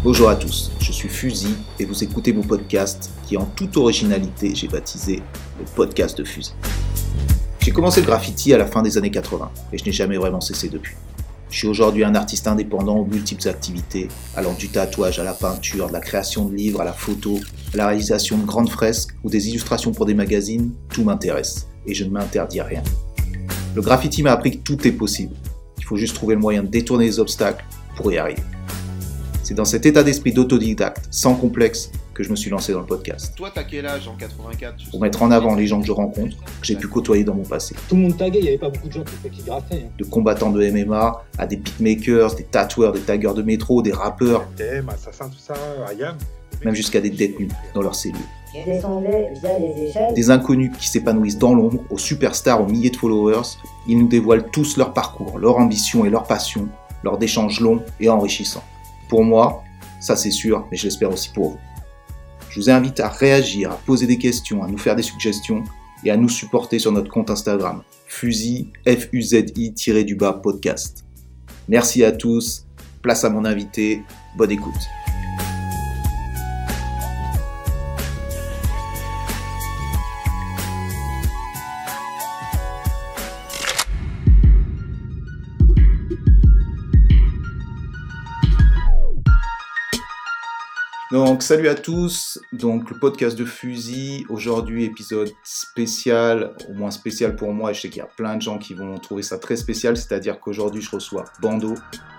Bonjour à tous, je suis Fusil et vous écoutez mon podcast qui en toute originalité j'ai baptisé le podcast de Fusil. J'ai commencé le graffiti à la fin des années 80 et je n'ai jamais vraiment cessé depuis. Je suis aujourd'hui un artiste indépendant aux multiples activités, allant du tatouage à la peinture, de la création de livres à la photo, à la réalisation de grandes fresques ou des illustrations pour des magazines, tout m'intéresse et je ne m'interdis rien. Le graffiti m'a appris que tout est possible, il faut juste trouver le moyen de détourner les obstacles pour y arriver. C'est dans cet état d'esprit d'autodidacte, sans complexe, que je me suis lancé dans le podcast. Toi, t'as quel âge en 84 Pour mettre en avant les gens que je rencontre, que j'ai pu côtoyer dans mon passé. Tout le monde taguait, il n'y avait pas beaucoup de gens qui graffaient. De combattants de MMA à des beatmakers, des tatoueurs, des taggeurs de métro, des rappeurs, Assassin, tout ça, Ayam. même jusqu'à des détenus dans leurs cellules. Je descendais via les échelles. Des inconnus qui s'épanouissent dans l'ombre, aux superstars aux milliers de followers, ils nous dévoilent tous leur parcours, leur ambition et leur passion, lors d'échanges longs et enrichissants. Pour moi, ça c'est sûr, mais je l'espère aussi pour vous. Je vous invite à réagir, à poser des questions, à nous faire des suggestions et à nous supporter sur notre compte Instagram, Fuzi, Fuzi_podcast. Merci à tous, place à mon invité, bonne écoute. Donc salut à tous, donc le podcast de Fusil, aujourd'hui épisode spécial, au moins spécial pour moi et je sais qu'il y a plein de gens qui vont trouver ça très spécial, c'est-à-dire qu'aujourd'hui je reçois Bando,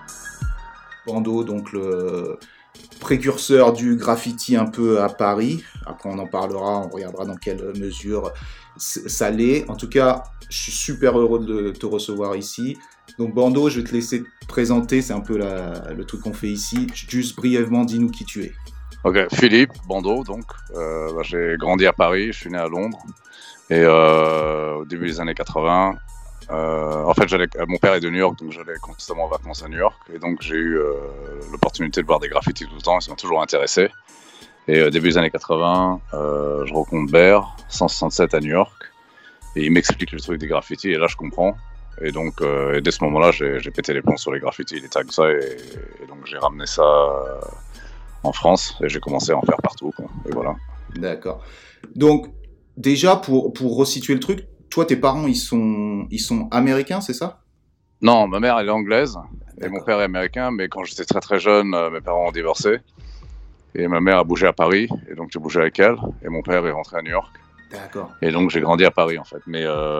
donc le précurseur du graffiti un peu à Paris, après on en parlera, on regardera dans quelle mesure ça l'est, en tout cas je suis super heureux de te recevoir ici. Donc Bando, je vais te laisser te présenter, c'est un peu le truc qu'on fait ici, juste brièvement dis-nous qui tu es. Ok, Philippe Bando, donc j'ai grandi à Paris, je suis né à Londres et au début des années 80, en fait mon père est de New York, donc j'allais constamment en vacances à New York et donc j'ai eu l'opportunité de voir des graffitis tout le temps, ça m'a toujours intéressé. Et au début des années 80, je rencontre Bear, 167 à New York et il m'explique le truc des graffitis et là je comprends. Et donc dès ce moment-là, j'ai pété les plombs sur les graffitis, les tags, ça et donc j'ai ramené ça en France et j'ai commencé à en faire partout, quoi. Et voilà. D'accord. Donc déjà pour resituer le truc, toi tes parents ils sont américains, c'est ça? Non, ma mère elle est anglaise. D'accord. Et mon père est américain, mais quand j'étais très très jeune, mes parents ont divorcé et ma mère a bougé à Paris et donc j'ai bougé avec elle et mon père est rentré à New York. D'accord. Et donc j'ai grandi à Paris en fait, mais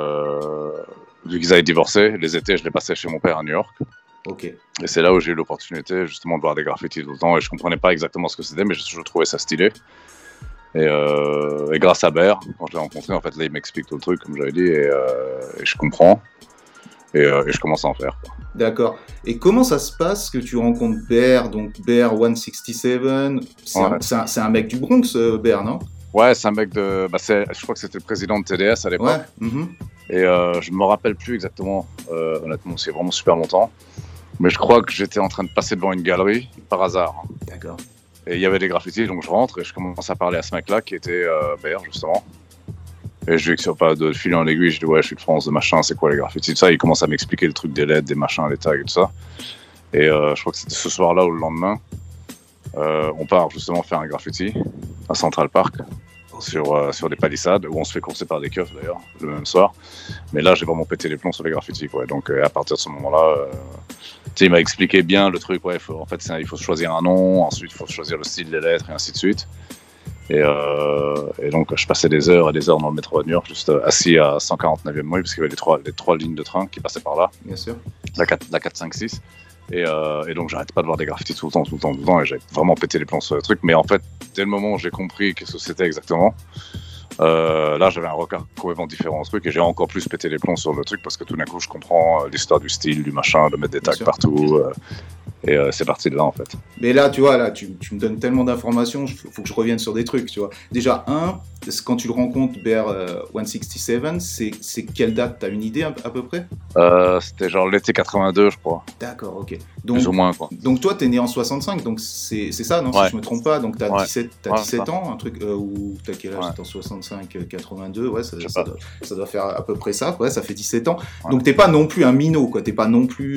vu qu'ils avaient divorcé, les étés je les passais chez mon père à New York. Ok. Et c'est là où j'ai eu l'opportunité justement de voir des graffitis tout le temps et je comprenais pas exactement ce que c'était, mais je trouvais ça stylé. Et grâce à Bear, quand je l'ai rencontré, en fait là il m'explique tout le truc comme j'avais dit et je comprends et je commence à en faire, quoi. D'accord. Et comment ça se passe que tu rencontres Bear, donc Bear 167, c'est un mec du Bronx, Bear, non? Ouais, c'est un mec je crois que c'était le président de TDS à l'époque. Ouais. Mm-hmm. Et je me rappelle plus exactement, honnêtement, c'est vraiment super longtemps. Mais je crois que j'étais en train de passer devant une galerie par hasard. D'accord. Et il y avait des graffitis, donc je rentre et je commence à parler à ce mec-là qui était Bear, justement. Et je lui dis pas de fil en aiguille, je dis ouais, je suis de France, de machin, c'est quoi les graffitis, tout ça. Il commence à m'expliquer le truc des LED, des machins, les tags et tout ça. Et je crois que c'était ce soir-là ou le lendemain, on part justement faire un graffiti à Central Park. Sur des palissades où on se fait courser par des keufs d'ailleurs le même soir, mais là j'ai vraiment pété les plombs sur les graffitis, quoi. Donc à partir de ce moment-là, il m'a expliqué bien le truc, ouais, il faut choisir un nom, ensuite il faut choisir le style des lettres et ainsi de suite. Et donc je passais des heures et des heures dans le métro à New York, juste assis à 149e rue parce qu'il y avait les trois lignes de train qui passaient par là. Bien sûr. La 4, 5, 6. Et donc j'arrêtais pas de voir des graffitis tout le temps et j'avais vraiment pété les plombs sur le truc, mais en fait dès le moment où j'ai compris qu'est-ce que c'était exactement, là j'avais un regard complètement différent au truc et j'ai encore plus pété les plombs sur le truc parce que tout d'un coup je comprends l'histoire du style, du machin, de mettre des tags partout et c'est parti de là en fait. Mais là tu vois, là tu me donnes tellement d'informations, faut que je revienne sur des trucs, tu vois. Déjà quand tu le rencontres, Bear 167, c'est quelle date? T'as une idée à peu près? C'était genre l'été 82, je crois. D'accord, ok. Donc, plus ou moins, quoi. Donc toi, t'es né en 65, donc c'est ça, non? Ouais. Si je me trompe pas, donc t'as Ouais. 17 ans, un truc, ou t'as quel âge? Ouais. T'es en 65, 82, ouais, Je sais pas. ça doit faire à peu près ça, ouais, ça fait 17 ans. Ouais. Donc t'es pas non plus un minot, quoi, t'es pas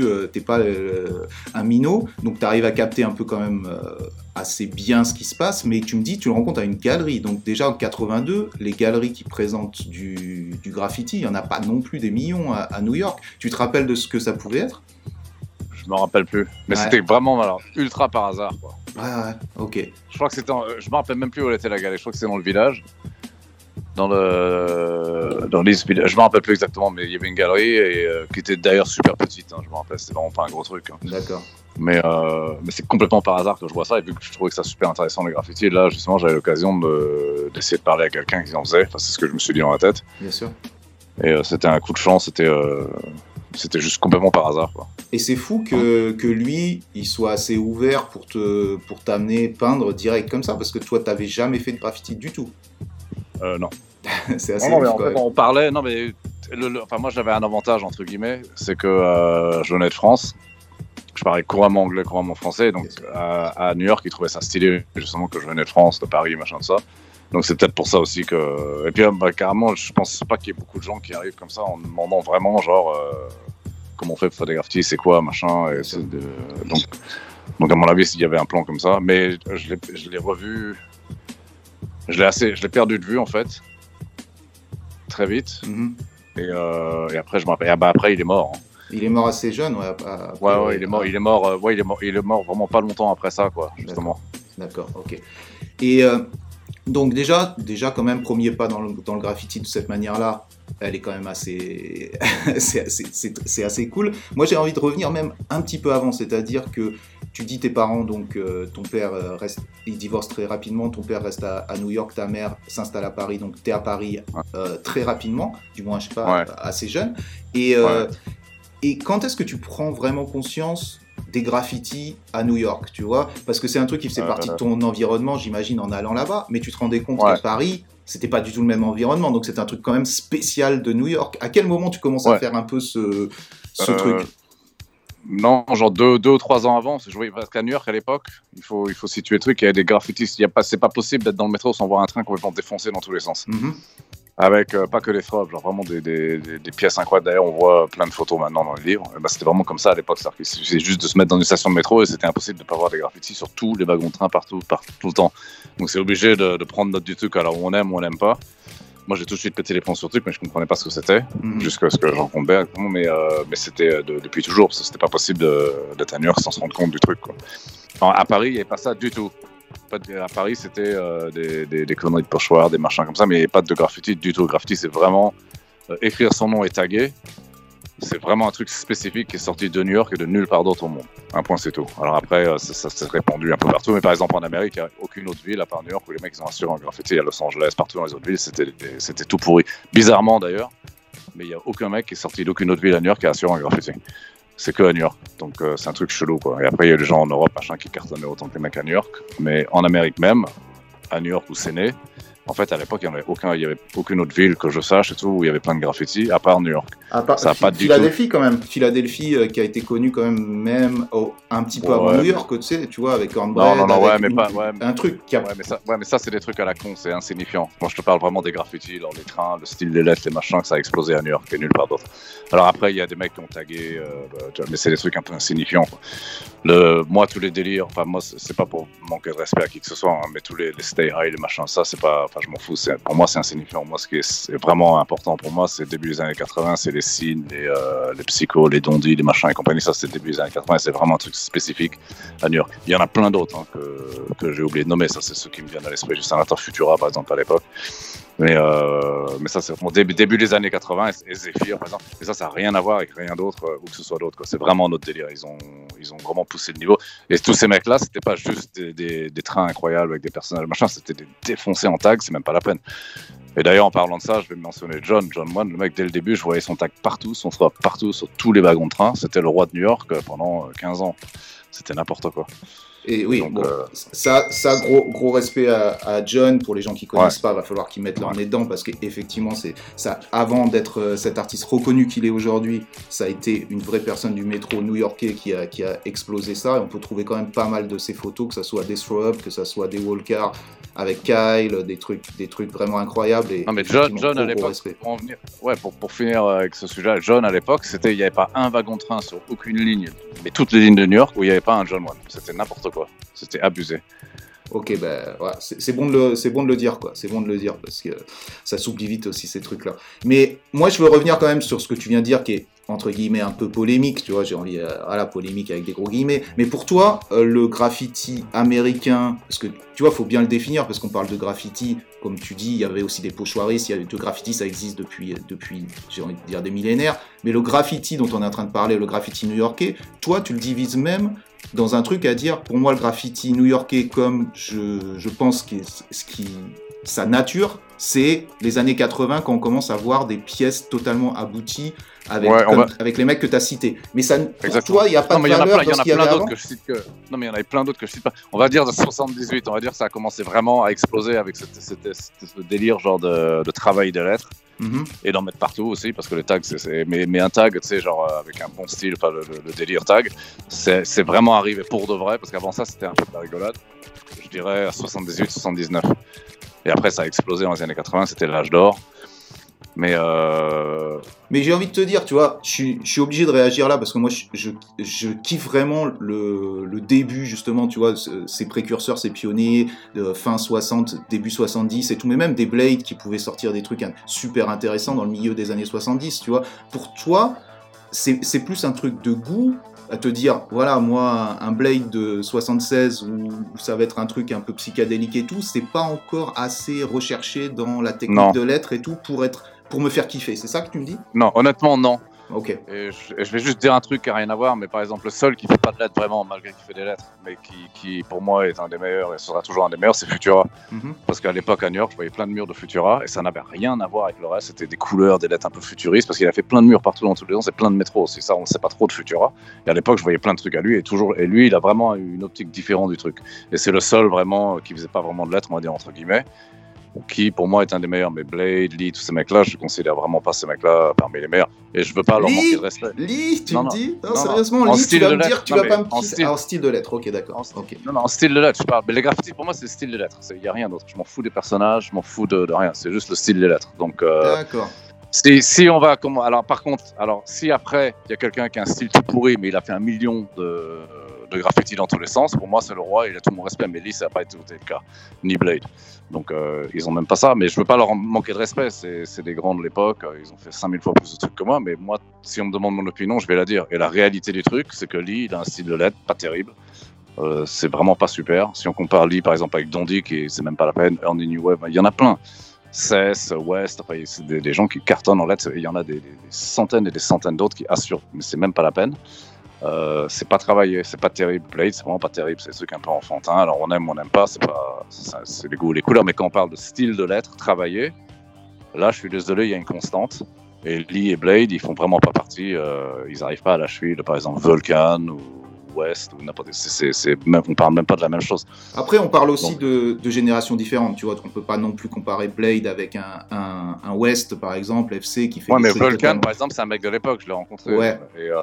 un minot, donc t'arrives à capter un peu quand même assez bien ce qui se passe, mais tu me dis, tu le rencontres à une galerie, donc déjà en 82, les galeries qui présentent du graffiti, il y en a pas non plus des millions à New York. Tu te rappelles de ce que ça pouvait être? Je me rappelle plus. Mais Ouais. c'était vraiment alors, ultra par hasard, quoi. Ouais, ok. Je crois que c'était. Je me rappelle même plus où était la galerie. Je crois que c'était dans le village. Dans l'East Village. Je me rappelle plus exactement, mais il y avait une galerie qui était d'ailleurs super petite. Hein, je me rappelle. C'était vraiment pas un gros truc. Hein. D'accord. Mais c'est complètement par hasard que je vois ça. Et vu que je trouvais que ça super intéressant, les graffitis, et là, justement, j'avais l'occasion d'essayer de parler à quelqu'un qui en faisait. Enfin, c'est ce que je me suis dit dans la tête. Bien sûr. Et c'était un coup de chance. C'était juste complètement par hasard, quoi. Et c'est fou que lui, il soit assez ouvert pour t'amener peindre direct comme ça, parce que toi, t'avais jamais fait de graffiti du tout. Non. C'est assez Non, mais ouf, en quand fait, même. on parlait. Non, mais enfin, moi, j'avais un avantage entre guillemets, c'est que je venais de France. Je parlais couramment anglais, couramment français. Donc, à New York, ils trouvaient ça stylé, justement, que je venais de France, de Paris, machin, tout ça. Donc, c'est peut-être pour ça aussi que. Et puis, carrément, je pense pas qu'il y ait beaucoup de gens qui arrivent comme ça en demandant vraiment, genre, comment on fait pour faire des graffitis, c'est quoi, machin. Et donc, à mon avis, il y avait un plan comme ça. Mais je l'ai revu. Je l'ai perdu de vue, en fait. Très vite. Mhm. Et après, je me rappelle. Après, il est mort. Hein. Il est mort assez jeune, ouais. Ouais, il est mort vraiment pas longtemps après ça, quoi, justement. D'accord, ok. Et donc déjà quand même, premier pas dans le graffiti de cette manière-là, elle est quand même assez... c'est assez cool. Moi, j'ai envie de revenir même un petit peu avant, c'est-à-dire que tu dis tes parents, donc ton père il divorce très rapidement, ton père reste à New York, ta mère s'installe à Paris, donc tu es à Paris très rapidement, du moins, je sais pas, assez jeune. Et quand est-ce que tu prends vraiment conscience des graffitis à New York, tu vois? Parce que c'est un truc qui faisait partie de ton environnement, j'imagine, en allant là-bas, mais tu te rendais compte qu'à Paris, c'était pas du tout le même environnement, donc c'était un truc quand même spécial de New York. À quel moment tu commences à faire un peu ce truc? Non, genre 2 ou 3 ans avant, parce qu'à New York, à l'époque, il faut situer le truc, il y a des graffitis, c'est pas possible d'être dans le métro sans voir un train complètement défoncé dans tous les sens. Mm-hmm. Avec pas que des frappes, genre vraiment des pièces incroyables. D'ailleurs, on voit plein de photos maintenant dans les livres. C'était vraiment comme ça à l'époque. C'est juste de se mettre dans une station de métro et c'était impossible de ne pas voir des graffitis sur tous les wagons de train partout tout le temps. Donc c'est obligé de prendre note du truc alors on aime ou on n'aime pas. Moi j'ai tout de suite pété les plombs sur le truc, mais je comprenais pas ce que c'était, jusqu'à ce que j'en rencontre bien. Mais c'était depuis toujours, parce que c'était pas possible d'être à New York sans se rendre compte du truc, quoi. Enfin, à Paris, il n'y avait pas ça du tout. À Paris, c'était des conneries de pochoirs, des machins comme ça, mais pas de graffiti du tout. Le graffiti, c'est vraiment écrire son nom et taguer. C'est vraiment un truc spécifique qui est sorti de New York et de nulle part d'autre au monde. Un point, c'est tout. Alors après, ça s'est répandu un peu partout, mais par exemple en Amérique, il n'y a aucune autre ville à part New York où les mecs ils ont assuré un graffiti. À Los Angeles, partout dans les autres villes, c'était tout pourri. Bizarrement d'ailleurs, mais il n'y a aucun mec qui est sorti d'aucune autre ville à New York qui a assuré un graffiti. C'est que à New York, donc c'est un truc chelou, quoi. Et après, il y a des gens en Europe, machin, qui cartonnaient autant que les mecs à New York, mais en Amérique même, à New York où c'est né, en fait, à l'époque, il n'y avait aucune autre ville que je sache et tout où il y avait plein de graffitis, à part New York. Ça a pas du Philadelphie, quand même. Philadelphie, qui a été connue quand même un petit peu avant New York, tu vois, avec Cornbread, un truc qui a... mais ça, c'est des trucs à la con, c'est insignifiant. Moi, je te parle vraiment des graffitis, genre les trains, le style des lettres, les machins, que ça a explosé à New York et nulle part d'autre. Alors après, il y a des mecs qui ont tagué, mais c'est des trucs un peu insignifiants, quoi. Moi, tous les délires, enfin, moi, c'est pas pour manquer de respect à qui que ce soit, hein, mais tous les stay high, les machins, ça, c'est pas... Enfin, je m'en fous. Pour moi, c'est insignifiant. Moi, ce qui est vraiment important pour moi, c'est le début des années 80, c'est les signes, les psychos, les dondis, les machins et compagnie. Ça, c'est le début des années 80. C'est vraiment un truc spécifique à New York. Il y en a plein d'autres que j'ai oublié de nommer. Ça, c'est ceux qui me viennent à l'esprit. Juste un Futura, par exemple, à l'époque. Mais ça, c'est mon début des années 80 et Zephyr, par exemple. Et ça n'a rien à voir avec rien d'autre, ou que ce soit d'autre, quoi. C'est vraiment notre délire. Ils ont vraiment poussé le niveau. Et tous ces mecs-là, c'était pas juste des trains incroyables avec des personnages, machin. C'était des défoncés en tag. C'est même pas la peine. Et d'ailleurs, en parlant de ça, je vais mentionner John One, le mec, dès le début, je voyais son tag partout, son frappe partout, sur tous les wagons de train. C'était le roi de New York pendant 15 ans. C'était n'importe quoi. Et oui, Donc, bon, ça gros respect à John. Pour les gens qui connaissent pas, va falloir qu'ils mettent leur nez dedans parce qu'effectivement, c'est ça. Avant d'être cet artiste reconnu qu'il est aujourd'hui, ça a été une vraie personne du métro new-yorkais qui a explosé ça. Et on peut trouver quand même pas mal de ses photos, que ça soit des Throw Up, que ça soit des Walkers avec Kyle, des trucs vraiment incroyables. Et non, mais John à l'époque, pour finir avec ce sujet, John à l'époque, il n'y avait pas un wagon de train sur aucune ligne, mais toutes les lignes de New York où il n'y avait pas un John One. C'était n'importe quoi. C'était abusé. Ok, c'est bon de le dire, quoi. C'est bon de le dire parce que ça s'oublie vite aussi ces trucs-là. Mais moi, je veux revenir quand même sur ce que tu viens de dire, qui est entre guillemets un peu polémique. Tu vois, j'ai envie à la polémique avec des gros guillemets. Mais pour toi, le graffiti américain, parce que tu vois, faut bien le définir parce qu'on parle de graffiti, comme tu dis, il y avait aussi des pochoiristes. Il y a de graffiti, ça existe depuis, j'ai envie de dire des millénaires. Mais le graffiti dont on est en train de parler, le graffiti new-yorkais, toi, tu le divises même dans un truc à dire, pour moi, le graffiti new-yorkais, comme je pense que sa nature, c'est les années 80 quand on commence à voir des pièces totalement abouties avec les mecs que tu as cités. Mais ça, pour toi, il n'y a pas de valeur dans ce qu'il y avait avant. Non, mais il y en avait plein d'autres que je cite pas. On va dire de 78, on va dire que ça a commencé vraiment à exploser avec ce délire genre de travail de lettres. Mm-hmm. Et d'en mettre partout aussi, parce que les tags, mais un tag, tu sais, genre avec un bon style, enfin le délire tag, c'est vraiment arrivé pour de vrai, parce qu'avant ça, c'était un peu de la rigolade, je dirais à 78, 79. Et après, ça a explosé dans les années 80, c'était l'âge d'or. Mais j'ai envie de te dire, tu vois, je suis obligé de réagir là parce que moi, je kiffe vraiment le début, justement, tu vois, ces précurseurs, ces pionniers de fin 60, début 70 et tout, mais même des Blade qui pouvaient sortir des trucs super intéressants dans le milieu des années 70, tu vois. Pour toi, c'est plus un truc de goût à te dire, voilà, moi, un Blade de 76 où ça va être un truc un peu psychédélique et tout, c'est pas encore assez recherché dans la technique de lettres et tout pour me faire kiffer, c'est ça que tu me dis ? Non, honnêtement, non. Ok. Et je vais juste dire un truc qui n'a rien à voir, mais par exemple, le seul qui fait pas de lettres vraiment, malgré qu'il fait des lettres, mais qui pour moi est un des meilleurs et sera toujours un des meilleurs, c'est Futura. Mm-hmm. Parce qu'à l'époque à New York, je voyais plein de murs de Futura et ça n'avait rien à voir avec le reste. C'était des couleurs, des lettres un peu futuristes, parce qu'il a fait plein de murs partout dans tous les ans, c'est plein de métros aussi. Ça, on ne sait pas trop de Futura. Et à l'époque, je voyais plein de trucs à lui et lui, il a vraiment une optique différente du truc. Et c'est le seul vraiment qui faisait pas vraiment de lettres, on va dire entre guillemets, qui pour moi est un des meilleurs. Mais Blade, Lee, tous ces mecs-là, je considère vraiment pas ces mecs-là parmi les meilleurs. Et je veux pas leur manquer de respect. Lee, tu me dis ? Non, sérieusement, Lee, tu vas me dire que tu vas pas me kiffer. En style de lettres, ok, d'accord. Non, en style de lettres, je parle. Mais les graffitis, pour moi, c'est le style de lettres. Il n'y a rien d'autre. Je m'en fous des personnages, je m'en fous de rien. C'est juste le style des lettres. Donc, d'accord. Si on va. Alors, par contre, si après, il y a quelqu'un qui a un style tout pourri, mais il a fait 1 million de graffiti dans tous les sens, pour moi c'est le roi, il a tout mon respect, mais Lee ça n'a pas été le cas, ni Blade, donc ils ont même pas ça, mais je veux pas leur manquer de respect, c'est des grands de l'époque, ils ont fait 5000 fois plus de trucs que moi, mais moi si on me demande mon opinion je vais la dire, et la réalité du truc c'est que Lee il a un style de lettre pas terrible, c'est vraiment pas super, si on compare Lee par exemple avec Dondi qui c'est même pas la peine, Ernie New Wave, il y en a plein, Cess, West, enfin, c'est des gens qui cartonnent en lettres, il y en a des centaines et des centaines d'autres qui assurent, mais c'est même pas la peine. C'est pas travaillé, c'est pas terrible. Blade, c'est vraiment pas terrible, c'est des trucs un peu enfantins. Alors on aime, on n'aime pas, c'est les goûts, les couleurs. Mais quand on parle de style de lettres travaillé, là, je suis désolé, il y a une constante. Et Lee et Blade, ils font vraiment pas partie. Ils arrivent pas à la cheville de, par exemple, Vulcan ou West ou n'importe. On parle même pas de la même chose. Après, on parle aussi de générations différentes. Tu vois, on peut pas non plus comparer Blade avec un West, par exemple, FC qui fait. Ouais, mais Vulcan, par exemple, c'est un mec de l'époque, je l'ai rencontré. Ouais.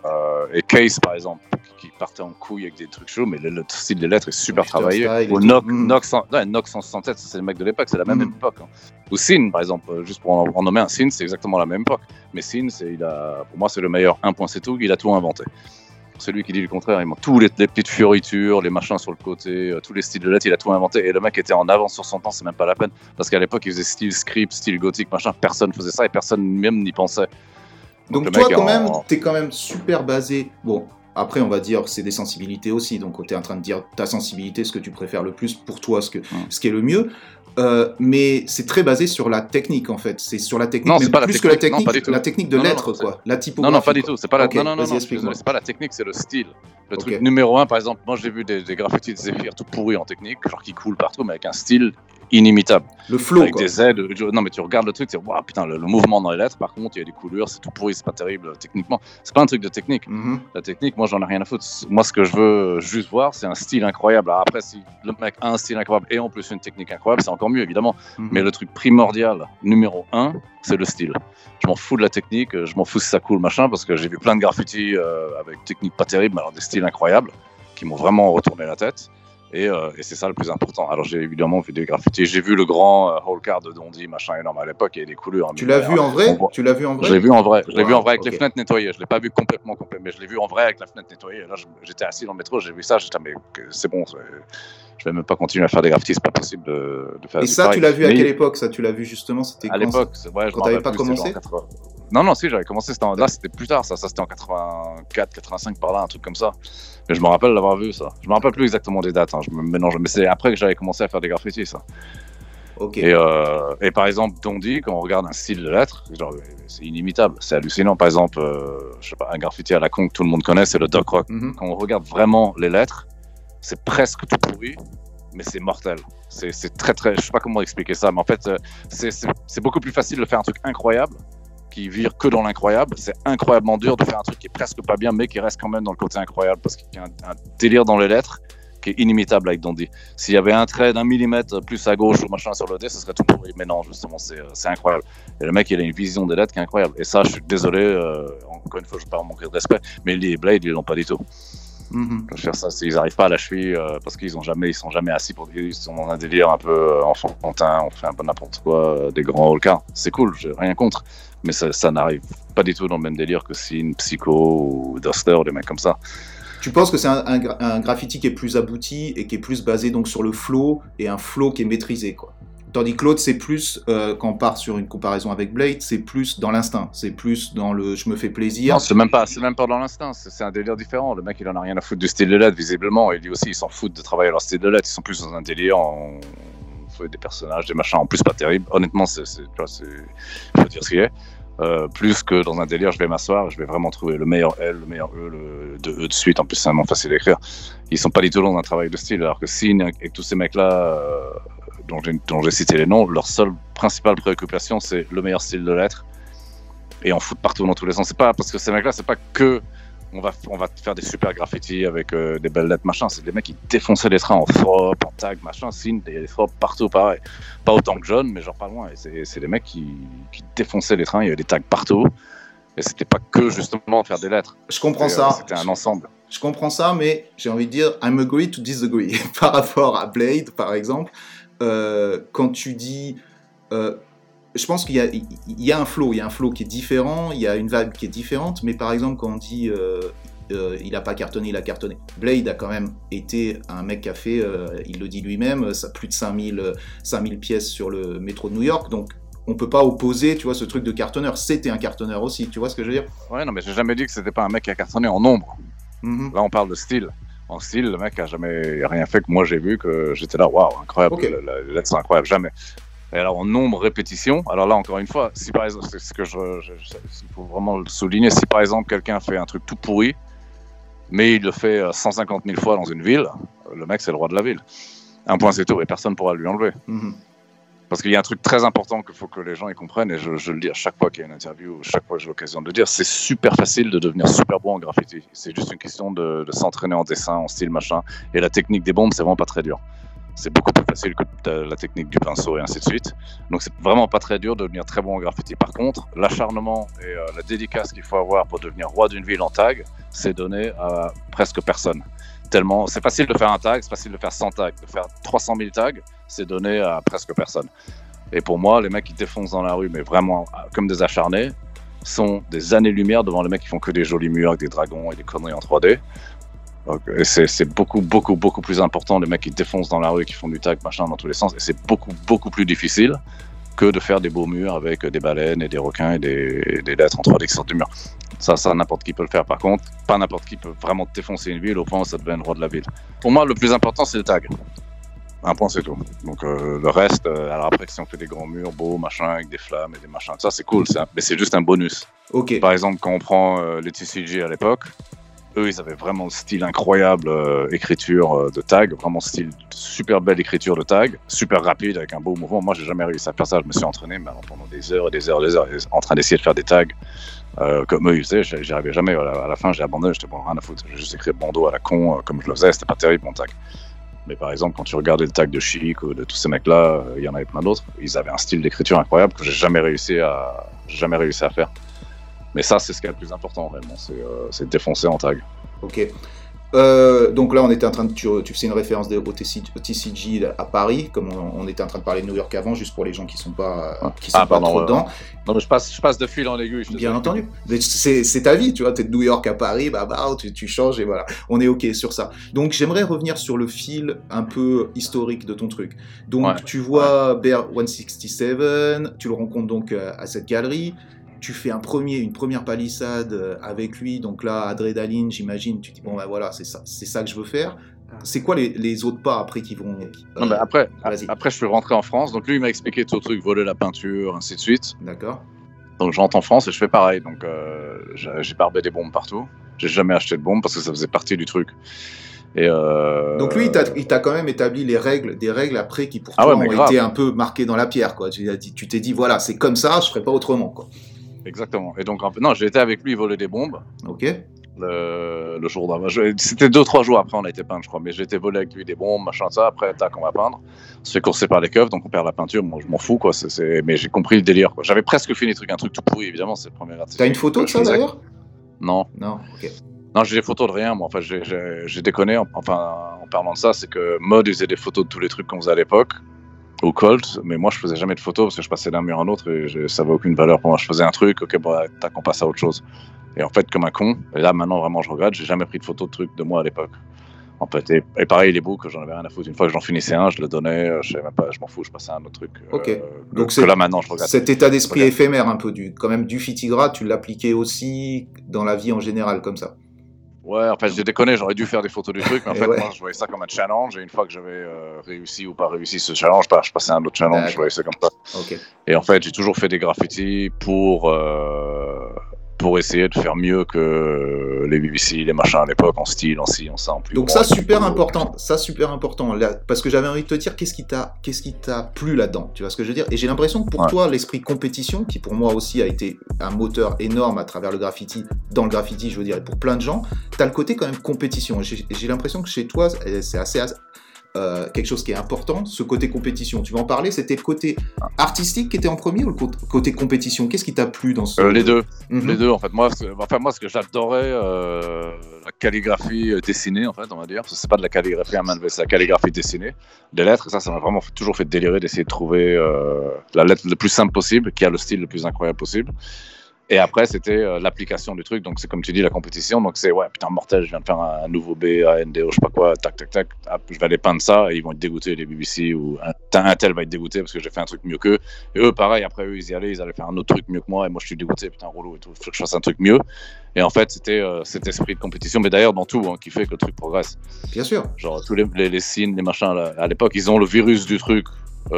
Et Case, par exemple, qui partait en couille avec des trucs chauds, mais le style des lettres est super travaillé. Ou Nox 167, c'est le mec de l'époque, c'est la même époque. Hein. Ou Sin, par exemple, juste pour en nommer un, Sin, c'est exactement la même époque. Mais Sin, pour moi, c'est le meilleur 1 point, c'est tout, il a tout inventé. Celui qui dit le contraire, il manque tous les petites fioritures, les machins sur le côté, tous les styles de lettres, il a tout inventé. Et le mec était en avance sur son temps, c'est même pas la peine. Parce qu'à l'époque, il faisait style script, style gothique, machin. Personne faisait ça et personne même n'y pensait. Donc toi, quand même, t'es quand même super basé. Bon, après, on va dire que c'est des sensibilités aussi. Donc t'es en train de dire ta sensibilité, ce que tu préfères le plus pour toi, ce qui est le mieux. Mais c'est très basé sur la technique en fait. C'est sur la technique, non, c'est pas plus la technique, que la technique, non, pas du tout. La technique de lettres quoi, la typographie. Non, pas du tout. C'est pas la. Okay, non, c'est pas la technique, c'est le style. Le truc numéro 1, par exemple, moi j'ai vu des graffitis de Zephyr tout pourris en technique, genre qui coulent partout, mais avec un style inimitable. Le flow, Avec quoi. des aides. Non, mais tu regardes le truc, c'est waouh, putain, le mouvement dans les lettres, par contre, il y a des coulures, c'est tout pourri, c'est pas terrible techniquement. C'est pas un truc de technique. Mhm. La technique, moi, j'en ai rien à foutre. Moi, ce que je veux juste voir, c'est un style incroyable. Alors après, si le mec a un style incroyable et en plus une technique incroyable, c'est encore mieux, évidemment. Mhm. Mais le truc primordial, numéro 1, c'est le style. Je m'en fous de la technique, je m'en fous si ça coule, machin, parce que j'ai vu plein de graffitis avec technique pas terrible, mais alors des styles incroyables, qui m'ont vraiment retourné la tête. Et c'est ça le plus important. Alors j'ai évidemment vu des graffitis. J'ai vu le grand hole card de Dondi, machin énorme à l'époque, il y a des couleurs. Tu l'as vu en vrai? Tu l'as vu en vrai? Je l'ai vu en vrai. Je l'ai vu en Wow, vrai avec ok. les fenêtres nettoyées. Je l'ai pas vu complètement, mais je l'ai vu en vrai avec la fenêtre nettoyée. Et là, j'étais assis dans le métro, j'ai vu ça, j'étais mais c'est bon. Je vais même pas continuer à faire des graffitis, c'est pas possible de faire. Et du ça, pareil. tu l'as vu à Mais quelle époque? Ça, tu l'as vu justement, c'était à quand? l'époque, ouais, je Quand m'en t'avais rappelle pas plus, commencé? c'était genre 80. Non, si, j'avais commencé, là, c'était plus tard, ça c'était en 84, 85 par là, un truc comme ça. Mais je me rappelle l'avoir vu, ça. Je me rappelle plus exactement des dates, hein, je me mélange, mais c'est après que j'avais commencé à faire des graffitis, ça. Ok. Et par exemple, Dondi, quand on regarde un style de lettres, genre, c'est inimitable, c'est hallucinant. Par exemple, je sais pas, un graffiti à la con que tout le monde connaît, c'est le Doc Rock. Mhm. Quand on regarde vraiment les lettres, c'est presque tout pourri, mais c'est mortel. C'est très, très. Je sais pas comment expliquer ça, mais en fait, c'est beaucoup plus facile de faire un truc incroyable qui vire que dans l'incroyable. C'est incroyablement dur de faire un truc qui est presque pas bien, mais qui reste quand même dans le côté incroyable, parce qu'il y a un délire dans les lettres qui est inimitable avec Dondi. S'il y avait un trait d'1 millimètre plus à gauche ou machin sur le dé, ce serait tout pourri. Mais non, justement, c'est incroyable. Et le mec, il a une vision des lettres qui est incroyable. Et ça, je suis désolé, encore une fois, je ne veux pas manquer de respect, mais Lee et Blade, ils l'ont pas du tout. Mhm. Je veux dire, ça, ils n'arrivent pas à la cheville parce qu'ils sont jamais assis pour dire, ils sont dans un délire un peu enfantin, on fait un peu n'importe quoi, des grands holcars. C'est cool, j'ai rien contre, mais ça n'arrive pas du tout dans le même délire que Sin, Psycho ou Duster ou des mecs comme ça. Tu penses que c'est un graffiti qui est plus abouti et qui est plus basé donc sur le flow et un flow qui est maîtrisé, quoi. Tandis que l'autre, c'est plus, quand on part sur une comparaison avec Blade, c'est plus dans l'instinct, c'est plus dans le je me fais plaisir. Non, c'est même pas dans l'instinct, c'est un délire différent. Le mec, il en a rien à foutre du style de lettres, visiblement, et lui aussi, il s'en fout de travailler leur style de lettres. Ils sont plus dans un délire, on fait des personnages, des machins, en plus pas terrible. Honnêtement, tu vois, faut dire ce qu'il est. Plus que dans un délire, je vais m'asseoir, je vais vraiment trouver le meilleur L, le meilleur E, le de E de suite. En plus, c'est vraiment facile d'écrire. Ils sont pas du tout dans un travail de style, alors que Sin et tous ces mecs-là, dont j'ai cité les noms, leur seule principale préoccupation, c'est le meilleur style de lettres et en foutre partout dans tous les sens. C'est pas parce que ces mecs-là, c'est pas que on va faire des super graffitis avec des belles lettres, machin. C'est des mecs qui défonçaient les trains en frop, en tag, machin. Sin, il y a des frop partout, pareil. Pas autant que John, mais genre pas loin. Et c'est des mecs qui défonçaient les trains. Il y avait des tags partout. Et c'était pas que justement faire des lettres. Je comprends ça. C'était un ensemble. Je comprends ça, mais j'ai envie de dire I'm agree to disagree. Par rapport à Blade, par exemple, quand tu dis... je pense qu'il y a un flow qui est différent, il y a une vibe qui est différente, mais par exemple, quand on dit il a pas cartonné, il a cartonné. Blade a quand même été un mec qui a fait, il le dit lui-même, ça plus de 5000 pièces sur le métro de New York, donc on peut pas opposer, tu vois, ce truc de cartonneur. C'était un cartonneur aussi, tu vois ce que je veux dire? Ouais, non, mais j'ai jamais dit que c'était pas un mec qui a cartonné en nombre. Mm-hmm. Là, on parle de style. En style, le mec a jamais rien fait que moi j'ai vu, que j'étais là, waouh, incroyable, Okay. les lettres sont incroyables, jamais. Et alors en nombre répétition, alors là encore une fois, si par exemple, c'est ce que il faut vraiment le souligner, si par exemple quelqu'un fait un truc tout pourri, mais il le fait 150 000 fois dans une ville, le mec c'est le roi de la ville. Un point c'est tout, et personne ne pourra lui enlever. Mm-hmm. Parce qu'il y a un truc très important qu'il faut que les gens y comprennent, et je le dis à chaque fois qu'il y a une interview, chaque fois que j'ai l'occasion de le dire, c'est super facile de devenir super bon en graffiti. C'est juste une question de s'entraîner en dessin, en style, machin. Et la technique des bombes, c'est vraiment pas très dur. C'est beaucoup plus facile que la technique du pinceau et ainsi de suite. Donc c'est vraiment pas très dur de devenir très bon en graffiti. Par contre, l'acharnement et la dédicace qu'il faut avoir pour devenir roi d'une ville en tag, c'est donné à presque personne. Tellement, c'est facile de faire un tag, c'est facile de faire 100 tags. De faire 300 000 tags, c'est donné à presque personne. Et pour moi, les mecs qui défoncent dans la rue, mais vraiment comme des acharnés, sont des années-lumière devant les mecs qui font que des jolis murs avec des dragons et des conneries en 3D. Donc, et c'est beaucoup plus important, les mecs qui défoncent dans la rue et qui font du tag, machin, dans tous les sens. Et c'est beaucoup plus difficile que de faire des beaux murs avec des baleines et des requins et des lettres en 3D qui sortent du mur. Ça, n'importe qui peut le faire. Par contre, pas n'importe qui peut vraiment défoncer une ville au point où ça devient le roi de la ville. Pour moi, le plus important, c'est le tag. Un point, c'est tout. Donc le reste, alors après, si on fait des grands murs beaux, machin, avec des flammes et des machins, ça c'est cool, mais c'est juste un bonus. Ok. Par exemple, quand on prend les TCG à l'époque, eux, ils avaient vraiment le style incroyable, écriture de tag, vraiment style super belle écriture de tag, super rapide avec un beau mouvement. Moi, j'ai jamais réussi à faire ça. Je me suis entraîné pendant des heures et des heures et des heures en train d'essayer de faire des tags comme eux, ils faisaient. J'y arrivais jamais. À la fin, j'ai abandonné. J'étais bon, rien à foutre. J'ai juste écrit bandeau à la con comme je le faisais. C'était pas terrible mon tag. Mais par exemple, quand tu regardais le tag de Chic ou de tous ces mecs-là, il y en avait plein d'autres. Ils avaient un style d'écriture incroyable que j'ai jamais réussi à faire. Mais ça, c'est ce qui est le plus important, réellement, c'est de défoncer en tag. Ok. Donc là, on était en train de... Tu faisais une référence au TCG à Paris, comme on était en train de parler de New York avant, juste pour les gens qui sont pas trop dedans. Non, mais je passe de fil en aiguille. Bien entendu. Mais c'est ta vie, tu vois, t'es de New York à Paris, tu changes et voilà. On est ok sur ça. Donc j'aimerais revenir sur le fil un peu historique de ton truc. Donc tu vois Bear 167, tu le rencontres donc à cette galerie. Tu fais une première palissade avec lui, donc là, Adrénaline, j'imagine, tu te dis, bon, ben voilà, c'est ça que je veux faire. C'est quoi les autres pas après qui vont... Non, mais après, je suis rentré en France, donc lui, il m'a expliqué tout le truc, voler la peinture, ainsi de suite. D'accord. Donc je rentre en France et je fais pareil, donc j'ai barbé des bombes partout. J'ai jamais acheté de bombes parce que ça faisait partie du truc. Et donc lui, il t'a quand même établi des règles après qui pour toi ont été un peu marquées dans la pierre, quoi. Tu t'es dit, voilà, c'est comme ça, je ferai pas autrement, quoi. Exactement. Et donc, non, j'ai été avec lui voler des bombes. Ok. Le jour d'avant. C'était 2-3 jours après, on a été peindre, je crois. Mais j'ai été voler avec lui des bombes, machin, ça. Après, tac, on va peindre. On se fait courser par les keufs, donc on perd la peinture. Moi, je m'en fous, quoi. Mais j'ai compris le délire, quoi. J'avais presque fini le truc, un truc tout pourri, évidemment. C'est le premier artiste. T'as une photo de ça, d'ailleurs ? Non. Non, ok. Non, j'ai des photos de rien, moi. Enfin, j'ai déconné. Enfin, en parlant de ça, c'est que Mode, il faisait des photos de tous les trucs qu'on faisait à l'époque. Au Colt, mais moi je faisais jamais de photos parce que je passais d'un mur à un autre et ça avait aucune valeur pour moi. Je faisais un truc, ok, bon, tac, on passe à autre chose. Et en fait, comme un con, et là maintenant vraiment je regrette, j'ai jamais pris de photos de trucs de moi à l'époque. En fait, et pareil, les books, j'en avais rien à foutre. Une fois que j'en finissais un, je le donnais, je savais même pas, je m'en fous, je passais à un autre truc. Ok. Donc là maintenant je regrette. Cet état d'esprit éphémère un peu quand même du Fitigra, tu l'appliquais aussi dans la vie en général comme ça. Ouais, en fait, j'ai déconné, j'aurais dû faire des photos du truc, mais en fait, moi, je voyais ça comme un challenge, et une fois que j'avais réussi ou pas réussi ce challenge, je passais à un autre challenge, je voyais ça comme ça. Okay. Et en fait, j'ai toujours fait des graffitis pour essayer de faire mieux que les BBC, les machins à l'époque, en style, en ci, en ça, en plus. Donc ça, super important, là, parce que j'avais envie de te dire, qu'est-ce qui t'a plu là-dedans, tu vois ce que je veux dire ? Et j'ai l'impression que pour toi, l'esprit compétition, qui pour moi aussi a été un moteur énorme à travers le graffiti, dans le graffiti, je veux dire, et pour plein de gens, t'as le côté quand même compétition. J'ai l'impression que chez toi, c'est assez quelque chose qui est important, ce côté compétition. Tu vas en parler, c'était le côté artistique qui était en premier ou le côté compétition ? Qu'est-ce qui t'a plu dans ce... Les deux. Les deux, en fait. Moi, ce que j'adorais, la calligraphie dessinée, en fait, on va dire. C'est pas de la calligraphie à main levée, c'est la calligraphie dessinée. Des lettres, et ça m'a vraiment toujours fait délirer d'essayer de trouver la lettre le plus simple possible, qui a le style le plus incroyable possible. Et après, c'était l'application du truc. Donc, c'est comme tu dis, la compétition. Donc, c'est ouais, putain, mortel, je viens de faire un nouveau BANDO, je sais pas quoi, tac, tac, tac. Je vais aller peindre ça et ils vont être dégoûtés, les BBC. Ou un tel va être dégoûté parce que j'ai fait un truc mieux qu'eux. Et eux, pareil, après, eux, ils allaient faire un autre truc mieux que moi. Et moi, je suis dégoûté, putain, relou et tout. Il faut que je fasse un truc mieux. Et en fait, c'était cet esprit de compétition, mais d'ailleurs, dans tout, hein, qui fait que le truc progresse. Bien sûr. Genre, tous les signes, les machins, à l'époque, ils ont le virus du truc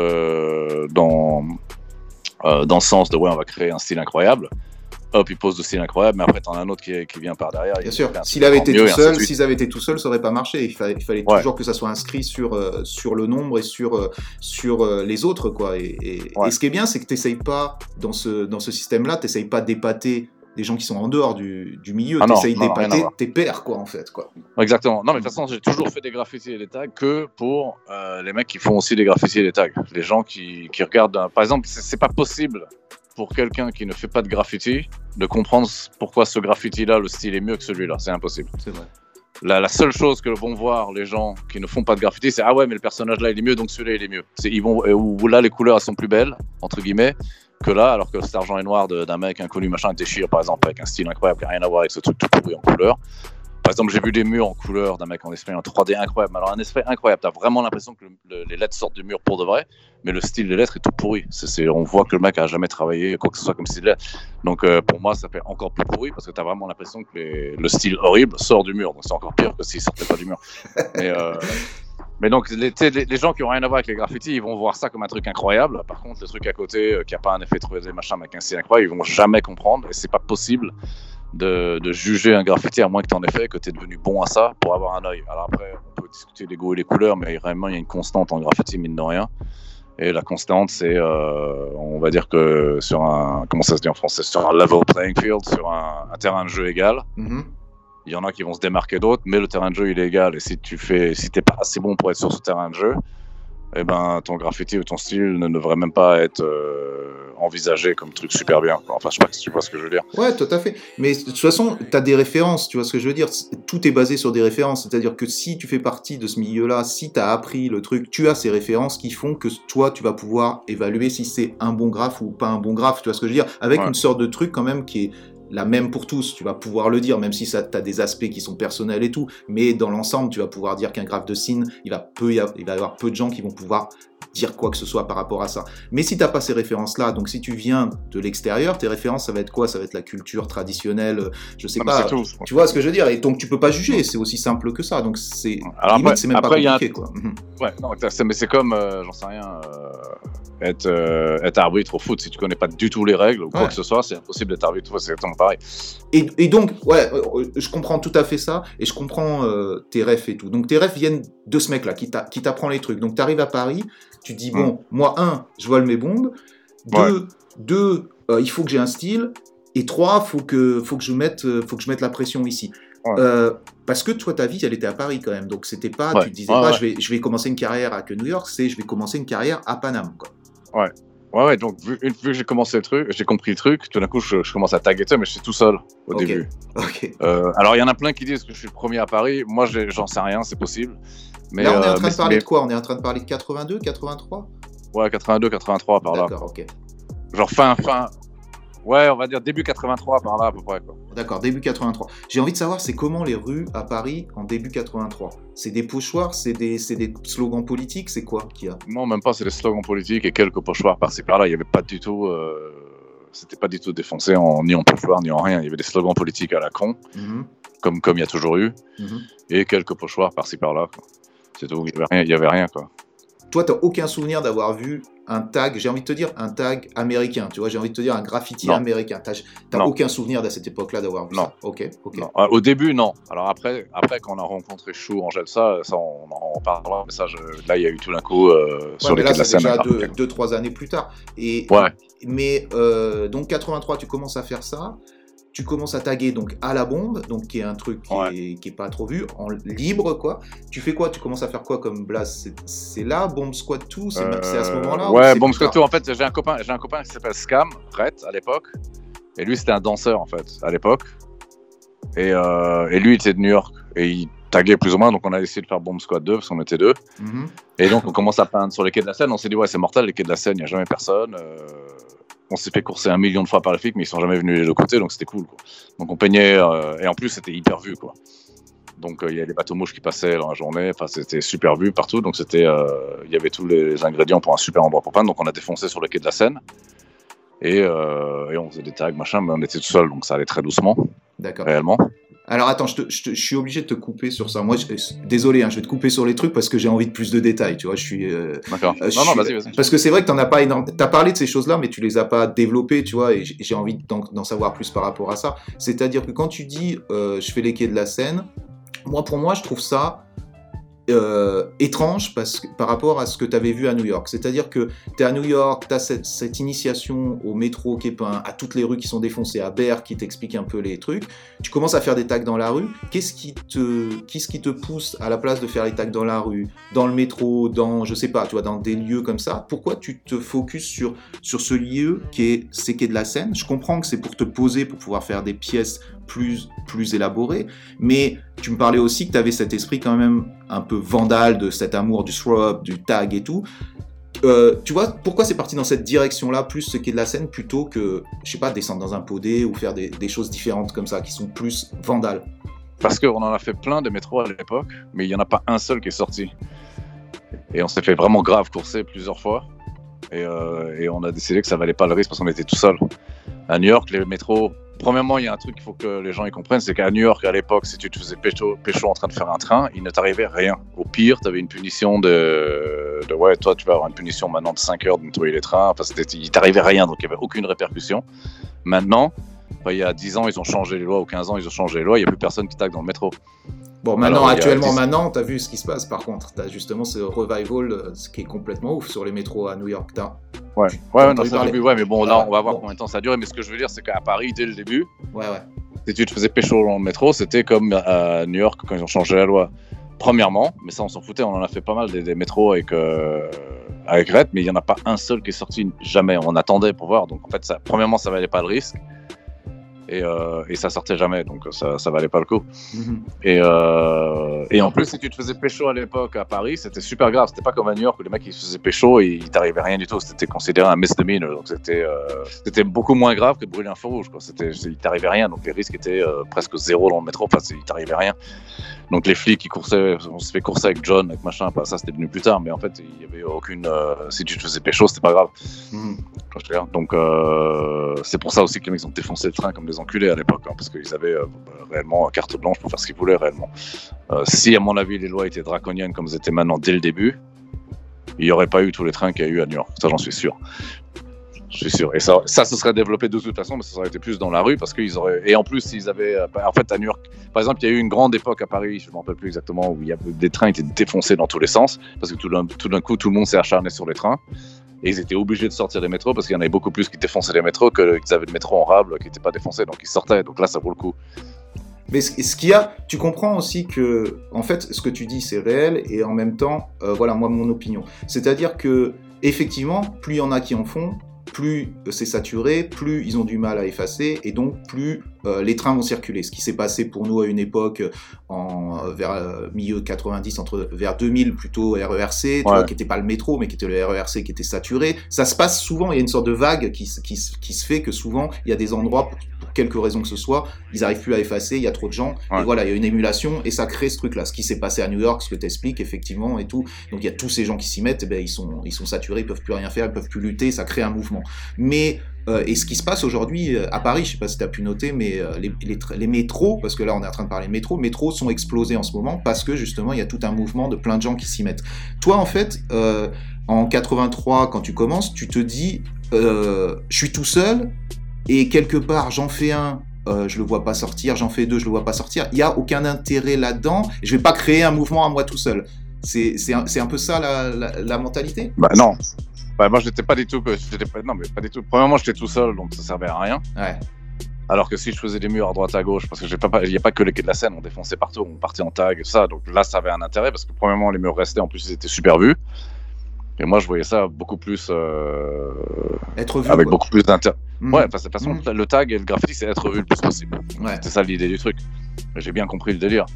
dans le sens de ouais, on va créer un style incroyable. Hop, il pose le style incroyable, mais après t'en as un autre qui vient par derrière. Bien sûr, s'ils avaient été tout seuls, ça aurait pas marché. Il fallait toujours que ça soit inscrit sur le nombre et sur les autres, quoi. Et ce qui est bien, c'est que t'essayes pas, dans ce système-là, t'essayes pas d'épater des gens qui sont en dehors du milieu, t'essayes d'épater tes pairs, quoi, en fait, quoi. Exactement. Non, mais de toute façon, j'ai toujours fait des graffitis et des tags que pour les mecs qui font aussi des graffitis et des tags. Les gens qui regardent, par exemple, c'est pas possible pour quelqu'un qui ne fait pas de graffiti, de comprendre pourquoi ce graffiti-là, le style est mieux que celui-là. C'est impossible. C'est vrai. La seule chose que vont voir les gens qui ne font pas de graffiti, c'est « Ah ouais, mais le personnage-là, il est mieux, donc celui-là, il est mieux. » Ou là, les couleurs, elles sont plus belles, entre guillemets, que là, alors que cet argent et noir d'un mec inconnu, machin, déchire, par exemple, avec un style incroyable qui n'a rien à voir avec ce truc tout pourri en couleur. Par exemple, j'ai vu des murs en couleur d'un mec en esprit en 3D incroyable. Alors, un esprit incroyable. T'as vraiment l'impression que les lettres sortent du mur pour de vrai, mais le style des lettres est tout pourri. On voit que le mec a jamais travaillé quoi que ce soit comme style de lettres. Donc, pour moi, ça fait encore plus pourri parce que t'as vraiment l'impression que le style horrible sort du mur. Donc, c'est encore pire que s'il sortait pas du mur. Mais donc, les gens qui n'ont rien à voir avec les graffitis, ils vont voir ça comme un truc incroyable. Par contre, le truc à côté, qui n'a pas un effet 3D, machin, avec un style incroyable, ils vont jamais comprendre. Et c'est pas possible de juger un graffiti à moins que tu en aies fait, que tu es devenu bon à ça pour avoir un œil. Alors après, on peut discuter des goûts et les couleurs, mais vraiment, il y a une constante en graffiti, mine de rien. Et la constante, c'est, on va dire que sur un, comment ça se dit en français, sur un level playing field, sur un terrain de jeu égal. Mhm. Il y en a qui vont se démarquer d'autres, mais le terrain de jeu, il est égal. Et si t'es pas assez bon pour être sur ce terrain de jeu, eh ben, ton graffiti ou ton style ne devrait même pas être envisagé comme truc super bien, quoi. Enfin, je sais pas si tu vois ce que je veux dire. Ouais, tout à fait. Mais de toute façon, tu as des références, tu vois ce que je veux dire. Tout est basé sur des références. C'est-à-dire que si tu fais partie de ce milieu-là, si tu as appris le truc, tu as ces références qui font que toi, tu vas pouvoir évaluer si c'est un bon graphe ou pas un bon graphe. Tu vois ce que je veux dire. Avec une sorte de truc quand même qui est la même pour tous, tu vas pouvoir le dire, même si ça t'as des aspects qui sont personnels et tout, mais dans l'ensemble, tu vas pouvoir dire qu'un graphe de scene, il va y avoir peu de gens qui vont pouvoir dire quoi que ce soit par rapport à ça. Mais si t'as pas ces références-là, donc si tu viens de l'extérieur, tes références, ça va être quoi? Ça va être la culture traditionnelle, je sais pas. Tout. Tu vois ce que je veux dire? Et donc tu peux pas juger, c'est aussi simple que ça. Donc c'est limite, c'est même pas compliqué, quoi. Ouais, non, mais c'est comme, j'en sais rien, être arbitre au foot, si tu connais pas du tout les règles ou quoi que ce soit, c'est impossible d'être arbitre. C'est exactement pareil. Et donc, ouais, je comprends tout à fait ça, et je comprends tes refs et tout. Donc tes refs viennent de ce mec-là, qui t'apprend les trucs. Donc t'arrives à Paris, tu te dis, bon, moi, 1, je vole mes bombes, 2, il faut que j'ai un style, et 3, faut que je mette la pression ici. Parce que toi, ta vie, elle était à Paris quand même. Donc c'était pas, tu te disais pas, je vais commencer une carrière à New York, c'est je vais commencer une carrière à Paname, quoi. Ouais, donc vu que j'ai commencé le truc, j'ai compris le truc, tout d'un coup je commence à taguer ça, mais je suis tout seul au début. Alors il y en a plein qui disent que je suis le premier à Paris, moi j'en sais rien, c'est possible. Mais là on est en train de parler de quoi? On est en train de parler de 82, 83? Ouais, 82, 83 par là. D'accord, ok. Genre fin, ouais, on va dire début 83 par là à peu près, quoi. D'accord, début 83. J'ai envie de savoir, c'est comment les rues à Paris en début 83? C'est des pochoirs, c'est des slogans politiques, c'est quoi qu'il y a? Non, même pas, c'est des slogans politiques et quelques pochoirs par-ci par-là. Il y avait pas du tout, c'était pas du tout défoncé ni en pochoir ni en rien. Il y avait des slogans politiques à la con, comme il y a toujours eu, et quelques pochoirs par-ci par-là, quoi. C'est tout. Il y avait rien, quoi. Toi, t'as aucun souvenir d'avoir vu un tag, j'ai envie de te dire un tag américain, tu vois, j'ai envie de te dire un graffiti américain. T'as aucun souvenir à cette époque-là d'avoir vu ça? Ok. Non. Au début, non. Alors après, quand on a rencontré Chou, Angèle, ça on en parlera, mais ça, là, il y a eu tout d'un coup sur les quais de la Seine. Déjà 2-3 années plus tard. Mais donc 83, tu commences à faire ça. Tu commences à taguer donc à la bombe, donc qui est un truc qui est pas trop vu, en libre, quoi. Tu fais quoi? Tu commences à faire quoi comme blast? C'est là, Bomb Squad 2, c'est à ce moment-là? Ouais, Bomb Squad 2, en fait, j'ai un copain qui s'appelle Scam, Rhett, à l'époque, et lui, c'était un danseur, en fait, à l'époque, et lui, il était de New York, et il taguait plus ou moins, donc on a essayé de faire Bomb Squad 2, parce qu'on était deux, et donc on commence à peindre sur les quais de la Seine, on s'est dit, ouais, c'est mortel, les quais de la Seine, il n'y a jamais personne, on s'est fait courser 1 million de fois par les flics, mais ils sont jamais venus les deux côtés, donc c'était cool, quoi. Donc on peignait, et en plus c'était hyper vu, quoi. Donc il y a les bateaux mouches qui passaient dans la journée, enfin c'était super vu partout, donc c'était, il y avait tous les ingrédients pour un super endroit pour peindre, donc on a défoncé sur le quai de la Seine, et on faisait des tags, machin, mais on était tout seul, donc ça allait très doucement, réellement. Alors attends, je suis obligé de te couper sur ça. Moi, désolé, je vais te couper sur les trucs parce que j'ai envie de plus de détails. Tu vois, je suis. D'accord. Non, vas-y. Parce que c'est vrai que t'en as pas énormément. T'as parlé de ces choses-là, mais tu les as pas développées, tu vois. Et j'ai envie d'en savoir plus par rapport à ça. C'est-à-dire que quand tu dis, je fais les quais de la Seine, pour moi, je trouve ça étrange par rapport à ce que tu avais vu à New York. C'est-à-dire que tu es à New York, tu as cette initiation au métro qui est peint, à toutes les rues qui sont défoncées, à Berre qui t'explique un peu les trucs. Tu commences à faire des tags dans la rue. Qu'est-ce qui te pousse à la place de faire les tags dans la rue, dans le métro, dans, je sais pas, tu vois, dans des lieux comme ça? Pourquoi tu te focuses sur ce lieu qui est ces quais de la Seine? Je comprends que c'est pour te poser, pour pouvoir faire des pièces plus élaborées, mais tu me parlais aussi que tu avais cet esprit quand même un peu vandale, de cet amour du throw-up, du tag et tout. Tu vois, pourquoi c'est parti dans cette direction-là, plus ce qui est de la scène, plutôt que, je sais pas, descendre dans un podé ou faire des choses différentes comme ça, qui sont plus vandales? Parce qu'on en a fait plein de métros à l'époque, mais il n'y en a pas un seul qui est sorti. Et on s'est fait vraiment grave courser plusieurs fois. Et on a décidé que ça valait pas le risque parce qu'on était tout seul. À New York, les métros... Premièrement, il y a un truc qu'il faut que les gens y comprennent, c'est qu'à New York, à l'époque, si tu te faisais pécho en train de faire un train, il ne t'arrivait rien. Au pire, tu avais une punition ouais, toi, tu vas avoir une punition maintenant de 5 heures de nettoyer les trains. Enfin, il t'arrivait rien, donc il n'y avait aucune répercussion. Maintenant, Enfin, il y a 10 ans, ils ont changé les lois, ou 15 ans, ils ont changé les lois, il n'y a plus personne qui tague dans le métro. Bon, maintenant, Alors, maintenant, t'as vu ce qui se passe, par contre. T'as justement ce revival, ce qui est complètement ouf sur les métros à New York. Ouais, non, ça j'ai vu, mais bon, là, on va voir combien de temps ça dure. Mais ce que je veux dire, c'est qu'à Paris, dès le début, si tu te faisais pécho dans le métro, c'était comme à New York quand ils ont changé la loi. Premièrement, mais ça, on s'en foutait, on en a fait pas mal des métros avec Red, mais il n'y en a pas un seul qui est sorti, jamais. On attendait pour voir. Donc, en fait, premièrement, ça valait pas le risque. Et ça sortait jamais, donc ça valait pas le coup. Et en plus, si tu te faisais pécho à l'époque à Paris, c'était super grave. C'était pas comme à New York où les mecs ils se faisaient pécho et il t'arrivait rien du tout. C'était considéré un misdemeanor, donc c'était beaucoup moins grave que de brûler un feu rouge, quoi. Il t'arrivait rien, donc les risques étaient presque zéro dans le métro. Enfin, il t'arrivait rien. Donc les flics qui coursaient, on se fait courser avec John, avec machin. Ça c'était venu plus tard, mais en fait il y avait aucune. Si tu te faisais pécho, c'était pas grave. Donc c'est pour ça aussi que les mecs ont défoncé le train comme des enculés à l'époque, hein, parce qu'ils avaient réellement carte blanche pour faire ce qu'ils voulaient réellement. Si à mon avis les lois étaient draconiennes comme elles étaient maintenant dès le début, il n'y aurait pas eu tous les trains qu'il y a eu à New York, ça j'en suis sûr. Je suis sûr. Et ça se serait développé de toute façon, mais ça aurait été plus dans la rue parce qu'ils auraient. Et en plus, s'ils avaient. En fait, à New York, par exemple, il y a eu une grande époque à Paris, je ne me rappelle plus exactement, où il y avait des trains qui étaient défoncés dans tous les sens parce que tout d'un coup, tout le monde s'est acharné sur les trains. Et ils étaient obligés de sortir des métros parce qu'il y en avait beaucoup plus qui défonçaient les métros qu'ils avaient de métros en rable qui n'étaient pas défoncés. Donc ils sortaient. Donc là, ça vaut le coup. Mais ce qu'il y a, tu comprends aussi que, en fait, ce que tu dis, c'est réel et en même temps, voilà, moi, mon opinion. C'est-à-dire que, effectivement, plus il y en a qui en font, plus c'est saturé, plus ils ont du mal à effacer et donc plus les trains vont circuler. Ce qui s'est passé pour nous à une époque vers milieu 90, vers 2000 plutôt RERC, tu vois, qui n'était pas le métro mais qui était le RERC qui était saturé. Ça se passe souvent, il y a une sorte de vague qui se fait que souvent il y a des endroits pour quelque raison que ce soit, ils n'arrivent plus à effacer, il y a trop de gens, et voilà, il y a une émulation et ça crée ce truc-là. Ce qui s'est passé à New York, ce que tu expliques effectivement et tout. Donc il y a tous ces gens qui s'y mettent, ils sont saturés, ils peuvent plus rien faire, ils peuvent plus lutter, ça crée un mouvement. Mais et ce qui se passe aujourd'hui à Paris, je sais pas si tu as pu noter, mais les métros, parce que là on est en train de parler métros sont explosés en ce moment parce que justement il y a tout un mouvement de plein de gens qui s'y mettent. Toi en fait, en 83 quand tu commences, tu te dis je suis tout seul et quelque part j'en fais un, je le vois pas sortir, j'en fais deux, je le vois pas sortir, il y a aucun intérêt là-dedans, je vais pas créer un mouvement à moi tout seul. C'est un peu ça la mentalité ? Bah non. Bah, moi, pas du tout. Premièrement, j'étais tout seul, donc ça servait à rien. Ouais. Alors que si je faisais des murs à droite à gauche, parce que il n'y a pas que les quais de la Seine, on défonçait partout, on partait en tag et tout ça. Donc là, ça avait un intérêt parce que premièrement, les murs restaient, en plus, ils étaient super vus. Et moi, je voyais ça beaucoup plus. Être vu. Avec quoi. beaucoup plus d'intérêt. Ouais, parce que de toute façon, le tag et le graffiti, c'est être vu le plus possible. Ouais. C'était ça l'idée du truc. J'ai bien compris le délire.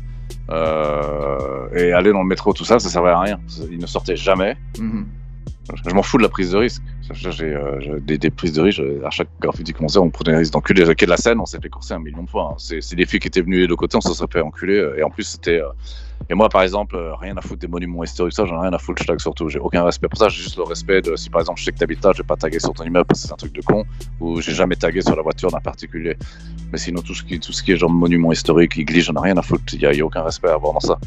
Et aller dans le métro, tout ça, ça servait à rien. Il ne sortait jamais. Je m'en fous de la prise de risque. J'ai des prises de risque. À chaque graffiti concert, on prenait des risques d'enculer. Le quai de la Seine, on s'est fait courser 1 million de fois. Hein. C'est des filles qui étaient venues des deux côtés, on se serait fait enculer. Et en plus, c'était. Et moi, par exemple, rien à foutre des monuments historiques, ça, j'en ai rien à foutre. Je tag surtout. J'ai aucun respect pour ça. J'ai juste le respect de. Si par exemple, je sais que t'habites là, je vais pas taguer sur ton immeuble parce que c'est un truc de con. Ou j'ai jamais tagué sur la voiture d'un particulier. Mais sinon, tout ce qui est genre monument historique, église, j'en ai rien à foutre. Il y a aucun respect à avoir dans ça.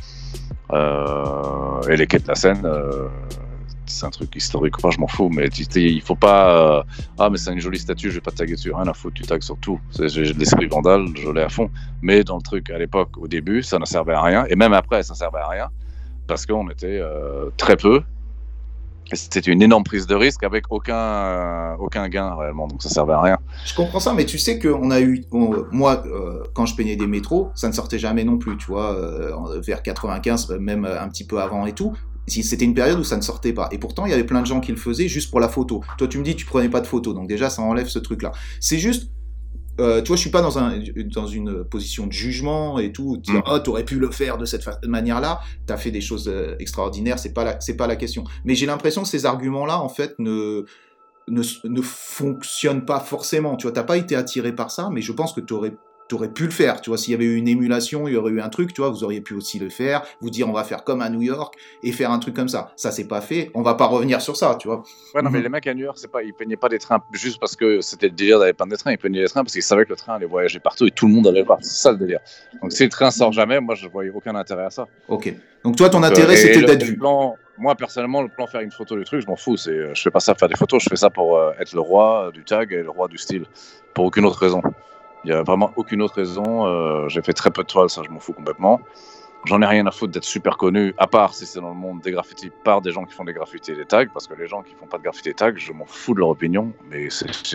Et les quais de la Seine. C'est un truc historique, enfin, je m'en fous, mais il faut pas. Mais c'est une jolie statue, je vais pas taguer dessus, rien à foutre, tu tagues sur tout. J'ai de l'esprit vandale, je l'ai à fond. Mais dans le truc, à l'époque, au début, ça ne servait à rien, et même après, ça servait à rien, parce qu'on était très peu. Et c'était une énorme prise de risque avec aucun gain réellement, donc ça servait à rien. Je comprends ça, mais tu sais que moi, quand je peignais des métros, ça ne sortait jamais non plus, tu vois, vers 95, même un petit peu avant et tout. C'était une période où ça ne sortait pas. Et pourtant, il y avait plein de gens qui le faisaient juste pour la photo. Toi, tu me dis, tu prenais pas de photos. Donc déjà, ça enlève ce truc-là. C'est juste, tu vois, je suis pas dans une position de jugement et tout. Dire, t'aurais pu le faire de cette manière-là. T'as fait des choses extraordinaires. C'est pas la question. Mais j'ai l'impression que ces arguments-là, en fait, ne fonctionnent pas forcément. Tu vois, t'as pas été attiré par ça, mais je pense que t'aurais pu le faire, tu vois, s'il y avait eu une émulation, il y aurait eu un truc, tu vois, vous auriez pu aussi le faire, vous dire on va faire comme à New York et faire un truc comme ça. Ça c'est pas fait, on va pas revenir sur ça, tu vois. Ouais, non, mais les mecs à New York, ils peignaient pas des trains juste parce que c'était le délire d'aller peindre des trains, ils peignaient des trains parce qu'ils savaient que le train allait voyager partout et tout le monde allait le voir. C'est ça le délire. Donc si le train sort jamais, moi je voyais aucun intérêt à ça. Ok. Donc toi ton intérêt c'était d'être vu. Moi personnellement, le plan faire une photo du truc, je m'en fous. Je fais pas ça pour faire des photos, je fais ça pour être le roi du tag et le roi du style, pour aucune autre raison. Il n'y a vraiment aucune autre raison. J'ai fait très peu de toiles, ça je m'en fous complètement. J'en ai rien à foutre d'être super connu, à part si c'est dans le monde des graffitis par des gens qui font des graffitis et des tags, parce que les gens qui font pas de graffitis et des tags, je m'en fous de leur opinion, mais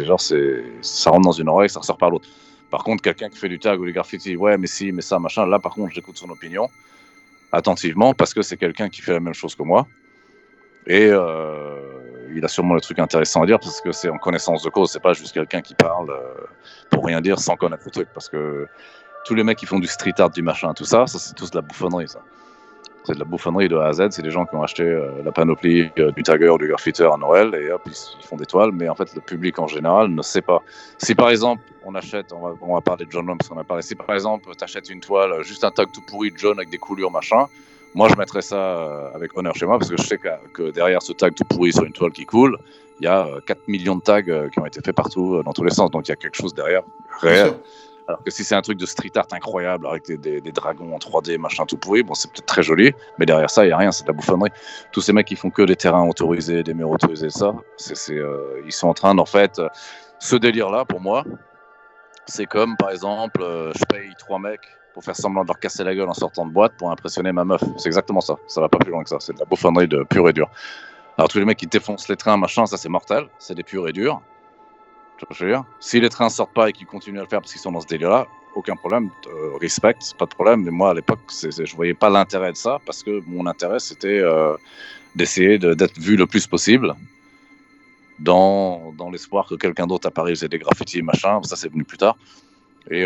ça rentre dans une oreille, ça ressort par l'autre. Par contre, quelqu'un qui fait du tag ou du graffiti, ouais, mais si, mais ça, machin, là par contre, j'écoute son opinion attentivement, parce que c'est quelqu'un qui fait la même chose que moi, et il a sûrement des trucs intéressants à dire, parce que c'est en connaissance de cause, c'est pas juste quelqu'un qui parle pour rien dire sans connaître le truc, parce que tous les mecs qui font du street art, du machin, tout ça, c'est tous de la bouffonnerie, ça. C'est de la bouffonnerie de A à Z. C'est des gens qui ont acheté la panoplie du tagger, du graffiteur à Noël, et hop, ils font des toiles, mais en fait, le public en général ne sait pas. Si par exemple, on va parler de John Lom, parce qu'on a parlé, si par exemple, tu achètes une toile, juste un tag tout pourri de John avec des coulures, machin, moi, je mettrais ça avec honneur chez moi, parce que je sais que derrière ce tag tout pourri sur une toile qui coule, il y a 4 millions de tags qui ont été faits partout, dans tous les sens, donc il y a quelque chose derrière, réel. Alors que si c'est un truc de street art incroyable avec des dragons en 3D, machin tout pourri, bon, c'est peut-être très joli, mais derrière ça, il n'y a rien, c'est de la bouffonnerie. Tous ces mecs qui font que des terrains autorisés, des murs autorisés, ça, ils sont en train d'en fait. Ce délire-là, pour moi, c'est comme par exemple, je paye 3 mecs pour faire semblant de leur casser la gueule en sortant de boîte pour impressionner ma meuf. C'est exactement ça, ça va pas plus loin que ça, c'est de la bouffonnerie de pur et dur. Alors tous les mecs qui défoncent les trains, machin, ça c'est mortel, c'est des purs et durs. Je veux dire, si les trains sortent pas et qu'ils continuent à le faire parce qu'ils sont dans ce délire-là, aucun problème, respect, pas de problème. Mais moi, à l'époque, je voyais pas l'intérêt de ça parce que mon intérêt, c'était d'essayer d'être vu le plus possible dans l'espoir que quelqu'un d'autre à Paris faisait des graffitis, machin. Ça, c'est venu plus tard. Et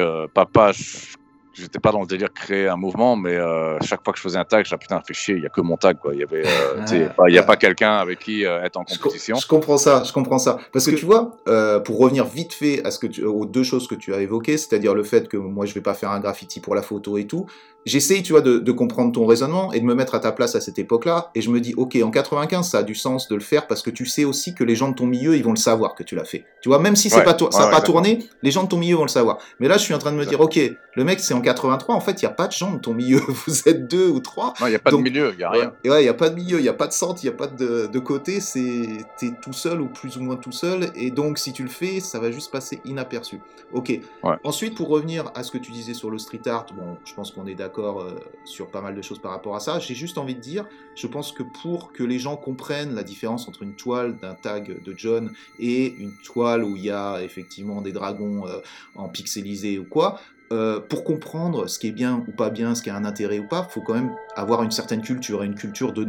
j'étais pas dans le délire de créer un mouvement, mais chaque fois que je faisais un tag, putain, fait chier, il y a que mon tag, quoi. Il y avait, il y a pas quelqu'un avec qui être en compétition. Je comprends ça. Parce que tu vois, pour revenir vite fait aux 2 choses que tu as évoquées, c'est-à-dire le fait que moi je vais pas faire un graffiti pour la photo et tout, j'essaye, tu vois, de comprendre ton raisonnement et de me mettre à ta place à cette époque-là, et je me dis, ok, en 95, ça a du sens de le faire parce que tu sais aussi que les gens de ton milieu, ils vont le savoir que tu l'as fait. Tu vois, même si ça n'a pas tourné, les gens de ton milieu vont le savoir. Mais là, je suis en train de me dire, ok, le mec, c'est en 83, en fait, il n'y a pas de gens de ton milieu, vous êtes 2 ou 3. Non, il n'y a pas de milieu, il n'y a rien. Ouais, il n'y a pas de milieu, il n'y a pas de centre, il n'y a pas de côté, t'es tout seul ou plus ou moins tout seul, et donc si tu le fais, ça va juste passer inaperçu. Ok. Ouais. Ensuite, pour revenir à ce que tu disais sur le street art, bon, je pense qu'on est d'accord sur pas mal de choses par rapport à ça, j'ai juste envie de dire, je pense que pour que les gens comprennent la différence entre une toile d'un tag de John et une toile où il y a effectivement des dragons en pixelisé ou quoi, pour comprendre ce qui est bien ou pas bien, ce qui a un intérêt ou pas, il faut quand même avoir une certaine culture, et une culture de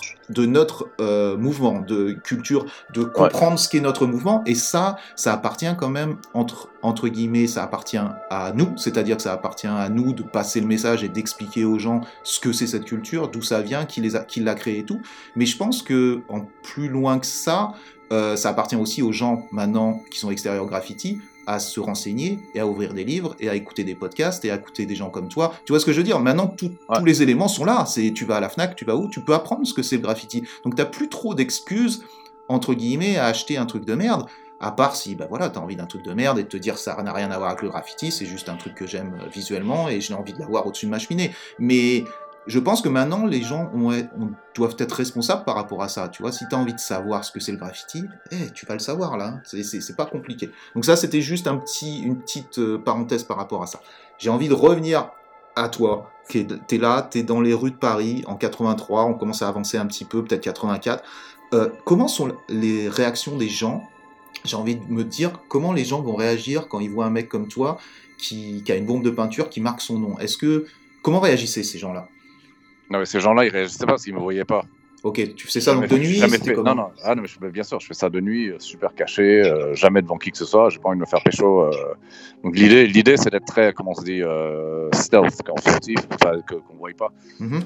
notre mouvement, de culture de comprendre ce qu'est notre mouvement, et ça appartient quand même, entre guillemets, ça appartient à nous, c'est-à-dire que ça appartient à nous de passer le message et d'expliquer aux gens ce que c'est cette culture, d'où ça vient, qui l'a créé et tout, mais je pense que en plus loin que ça appartient aussi aux gens maintenant qui sont extérieurs au graffiti, à se renseigner et à ouvrir des livres et à écouter des podcasts et à écouter des gens comme toi. Tu vois ce que je veux dire ? Maintenant, tous les éléments sont là. Tu vas à la Fnac, tu vas où ? Tu peux apprendre ce que c'est le graffiti. Donc, t'as plus trop d'excuses, entre guillemets, à acheter un truc de merde, à part si, t'as envie d'un truc de merde et de te dire ça n'a rien à voir avec le graffiti, c'est juste un truc que j'aime visuellement et j'ai envie de l'avoir au-dessus de ma cheminée. Mais je pense que maintenant, les gens doivent être responsables par rapport à ça. Tu vois, si tu as envie de savoir ce que c'est le graffiti, tu vas le savoir, là. C'est pas compliqué. Donc ça, c'était juste une petite parenthèse par rapport à ça. J'ai envie de revenir à toi. T'es là, t'es dans les rues de Paris, en 83, on commence à avancer un petit peu, peut-être 84. Comment sont les réactions des gens ? J'ai envie de me dire, comment les gens vont réagir quand ils voient un mec comme toi qui a une bombe de peinture qui marque son nom ? Comment réagissaient ces gens-là ? Non, mais ces gens-là, ils réagissaient pas parce qu'ils me voyaient pas. Ok, tu fais ça donc de nuit, Non, mais bien sûr, je fais ça de nuit, super caché, jamais devant qui que ce soit, j'ai pas envie de me faire pécho. Donc l'idée, c'est d'être très, comment on se dit, stealth, furtif, qu'on voie pas. Mm-hmm.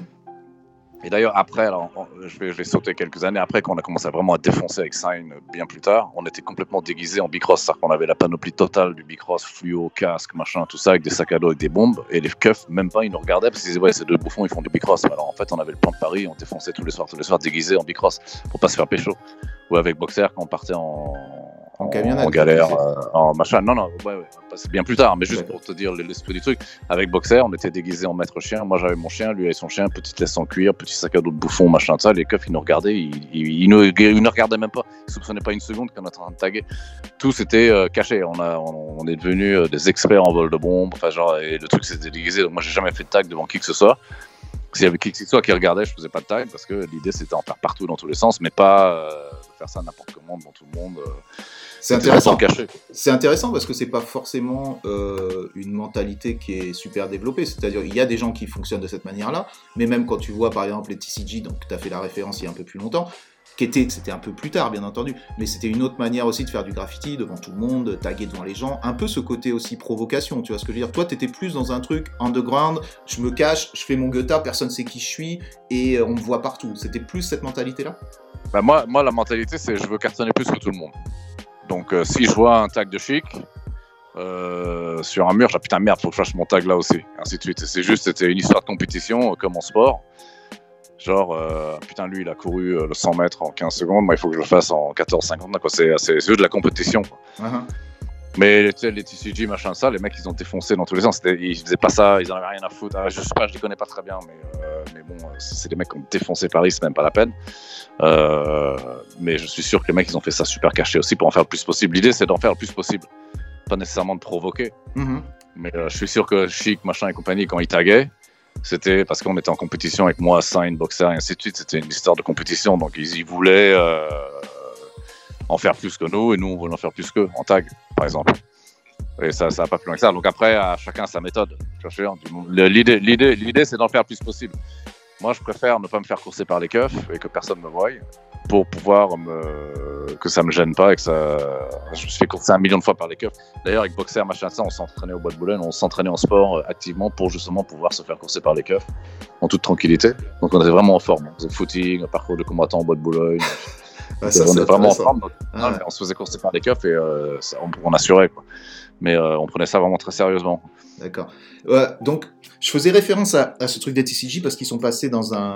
Et d'ailleurs, après, je vais sauter quelques années après, quand on a commencé vraiment à défoncer avec Sign bien plus tard, on était complètement déguisés en Bicross, c'est-à-dire qu'on avait la panoplie totale du Bicross, fluo, casque, machin, tout ça, avec des sacs à dos, avec des bombes, et les keufs, même pas, ils nous regardaient, parce qu'ils disaient, ouais, ces 2 bouffons, ils font du Bicross. Alors en fait, on avait le plan de Paris, on défonçait tous les soirs déguisés en Bicross, pour pas se faire pécho. Ou avec Boxer, quand on partait en galère, en machin. Non, ouais, c'est bien plus tard, mais juste pour te dire l'esprit du truc. Avec Boxer, on était déguisés en maître chien. Moi, j'avais mon chien, lui avait son chien, petite laisse en cuir, petit sac à dos de bouffon, machin, ça. Les keufs, ils nous regardaient, ils ne regardaient même pas. Ils soupçonnaient pas une seconde qu'on était en train de taguer. Tout c'était caché. On est devenus des experts en vol de bombes. Enfin, genre, et le truc, c'était déguisé. Donc, moi, j'ai jamais fait de tag devant qui que ce soit. S'il y avait qui que ce soit qui regardait, je faisais pas de tag parce que l'idée c'était d'en faire partout dans tous les sens, mais pas de faire ça n'importe comment devant tout le monde. C'est intéressant. C'est intéressant parce que c'est pas forcément une mentalité qui est super développée. C'est-à-dire il y a des gens qui fonctionnent de cette manière-là, mais même quand tu vois par exemple les TCG, donc tu as fait la référence il y a un peu plus longtemps, c'était un peu plus tard bien entendu, mais c'était une autre manière aussi de faire du graffiti devant tout le monde, taguer devant les gens, un peu ce côté aussi provocation, tu vois ce que je veux dire. Toi t'étais plus dans un truc underground, je me cache, je fais mon guetta, personne sait qui je suis et on me voit partout. C'était plus cette mentalité-là? Bah moi la mentalité c'est je veux cartonner plus que tout le monde. Donc si je vois un tag de Chic sur un mur, putain merde, faut que je fasse mon tag là aussi, ainsi de suite. C'était une histoire de compétition comme en sport. Genre, putain, lui, il a couru le 100 mètres en 15 secondes, moi, il faut que je le fasse en 14,50. C'est de la compétition. Uh-huh. Mais tu sais, les TCG, machin, ça, les mecs, ils ont défoncé dans tous les sens. Ils faisaient pas ça, ils en avaient rien à foutre. Je sais pas, je les connais pas très bien, mais bon, c'est des mecs qui ont défoncé Paris, c'est même pas la peine. Mais je suis sûr que les mecs, ils ont fait ça super caché aussi pour en faire le plus possible. L'idée, c'est d'en faire le plus possible, pas nécessairement de provoquer. Mm-hmm. Mais je suis sûr que Chic, machin et compagnie, quand ils taguaient, c'était parce qu'on était en compétition avec moi, Sign, Boxer et ainsi de suite. C'était une histoire de compétition, donc ils voulaient en faire plus que nous, et nous on voulait en faire plus qu'eux en tag, par exemple. Et ça va pas plus loin que ça. Donc après, chacun sa méthode. L'idée, c'est d'en faire le plus possible. Moi, je préfère ne pas me faire courser par les keufs et que personne me voie pour pouvoir que ça me gêne pas et que ça. Je me suis fait courser 1 million de fois par les keufs. D'ailleurs, avec Boxer, machin, ça, on s'entraînait au Bois de Boulogne, on s'entraînait en sport activement pour justement pouvoir se faire courser par les keufs en toute tranquillité. Donc, on était vraiment en forme. On faisait footing, parcours de combattant au Bois de Boulogne. Ouais, on était vraiment en forme. Donc, on se faisait courser par les keufs et on assurait, quoi. Mais on prenait ça vraiment très sérieusement. D'accord. Donc, je faisais référence à ce truc des TCG parce qu'ils sont passés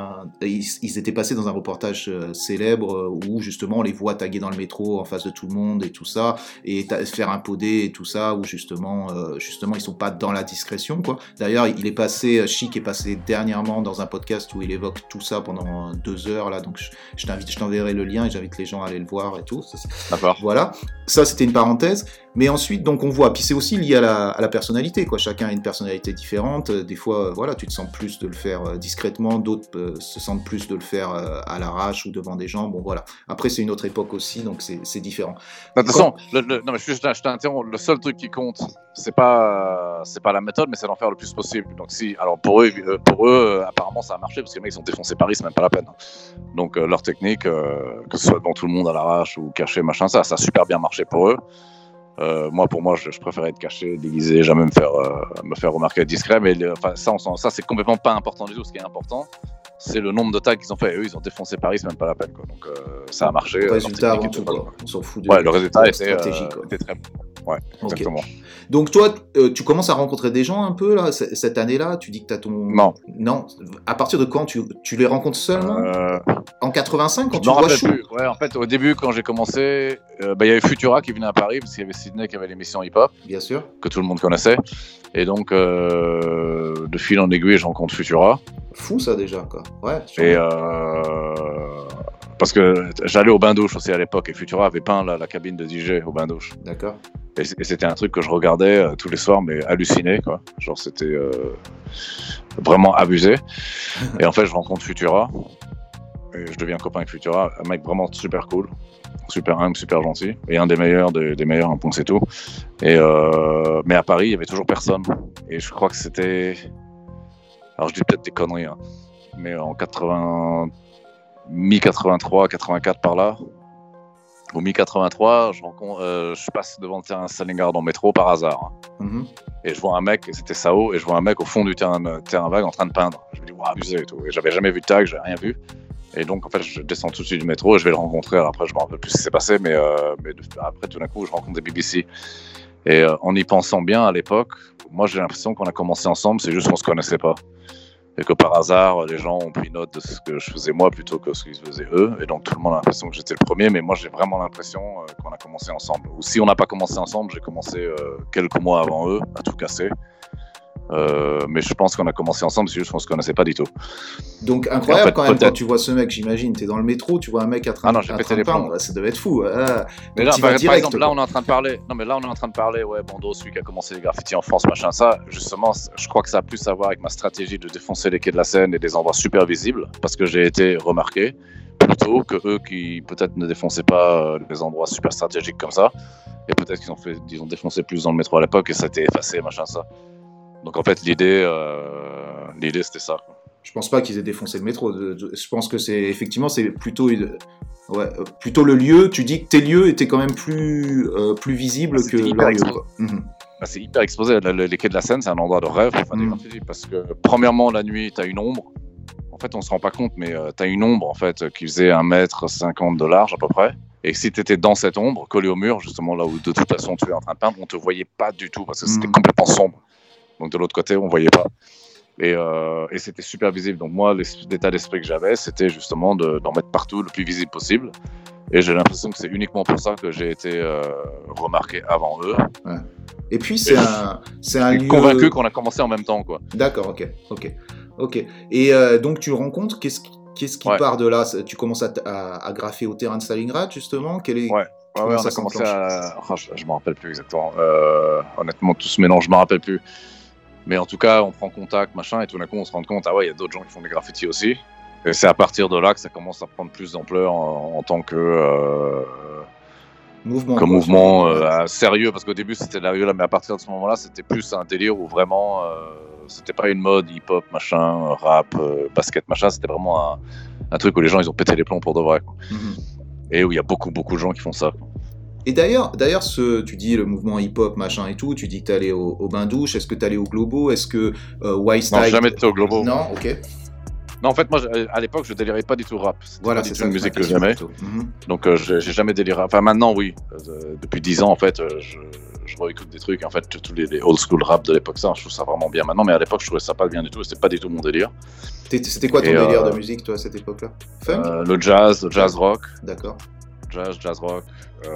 ils étaient passés dans un reportage célèbre où justement on les voit taguer dans le métro en face de tout le monde et tout ça, et faire un podé et tout ça, où justement ils sont pas dans la discrétion, quoi. D'ailleurs, Chic est passé dernièrement dans un podcast où il évoque tout ça pendant 2 heures là, donc je t'enverrai le lien et j'invite les gens à aller le voir et tout. D'accord. Voilà. Ça, c'était une parenthèse. Mais ensuite, donc on voit, puis c'est aussi lié à la personnalité, quoi. Chacun a une personnalité différente. Des fois, voilà, tu te sens plus de le faire discrètement, d'autres se sentent plus de le faire à l'arrache ou devant des gens. Bon, voilà. Après, c'est une autre époque aussi, donc c'est différent. De toute façon, non, mais je t'interromps. Le seul truc qui compte, c'est pas la méthode, mais c'est d'en faire le plus possible. Donc alors pour eux, apparemment, ça a marché parce que les mecs ils ont défoncé Paris, c'est même pas la peine. Donc leur technique, que ce soit devant tout le monde à l'arrache ou caché, machin, ça a super bien marché pour eux. Pour moi, je préférais être caché, déguisé, jamais me faire remarquer discret, mais ça c'est complètement pas important du tout. Ce qui est important, c'est le nombre de tags qu'ils ont fait. Et eux, ils ont défoncé Paris, c'est même pas la peine, quoi. Donc ça a marché. Le résultat avant tout, quoi. On s'en fout le résultat était très bon. Ouais, exactement. Okay. Donc toi, tu commences à rencontrer des gens un peu là cette année-là. Tu dis que t'as ton. Non. À partir de quand tu les rencontres seulement en 85 quand tu vois Chou. Ouais, en fait, au début, quand j'ai commencé, il y avait Futura qui venait à Paris parce qu'il y avait Sydney qui avait l'émission Hip Hop. Bien sûr. Que tout le monde connaissait. Et donc, de fil en aiguille, je rencontre Futura. Fou ça déjà, quoi. Ouais. Et parce que j'allais au bain-douche aussi à l'époque et Futura avait peint la cabine de DJ au bain-douche. D'accord. Et c'était un truc que je regardais tous les soirs, mais halluciné, quoi. Genre, c'était vraiment abusé. Et en fait, je rencontre Futura. Et je deviens copain avec Futura. Un mec vraiment super cool. Super humble, super gentil. Et un des meilleurs, un point, c'est tout. Et, mais à Paris, il y avait toujours personne. Et je crois que c'était... Alors, je dis peut-être des conneries, hein. Mais en mi-83, 84 par là, au mi-83, je passe devant le terrain Stalingrad en métro par hasard. Mm-hmm. Et je vois un mec, c'était Sao, et je vois un mec au fond du terrain vague en train de peindre. Je me dis, waouh, abusé et tout. Et j'avais jamais vu de tag, j'avais rien vu. Et donc, en fait, je descends tout de suite du métro et je vais le rencontrer. Alors après, je me rappelle plus ce qui s'est passé, mais après, tout d'un coup, je rencontre des BBC. Et en y pensant bien à l'époque, moi, j'ai l'impression qu'on a commencé ensemble, c'est juste qu'on se connaissait pas. Et que par hasard, les gens ont pris note de ce que je faisais moi plutôt que ce qu'ils faisaient eux. Et donc tout le monde a l'impression que j'étais le premier, mais moi j'ai vraiment l'impression qu'on a commencé ensemble. Ou si on n'a pas commencé ensemble, j'ai commencé quelques mois avant eux à tout casser. Mais je pense qu'on a commencé ensemble, c'est juste qu'on se connaissait pas du tout. Donc incroyable quand même, quand tu vois ce mec, j'imagine, t'es dans le métro, tu vois un mec à train de peindre, ça devait être fou. Mais là, par exemple, là on est en train de parler. Non, mais là on est en train de parler. Ouais, Bando, celui qui a commencé les graffitis en France, machin, ça. Justement, je crois que ça a plus à voir avec ma stratégie de défoncer les quais de la Seine et des endroits super visibles, parce que j'ai été remarqué plutôt que eux qui peut-être ne défonçaient pas les endroits super stratégiques comme ça. Et peut-être qu'ils ont défoncé plus dans le métro à l'époque et ça a été effacé, machin, ça. Donc en fait l'idée c'était ça. Je pense pas qu'ils aient défoncé le métro. Je pense que c'est plutôt plutôt le lieu. Tu dis que tes lieux étaient quand même plus visibles que leur lieu. Bah, c'est hyper exposé. Les quais de la Seine, c'est un endroit de rêve pour faire des graffitis parce que premièrement la nuit t'as une ombre. En fait on se rend pas compte mais t'as une ombre en fait qui faisait 1,50 m de large à peu près. Et si tu étais dans cette ombre, collé au mur, justement là où de toute façon tu es en train de peindre, on te voyait pas du tout parce que c'était complètement sombre. Donc de l'autre côté, on voyait pas. Et c'était super visible. Donc moi, l'état d'esprit que j'avais, c'était justement d'en mettre partout le plus visible possible. Et j'ai l'impression que c'est uniquement pour ça que j'ai été remarqué avant eux. Ouais. Et puis c'est un lieu... convaincu qu'on a commencé en même temps, quoi. D'accord, ok. Et donc tu rencontres, qu'est-ce qui part de là? Tu commences à graffer au terrain de Stalingrad, justement? Ouais, on a commencé à... je me rappelle plus exactement. Honnêtement, tout ce mélange, je me rappelle plus. Mais en tout cas, on prend contact, machin, et tout d'un coup, on se rend compte, il y a d'autres gens qui font des graffitis aussi. Et c'est à partir de là que ça commence à prendre plus d'ampleur en tant que mouvement sérieux. Parce qu'au début, c'était la rue là, mais à partir de ce moment-là, c'était plus un délire où vraiment, c'était pas une mode hip-hop, machin, rap, basket, machin. C'était vraiment un truc où les gens, ils ont pété les plombs pour de vrai, quoi. Et où il y a beaucoup de gens qui font ça, quoi. Et d'ailleurs, tu dis le mouvement hip-hop, machin et tout, tu dis que t'es allé au bain-douche, est-ce que t'es allé au Globo, est-ce que White Style... Non, jamais été au Globo. Non, ok. Non, en fait, moi, à l'époque, je délirais pas du tout rap. C'était pas du tout une musique que j'aimais. Donc, j'ai jamais déliré. Enfin, maintenant, oui. Depuis 10 ans, en fait, je réécoute des trucs. En fait, tous les old school rap de l'époque, ça, je trouve ça vraiment bien maintenant. Mais à l'époque, je trouvais ça pas bien du tout. C'était pas du tout mon délire. C'était quoi ton délire de musique, toi, à cette époque-là? Funk? Le jazz rock. D'accord. Jazz rock.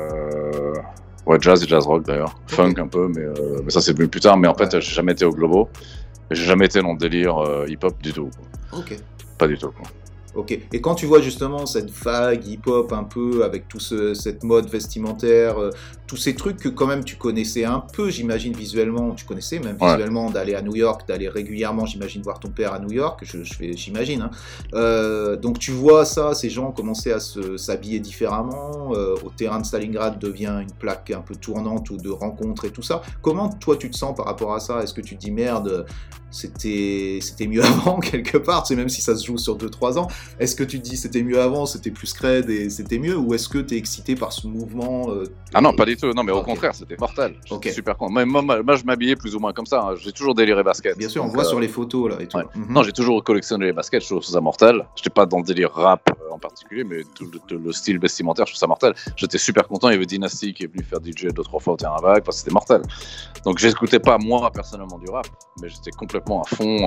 Ouais, jazz et jazz rock d'ailleurs. Okay. Funk un peu, mais ça c'est venu plus tard. Mais en fait, j'ai jamais été au Globo. J'ai jamais été dans le délire hip-hop du tout. Ok. Pas du tout, quoi. Ok. Et quand tu vois justement cette vague hip-hop un peu avec tout cette mode vestimentaire, tous ces trucs que quand même tu connaissais un peu, j'imagine visuellement, tu connaissais même visuellement d'aller à New York, d'aller régulièrement, j'imagine voir ton père à New York, j'imagine. Donc tu vois ça, ces gens commençaient à s'habiller différemment, au terrain de Stalingrad devient une plaque un peu tournante ou de rencontres et tout ça. Comment toi tu te sens par rapport à ça? Est-ce que tu te dis merde, c'était mieux avant quelque part, tu sais, même si ça se joue sur 2-3 ans? Est-ce que tu te dis c'était mieux avant, c'était plus scred et c'était mieux, ou est-ce que tu es excité par ce mouvement Ah non, pas du tout, non, mais au contraire, c'était mortel. J'étais super content. Moi, je m'habillais plus ou moins comme ça, hein. J'ai toujours déliré basket. Bien sûr, on voit sur les photos là et tout. Non, j'ai toujours collectionné les baskets, je trouve ça mortel. J'étais pas dans le délire rap en particulier, mais tout le style vestimentaire, je trouve ça mortel. J'étais super content, il y avait Dynasty qui est venu faire DJ 2-3 fois au terrain vague, parce que c'était mortel. Donc j'écoutais pas moi personnellement du rap, mais j'étais complètement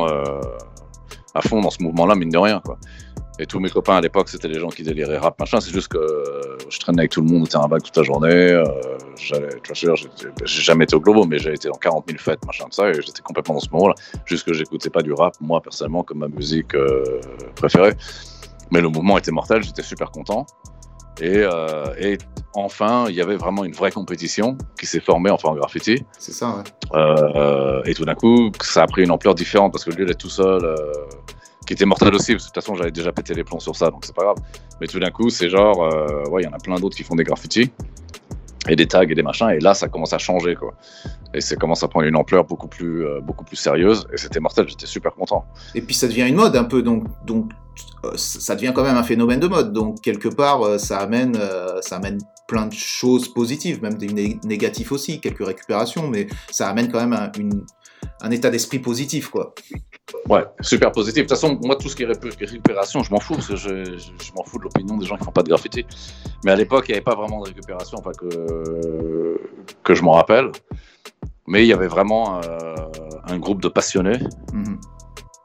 à fond dans ce mouvement-là, mine de rien, quoi. Et tous mes copains à l'époque, c'était les gens qui déliraient rap, machin. C'est juste que je traînais avec tout le monde au terrain vague toute la journée. J'ai jamais été au Globo, mais j'ai été dans 40 000 fêtes, machin, de ça, et j'étais complètement dans ce moment-là. Juste que j'écoutais pas du rap, moi, personnellement, comme ma musique préférée. Mais le mouvement était mortel, j'étais super content. Et enfin, il y avait vraiment une vraie compétition qui s'est formée en graffiti. C'est ça, ouais. Et tout d'un coup, ça a pris une ampleur différente parce que lui, il est tout seul, qui était mortel aussi, parce que de toute façon, j'avais déjà pété les plombs sur ça, donc c'est pas grave. Mais tout d'un coup, c'est genre, il y en a plein d'autres qui font des graffitis, et des tags et des machins, et là, ça commence à changer, quoi. Et ça commence à prendre une ampleur beaucoup plus sérieuse, et c'était mortel, j'étais super content. Et puis ça devient une mode un peu, donc ça devient quand même un phénomène de mode, donc quelque part ça amène plein de choses positives, même des négatifs aussi, quelques récupérations, mais ça amène quand même un état d'esprit positif, quoi. Ouais, super positif. De toute façon, moi, tout ce qui est récupération, je m'en fous, parce que je m'en fous de l'opinion des gens qui font pas de graffiti. Mais à l'époque, il n'y avait pas vraiment de récupération, enfin que je m'en rappelle. Mais il y avait vraiment un groupe de passionnés.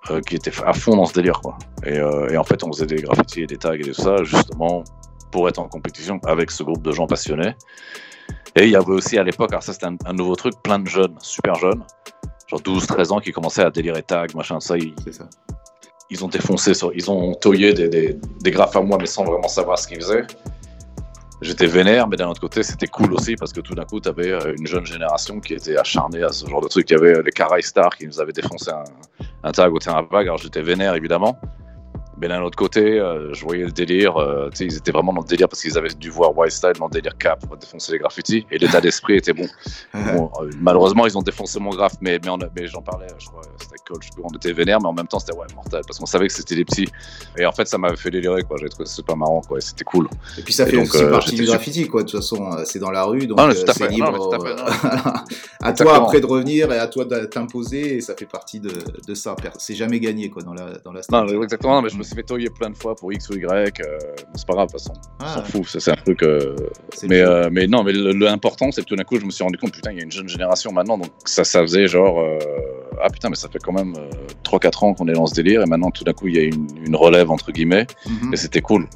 qui était à fond dans ce délire, quoi. Et en fait, on faisait des graffitis et des tags et tout ça, justement, pour être en compétition avec ce groupe de gens passionnés. Et il y avait aussi à l'époque, alors ça c'était un nouveau truc, plein de jeunes, super jeunes, genre 12-13 ans qui commençaient à délirer tag, machin, ça. C'est ça. Ils ont défoncé, ils ont toyé des graphes à moi, mais sans vraiment savoir ce qu'ils faisaient. J'étais vénère, mais d'un autre côté, c'était cool aussi, parce que tout d'un coup, tu avais une jeune génération qui était acharnée à ce genre de truc. Il y avait les Caray Stars qui nous avaient défoncé un tag au terrain vague, alors j'étais vénère, évidemment. Mais d'un autre côté, je voyais le délire, ils étaient vraiment dans le délire parce qu'ils avaient dû voir Wild Style dans le délire cap pour défoncer les graffitis, et l'état d'esprit était bon. Malheureusement, ils ont défoncé mon graphe, mais j'en parlais, je crois, c'était cool, on était vénère, mais en même temps, c'était mortel, parce qu'on savait que c'était des petits. Et en fait, ça m'avait fait délirer, quoi. J'avais trouvé ça super marrant, quoi, et c'était cool. Et puis ça fait aussi partie du graffiti, quoi. De toute façon, c'est dans la rue, donc c'est libre. À toi après de revenir et à toi de t'imposer, et ça fait partie de ça. C'est jamais gagné, quoi, dans la street. Non, exactement, mais je me suis fait toyer plein de fois pour X ou Y, c'est pas grave de toute façon, on s'en fout, c'est un truc. Mais non, mais l'important c'est que tout d'un coup je me suis rendu compte, putain, il y a une jeune génération maintenant, donc ça faisait genre, ah putain, mais ça fait quand même 3-4 ans qu'on est dans ce délire, et maintenant tout d'un coup il y a une relève entre guillemets, et c'était cool.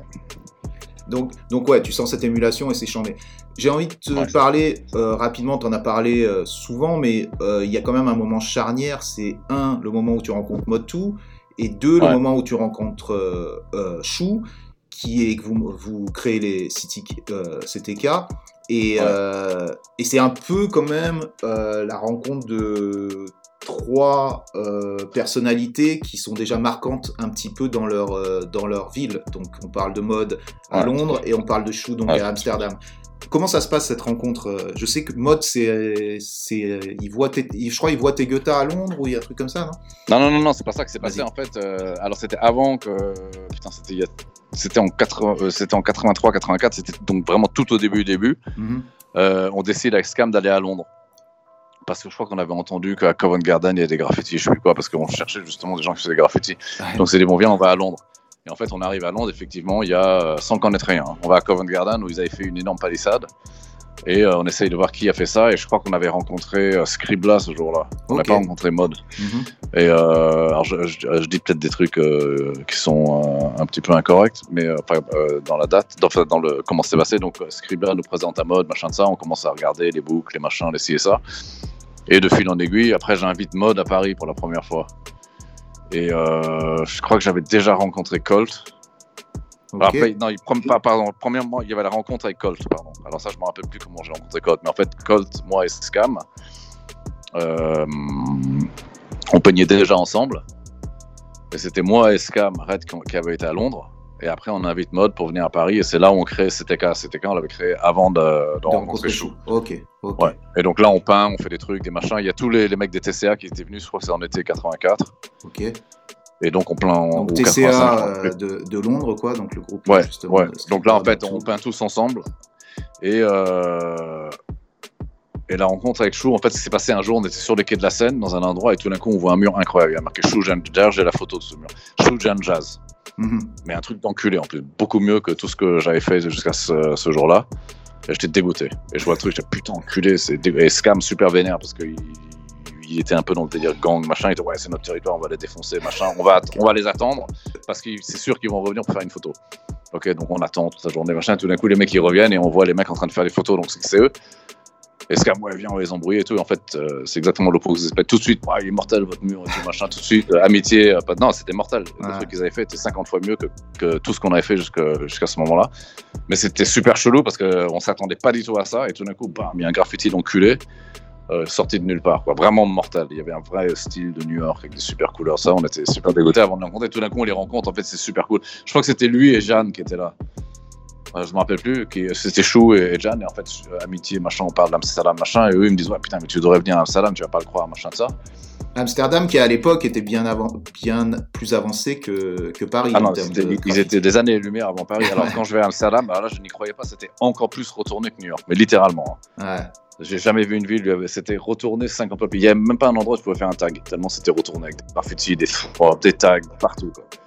Donc ouais, tu sens cette émulation et c'est chambé. J'ai envie de te parler rapidement, tu en as parlé souvent, mais il y a quand même un moment charnière, c'est le moment où tu rencontres Mod2, et 2, le moment où tu rencontres Chou, qui est que vous créez les CTK, et c'est un peu quand même la rencontre de 3 personnalités qui sont déjà marquantes un petit peu dans leur ville. Donc on parle de Mod à Londres et on parle de Chou donc à Amsterdam. Comment ça se passe cette rencontre? Je sais que Mod, il voit tes Goethe à Londres, ou il y a un truc comme ça, non? Non, c'est pas ça que c'est passé en fait. Alors c'était avant que, putain, c'était en 83-84, c'était donc vraiment tout au début. On décide avec Scam d'aller à Londres. Parce que je crois qu'on avait entendu qu'à Covent Garden il y a des graffitis, je sais plus quoi, parce qu'on cherchait justement des gens qui faisaient des graffitis. Donc c'est dit, bon, viens, on va à Londres. Et en fait, on arrive à Londres, effectivement, il y a, sans connaître rien, on va à Covent Garden où ils avaient fait une énorme palissade. Et on essaye de voir qui a fait ça. Et je crois qu'on avait rencontré Scribla ce jour-là. On n'a pas rencontré Mod. Et alors je dis peut-être des trucs qui sont un petit peu incorrects, mais dans la date, dans le comment c'est passé. Donc Scribla nous présente à Mod, machin de ça. On commence à regarder les boucles, les machins, les ci et ça. Et de fil en aiguille, après j'invite Mod à Paris pour la première fois. Et je crois que j'avais déjà rencontré Colt. Après, non, pardon. Premièrement, il y avait la rencontre avec Colt, pardon. Alors ça, je me rappelle plus comment j'ai rencontré Colt, mais en fait, Colt, moi et Scam, on peignait déjà ensemble. Et c'était moi et Scam, Red, qui avait été à Londres. Et après, on invite Mod pour venir à Paris, et c'est là où on crée CTK. CTK, on l'avait créé avant de rencontrer Chou. Ok. Ouais. Et donc là, on peint, on fait des trucs, des machins. Il y a tous les mecs des TCA qui étaient venus, je crois que c'est en été 84. Ok. Et donc on peint donc TCA de Londres, quoi, donc le groupe. Ouais. Donc là en fait on peint tous ensemble, et la rencontre avec Chou, en fait, ce qui s'est passé un jour, on était sur les quais de la Seine dans un endroit, et tout d'un coup on voit un mur incroyable, il y a marqué Chou Jam. D'ailleurs j'ai la photo de ce mur, Chou Jam Jazz. Mais un truc d'enculé en plus, beaucoup mieux que tout ce que j'avais fait jusqu'à ce jour-là. Et j'étais dégoûté. Et je vois le truc, j'étais putain enculé, et Scam super vénère parce que il était un peu dans le délire gang, machin. Il était c'est notre territoire, on va les défoncer, machin. On va les attendre parce que c'est sûr qu'ils vont revenir pour faire une photo. Ok, donc on attend toute la journée, machin. Tout d'un coup, les mecs ils reviennent et on voit les mecs en train de faire des photos, donc c'est eux. Et Scam, viens, on va les embrouiller et tout. Et en fait, c'est exactement l'opposé. Tout de suite, il est mortel votre mur et tout, machin. Tout de suite, amitié. Non, c'était mortel. Le truc qu'ils avaient fait était 50 fois mieux que tout ce qu'on avait fait jusqu'à ce moment-là. Mais c'était super chelou parce qu'on s'attendait pas du tout à ça. Et tout d'un coup, il y a un graffiti d'enculé. Sorti de nulle part, quoi. Vraiment mortel. Il y avait un vrai style de New York avec des super couleurs, ça, on était super dégoûtés avant de les rencontrer. Tout d'un coup, on les rencontre, en fait, c'est super cool. Je crois que c'était lui et Jeanne qui étaient là. Je me rappelle plus, c'était Chou et Jeanne, et en fait, amitié, machin, on parle d'Amsterdam, machin, et eux, ils me disent, putain, mais tu devrais venir à Amsterdam, tu vas pas le croire, machin de ça. Amsterdam, qui à l'époque était bien plus avancé que Paris. Ah non, ils étaient des années-lumière avant Paris. Alors quand je vais à Amsterdam, là, je n'y croyais pas, c'était encore plus retourné que New York, mais littéralement. Ouais. J'ai jamais vu une ville où c'était retourné 50 fois. Il n'y avait même pas un endroit où tu pouvais faire un tag, tellement c'était retourné avec des graffitis, des tags partout, quoi.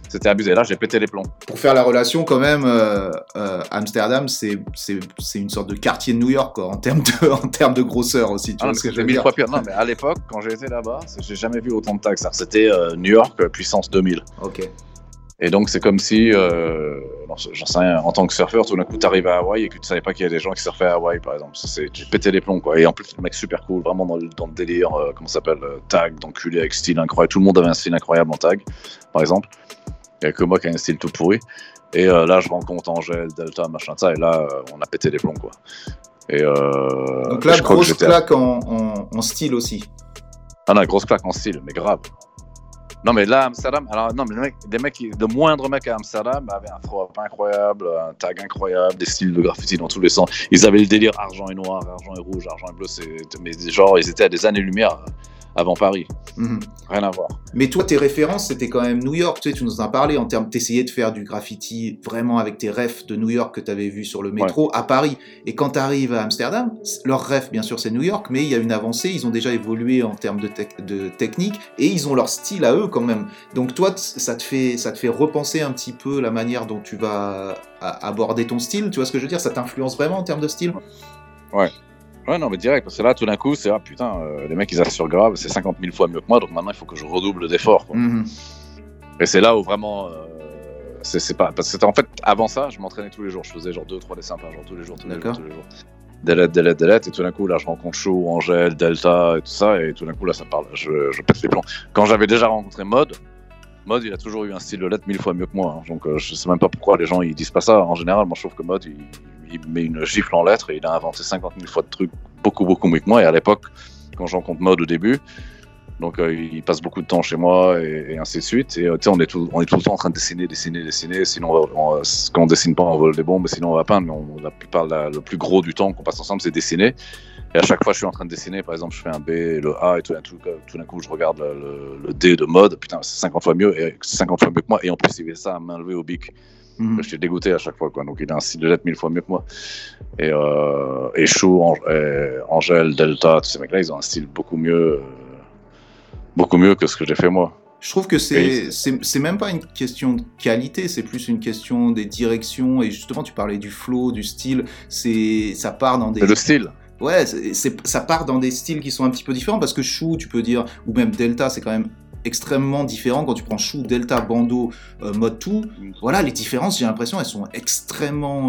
C'était abusé. Là, j'ai pété les plombs. Pour faire la relation, quand même, Amsterdam, c'est une sorte de quartier de New York, quoi, en termes de grosseur aussi. Tu vois ce que je veux mille dire? fois pire. Non, mais à l'époque, quand j'étais là-bas, j'ai jamais vu autant de taxes. C'était New York puissance 2000. Ok. Et donc, c'est comme si, j'en sais rien, en tant que surfeur, tout d'un coup, t'arrives à Hawaï et que tu savais pas qu'il y a des gens qui surfaient à Hawaï, par exemple. Tu pétais les plombs, quoi. Et en plus, le mec super cool, vraiment dans le délire, comment ça s'appelle, tag, d'enculé avec style incroyable. Tout le monde avait un style incroyable en tag, par exemple. Il n'y a que moi qui ai un style tout pourri. Et là, je rencontre Angèle, Delta, machin, ça. Et là, on a pété les plombs, quoi. Et, donc là, grosse claque en style aussi. Ah non, grosse claque en style, mais grave. Non, mais là, Amsterdam, alors non, mais le moindre mec à Amsterdam avait un throw-up incroyable, un tag incroyable, des styles de graffiti dans tous les sens. Ils avaient le délire argent et noir, argent et rouge, argent et bleu, mais genre, ils étaient à des années-lumière avant Paris. Rien à voir. Mais toi, tes références, c'était quand même New York. Tu sais, tu nous en as parlé en termes, t'essayais de faire du graffiti vraiment avec tes refs de New York que t'avais vu sur le métro à Paris. Et quand t'arrives à Amsterdam, leur ref, bien sûr, c'est New York, mais il y a une avancée. Ils ont déjà évolué en termes de technique et ils ont leur style à eux quand même. Donc toi, ça te fait repenser un petit peu la manière dont tu vas aborder ton style. Tu vois ce que je veux dire? Ça t'influence vraiment en termes de style? Ouais. Ouais, non, mais direct, parce que là, tout d'un coup, c'est les mecs, ils assurent grave, c'est 50 000 fois mieux que moi, donc maintenant, il faut que je redouble d'efforts. Et c'est là où vraiment, c'est pas. Parce que en fait, avant ça, je m'entraînais tous les jours, je faisais genre 2-3 dessins par jour, tous les jours. Delete, et tout d'un coup, là, je rencontre Chou, Angèle, Delta, et tout ça, et tout d'un coup, là, ça parle, je pète les plombs. Quand j'avais déjà rencontré Mode, il a toujours eu un style de lettre 1000 fois mieux que moi, hein. Donc je sais même pas pourquoi les gens ils disent pas ça. En général, moi je trouve que Mode il met une gifle en lettres et il a inventé 50 000 fois de trucs beaucoup mieux que moi. Et à l'époque, quand je rencontre Mode au début, donc il passe beaucoup de temps chez moi et ainsi de suite. Et on est tout le temps en train de dessiner. Sinon, quand on dessine pas, on vole des bombes. Sinon, on va peindre. Mais la plupart, le plus gros du temps qu'on passe ensemble, c'est dessiner. Et à chaque fois, je suis en train de dessiner. Par exemple, je fais un B, le A, et tout d'un coup, je regarde le D de Mode. Putain, c'est 50 fois mieux que moi. Et en plus, il fait ça à main levée au bic. Je suis dégoûté à chaque fois, quoi. Donc, il a un style de lettre 1000 fois mieux que moi. Et Chou, Angèle, Delta, tous ces mecs-là, ils ont un style beaucoup mieux que ce que j'ai fait moi. Je trouve que c'est même pas une question de qualité, c'est plus une question des directions. Et justement, tu parlais du flow, du style. Ça part dans des. C'est le style. Ouais, ça part dans des styles qui sont un petit peu différents parce que Chou, tu peux dire, ou même Delta, c'est quand même extrêmement différent. Quand tu prends Chou, Delta, Bando, Mode Tout, voilà, les différences, j'ai l'impression, elles sont extrêmement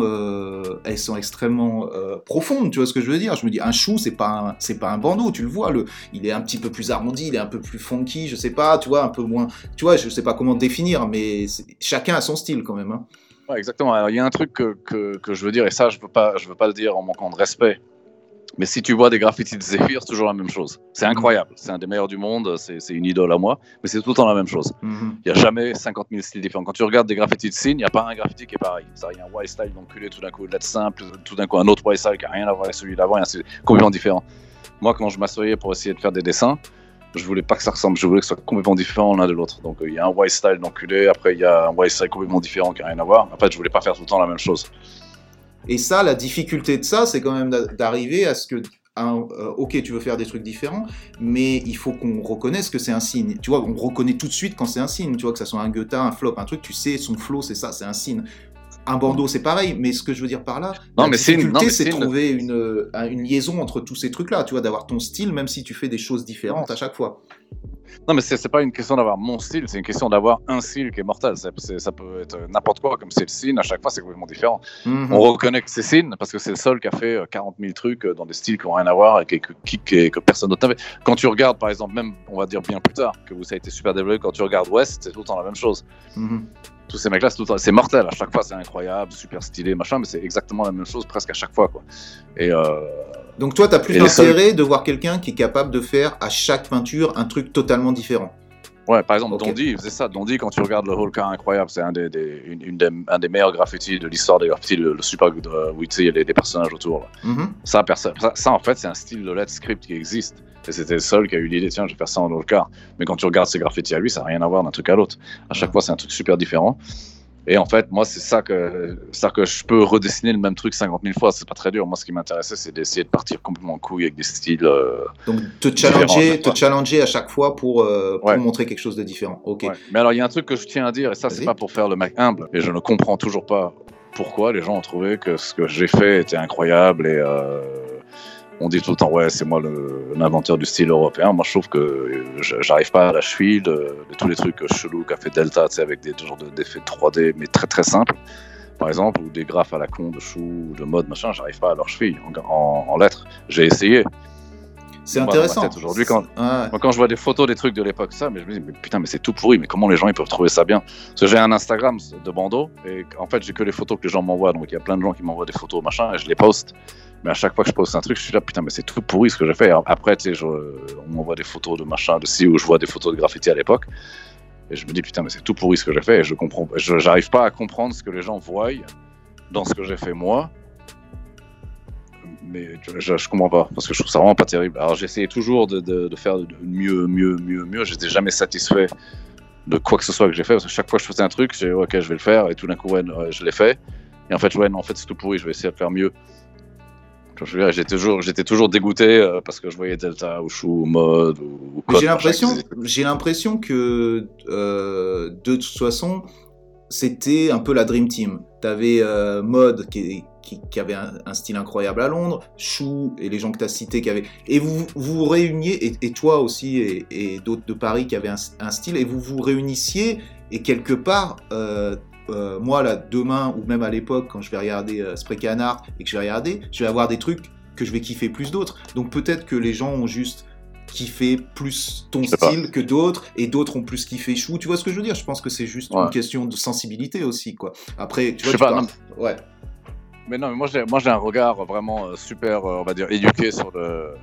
profondes. Tu vois ce que je veux dire? Je me dis, un Chou, c'est pas un Bando, tu le vois, il est un petit peu plus arrondi, il est un peu plus funky, je sais pas, tu vois, un peu moins, tu vois, je sais pas comment définir, mais chacun a son style quand même, hein. Ouais, exactement. Alors, il y a un truc que je veux dire, et ça, je veux pas le dire en manquant de respect. Mais si tu vois des graffitis de Zephyr, c'est toujours la même chose. C'est incroyable. C'est un des meilleurs du monde. C'est une idole à moi. Mais c'est tout le temps la même chose. Il n'y a jamais 50 000 styles différents. Quand tu regardes des graffitis de Sin, il n'y a pas un graffiti qui est pareil. Il y a un white style d'enculé, tout d'un coup, lettre simple, tout d'un coup, un autre white style qui n'a rien à voir avec celui d'avant, et c'est complètement différent. Moi, quand je m'assoyais pour essayer de faire des dessins, je voulais pas que ça ressemble. Je voulais que ce soit complètement différent l'un de l'autre. Donc, il y a un white style d'enculé. Après, il y a un white style complètement différent qui n'a rien à voir. En fait, je voulais pas faire tout le temps la même chose. Et ça, la difficulté de ça, c'est quand même d'arriver à ce que ok, tu veux faire des trucs différents, mais il faut qu'on reconnaisse que c'est un signe. Tu vois, on reconnaît tout de suite quand c'est un signe. Tu vois, que ça soit un Guetta, un Flop, un truc, tu sais, son flow, c'est ça, c'est un signe. Un Bando, c'est pareil, mais ce que je veux dire par là, la difficulté, c'est de trouver une liaison entre tous ces trucs-là, tu vois, d'avoir ton style, même si tu fais des choses différentes à chaque fois. Non, mais c'est pas une question d'avoir mon style, c'est une question d'avoir un style qui est mortel. Ça peut être n'importe quoi, comme c'est le signe, à chaque fois, c'est complètement différent. On reconnaît que c'est signe parce que c'est le seul qui a fait 40 000 trucs dans des styles qui n'ont rien à voir et que personne d'autre n'avait. Quand tu regardes, par exemple, même, on va dire bien plus tard, que ça a été super développé, quand tu regardes West, c'est tout le temps la même chose. Tous ces mecs-là, c'est mortel. À chaque fois, c'est incroyable, super stylé, machin, mais c'est exactement la même chose presque à chaque fois, quoi. Donc toi, tu as plus d'intérêt de voir quelqu'un qui est capable de faire à chaque peinture un truc totalement différent. Ouais, par exemple, Dondi, il faisait ça. Dondi, quand tu regardes le Whole Car incroyable, c'est un des meilleurs graffitis de l'histoire des graffitis, le super où il y a des personnages autour. Ça, en fait, c'est un style de lettre script qui existe. Et c'était le seul qui a eu l'idée, tiens, je vais faire ça en Whole Car. Mais quand tu regardes ses graffitis à lui, ça n'a rien à voir d'un truc à l'autre. À chaque fois, c'est un truc super différent. Et en fait, moi, c'est ça que je peux redessiner le même truc 50 000 fois. C'est pas très dur. Moi, ce qui m'intéressait, c'est d'essayer de partir complètement en couille avec des styles. Donc, te challenger à chaque fois pour montrer quelque chose de différent. Ok. Ouais. Mais alors, il y a un truc que je tiens à dire, et ça, Vas-y. c'est pas pour faire le mec humble, et je ne comprends toujours pas pourquoi les gens ont trouvé que ce que j'ai fait était incroyable et on dit tout le temps ouais c'est moi l'inventeur du style européen. Moi je trouve que j'arrive pas à la cheville de tous les trucs chelous qu'a fait Delta, tu sais, avec des genres d'effets 3D mais très très simples par exemple, ou des graphes à la con de chou, de mode machin, j'arrive pas à leur cheville en lettres. J'ai essayé. C'est moi, intéressant. Aujourd'hui, quand je vois des photos des trucs de l'époque, ça, mais je me dis, mais putain, mais c'est tout pourri, mais comment les gens ils peuvent trouver ça bien? Parce que j'ai un Instagram de bandeau, et en fait, j'ai que les photos que les gens m'envoient, donc il y a plein de gens qui m'envoient des photos, machin, et je les poste. Mais à chaque fois que je poste un truc, je suis là, putain, mais c'est tout pourri ce que j'ai fait. Après, tu sais, on m'envoie des photos de machin, de ci, où je vois des photos de graffiti à l'époque, et je me dis, putain, mais c'est tout pourri ce que j'ai fait, et j'arrive pas à comprendre ce que les gens voient dans ce que j'ai fait moi. Mais je comprends pas, parce que je trouve ça vraiment pas terrible. Alors j'essayais toujours de faire mieux. J'étais jamais satisfait de quoi que ce soit que j'ai fait, parce que chaque fois que je faisais un truc, j'ai dit ok, je vais le faire, et tout d'un coup, je l'ai fait. Et en fait, en fait, c'est tout pourri, je vais essayer de faire mieux. J'étais toujours dégoûté parce que je voyais Delta ou Chou ou Mode ou Code. J'ai l'impression que de toute façon, c'était un peu la Dream Team. T'avais Mode qui avait un style incroyable à Londres, Chou et les gens que tu as cités qui avaient... Et vous vous réuniez, et toi aussi, et d'autres de Paris qui avaient un style, et vous vous réunissiez, et quelque part, moi, là, demain, ou même à l'époque, quand je vais regarder Spray Canard, et que je vais avoir des trucs que je vais kiffer plus d'autres. Donc peut-être que les gens ont juste kiffé plus ton style que d'autres, et d'autres ont plus kiffé Chou. Tu vois ce que je veux dire? Je pense que c'est juste une question de sensibilité aussi, quoi. Après, tu vois, ouais. Mais non, mais moi j'ai un regard vraiment super, on va dire, éduqué sur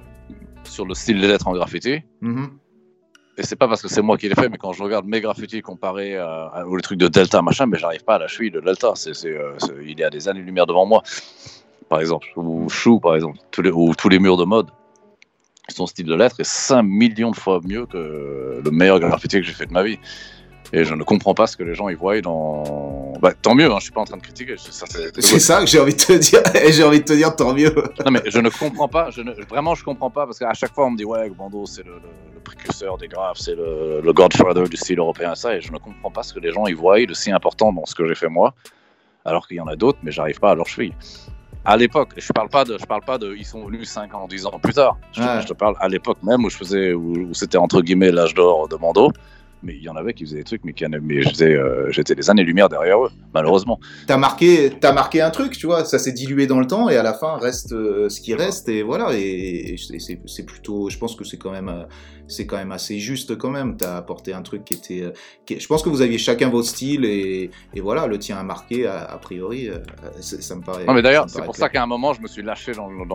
le style des lettres en graffiti. Mm-hmm. Et c'est pas parce que c'est moi qui l'ai fait, mais quand je regarde mes graffitis comparés aux trucs de Delta, machin, mais j'arrive pas à la cheville de Delta. Il y a des années-lumière devant moi, par exemple. Ou Chou, par exemple. Tous les murs de Mode. Son style de lettres est 5 millions de fois mieux que le meilleur graffiti que j'ai fait de ma vie. Et je ne comprends pas ce que les gens y voient dans... Bah, tant mieux, hein, je suis pas en train de critiquer. C'est ça que j'ai envie de te dire. J'ai envie de te dire, tant mieux. Non, mais je ne comprends pas. Vraiment, je comprends pas. Parce qu'à chaque fois, on me dit, ouais, Bando, c'est le précurseur des graphes, c'est le Godfather du style européen, ça. Et je ne comprends pas ce que les gens y voient de si important dans ce que j'ai fait moi. Alors qu'il y en a d'autres, mais j'arrive pas à leur cheville. À l'époque, je parle pas de ils sont venus 5 ans, 10 ans plus tard. Je te parle à l'époque même où c'était entre guillemets l'âge d'or de Bando. Mais il y en avait qui faisaient des trucs, mais j'étais des années-lumière derrière eux, malheureusement. T'as marqué un truc, tu vois, ça s'est dilué dans le temps, et à la fin reste ce qui reste, et voilà, et c'est plutôt, je pense que c'est quand même assez juste quand même. T'as apporté un truc je pense que vous aviez chacun votre style, et voilà, le tien a marqué, a priori, ça me paraît. Non, mais d'ailleurs, c'est pour ça qu'à un moment, je me suis lâché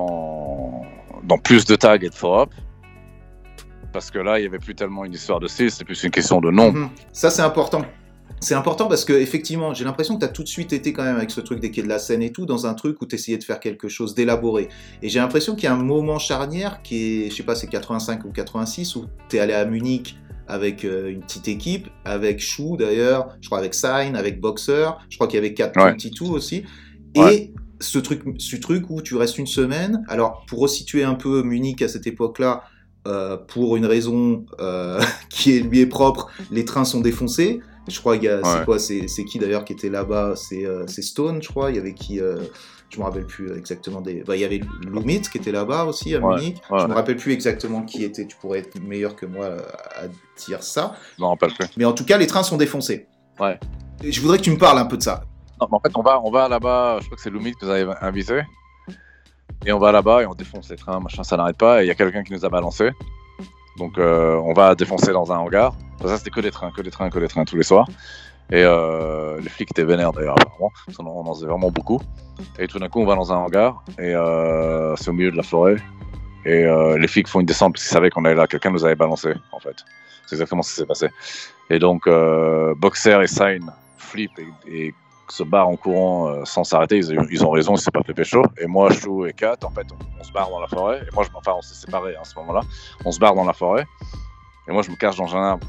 dans plus de tags et de for-up. Parce que là, il n'y avait plus tellement une histoire de style, c'est plus une question de nom. Mm-hmm. Ça, c'est important. C'est important parce que effectivement, j'ai l'impression que tu as tout de suite été quand même avec ce truc des quais de la Seine et tout, dans un truc où tu essayais de faire quelque chose d'élaboré. Et j'ai l'impression qu'il y a un moment charnière qui est, je sais pas, c'est 85 ou 86, où tu es allé à Munich avec une petite équipe, avec Chou d'ailleurs, je crois avec Sign, avec Boxer, je crois qu'il y avait 422 aussi. Et ce truc où tu restes une semaine. Alors, pour resituer un peu Munich à cette époque-là, pour une raison qui lui est propre, les trains sont défoncés. Je crois qu'il y a, c'est qui d'ailleurs qui était là-bas, c'est Stone, je crois. Il y avait qui, je me rappelle plus exactement il y avait Lumit qui était là-bas aussi à Munich. Je me rappelle plus exactement qui était. Tu pourrais être meilleur que moi à dire ça. Je m'en rappelle plus. Mais en tout cas, les trains sont défoncés. Ouais. Et je voudrais que tu me parles un peu de ça. Non, mais en fait, on va là-bas. Je crois que c'est Lumit que vous avez invité. Et on va là-bas et on défonce les trains, machin, ça n'arrête pas. Et il y a quelqu'un qui nous a balancé. Donc on va défoncer dans un hangar. Ça, c'était que des trains tous les soirs. Et les flics étaient vénères d'ailleurs, apparemment. Parce qu'on en faisait vraiment beaucoup. Et tout d'un coup, on va dans un hangar. Et c'est au milieu de la forêt. Et les flics font une descente parce qu'ils savaient qu'on allait là. Quelqu'un nous avait balancé, en fait. C'est exactement ce qui s'est passé. Et donc, Boxer et Sign flippent et se barrent en courant sans s'arrêter. Ils ont raison, ils s'est pas fait pécho. Et moi, Chou et Kat, en fait, on se barre dans la forêt. Et moi, on s'est séparés à ce moment-là. On se barre dans la forêt. Et moi, je me cache dans un arbre.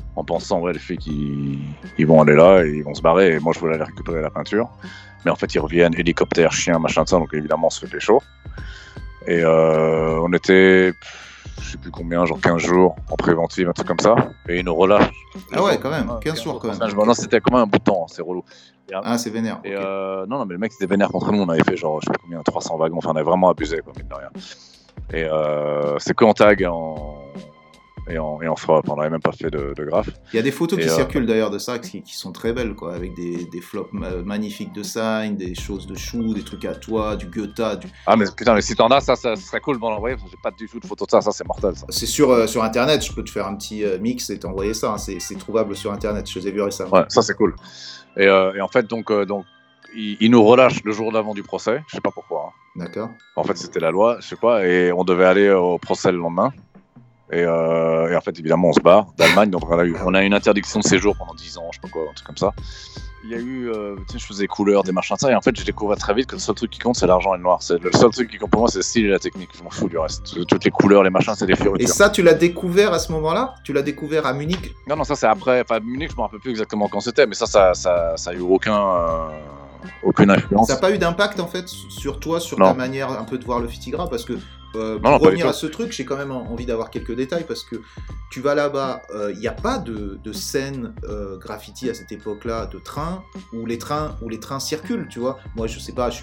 en pensant les flics ils vont aller là et ils vont se barrer, et moi je voulais aller récupérer la peinture, mais en fait ils reviennent, hélicoptère, chien, machin de ça, donc évidemment on se fait pécho. Et on était, je sais plus combien, genre 15 jours en préventive, un truc comme ça, et ils nous relâchent. Ah ouais, quand même, 15 jours quand même. Non, c'était quand même un bout de temps, c'est relou. Ah, c'est vénère. Et okay. non, mais le mec c'était vénère contre nous, on avait fait genre, je sais pas combien, 300 wagons, enfin on avait vraiment abusé, quoi, mine de rien. Et c'est que en tag et en flop, on n'avait même pas fait de graphe. Il y a des photos qui circulent d'ailleurs de ça, qui sont très belles, quoi, avec des flops magnifiques de sign, des choses de chou, des trucs à toi, du Goethe. Ah mais putain, mais si t'en as, ça serait cool de m'en envoyer, parce que j'ai pas du tout de photos de ça c'est mortel ça. C'est sur internet, je peux te faire un petit mix et t'envoyer ça, hein. C'est trouvable sur internet, je les ai vus récemment. Ouais, ça c'est cool. Et en fait, donc ils nous relâchent le jour d'avant du procès, je sais pas pourquoi. Hein. D'accord. En fait, c'était la loi, je sais pas, et on devait aller au procès le lendemain. Et en fait, évidemment, on se barre d'Allemagne, donc on a une interdiction de séjour pendant 10 ans, je sais pas quoi, un truc comme ça. Il y a eu, tu sais, je faisais des couleurs, des machins, ça, et en fait, j'ai découvert très vite que le seul truc qui compte, c'est l'argent et le noir. C'est le seul truc qui compte pour moi, c'est le style et la technique. Je m'en fous du reste. Toutes les couleurs, les machins, c'est des fioritures. Et ça, tu l'as découvert à ce moment-là ? Tu l'as découvert à Munich ? Non, ça c'est après. Enfin, Munich, je me rappelle plus exactement quand c'était, mais ça a eu aucune influence. Ça n'a pas eu d'impact en fait sur toi, sur ta manière un peu de voir le Fitigra, parce que pour revenir à ce truc, j'ai quand même envie d'avoir quelques détails, parce que tu vas là-bas, il n'y a pas de scène graffiti à cette époque-là, de train où les trains circulent, tu vois. Moi, je sais pas, je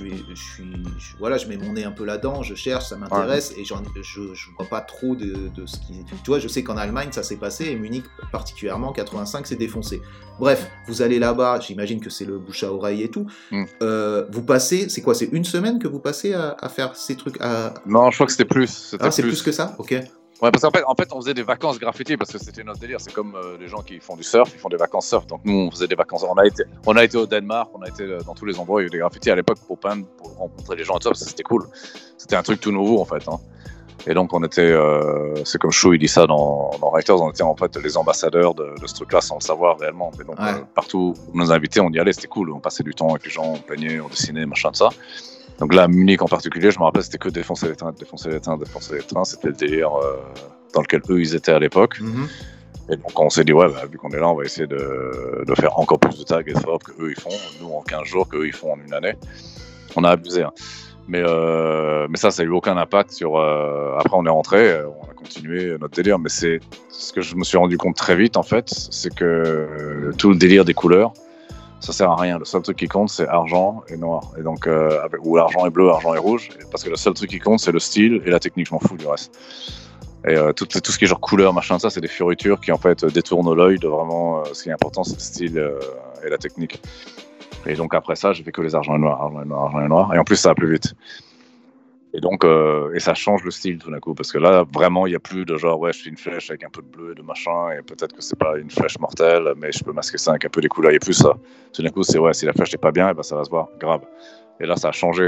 mets mon nez un peu là-dedans, je cherche, ça m'intéresse, et je vois pas trop de ce qui... Tu vois, je sais qu'en Allemagne, ça s'est passé, et Munich, particulièrement, 85, c'est défoncé. Bref, vous allez là-bas, j'imagine que c'est le bouche à oreille et tout. Vous passez, c'est quoi, c'est une semaine que vous passez à faire ces trucs Non, je crois que c'était plus. C'est plus que ça ? Ok. Ouais, parce qu'en fait, on faisait des vacances graffiti parce que c'était notre délire. C'est comme les gens qui font du surf, ils font des vacances surf. Donc nous, on faisait des vacances. On a été au Danemark, on a été dans tous les endroits où il y a eu des graffitis à l'époque pour peindre, pour rencontrer les gens et tout ça, parce que c'était cool. C'était un truc tout nouveau en fait. Hein. Et donc on était, c'est comme Chou il dit ça dans Writers, on était en fait les ambassadeurs de ce truc-là sans le savoir réellement. Et donc partout où on nous invitait, on y allait, c'était cool. On passait du temps avec les gens, on peignait, on dessinait, machin de ça. Donc là, Munich en particulier, je me rappelle, c'était que défoncer les trains. C'était le délire dans lequel eux, ils étaient à l'époque. Et donc on s'est dit, vu qu'on est là, on va essayer de faire encore plus de tags et de flop que eux, ils font. Nous, en 15 jours, qu'eux, ils font en une année. On a abusé. Hein. Mais ça a eu aucun impact sur... Après, on est rentré, on a continué notre délire. Mais c'est ce que je me suis rendu compte très vite, en fait, c'est que tout le délire des couleurs, ça sert à rien. Le seul truc qui compte, c'est argent et noir. Et donc, ou argent et bleu, argent et rouge. Parce que le seul truc qui compte, c'est le style et la technique. Je m'en fous du reste. Et tout ce qui est genre couleur, machin, ça, c'est des fioritures qui, en fait, détournent l'œil de vraiment... ce qui est important, c'est le style et la technique. Et donc, après ça, j'ai fait que les argent et noir. Et en plus, ça va plus vite. Et donc, et ça change le style tout d'un coup. Parce que là, vraiment, il n'y a plus de genre, je fais une flèche avec un peu de bleu et de machin. Et peut-être que c'est pas une flèche mortelle, mais je peux masquer ça avec un peu des couleurs. Il n'y a plus ça. Tout d'un coup, c'est si la flèche n'est pas bien, et ben, ça va se voir grave. Et là, ça a changé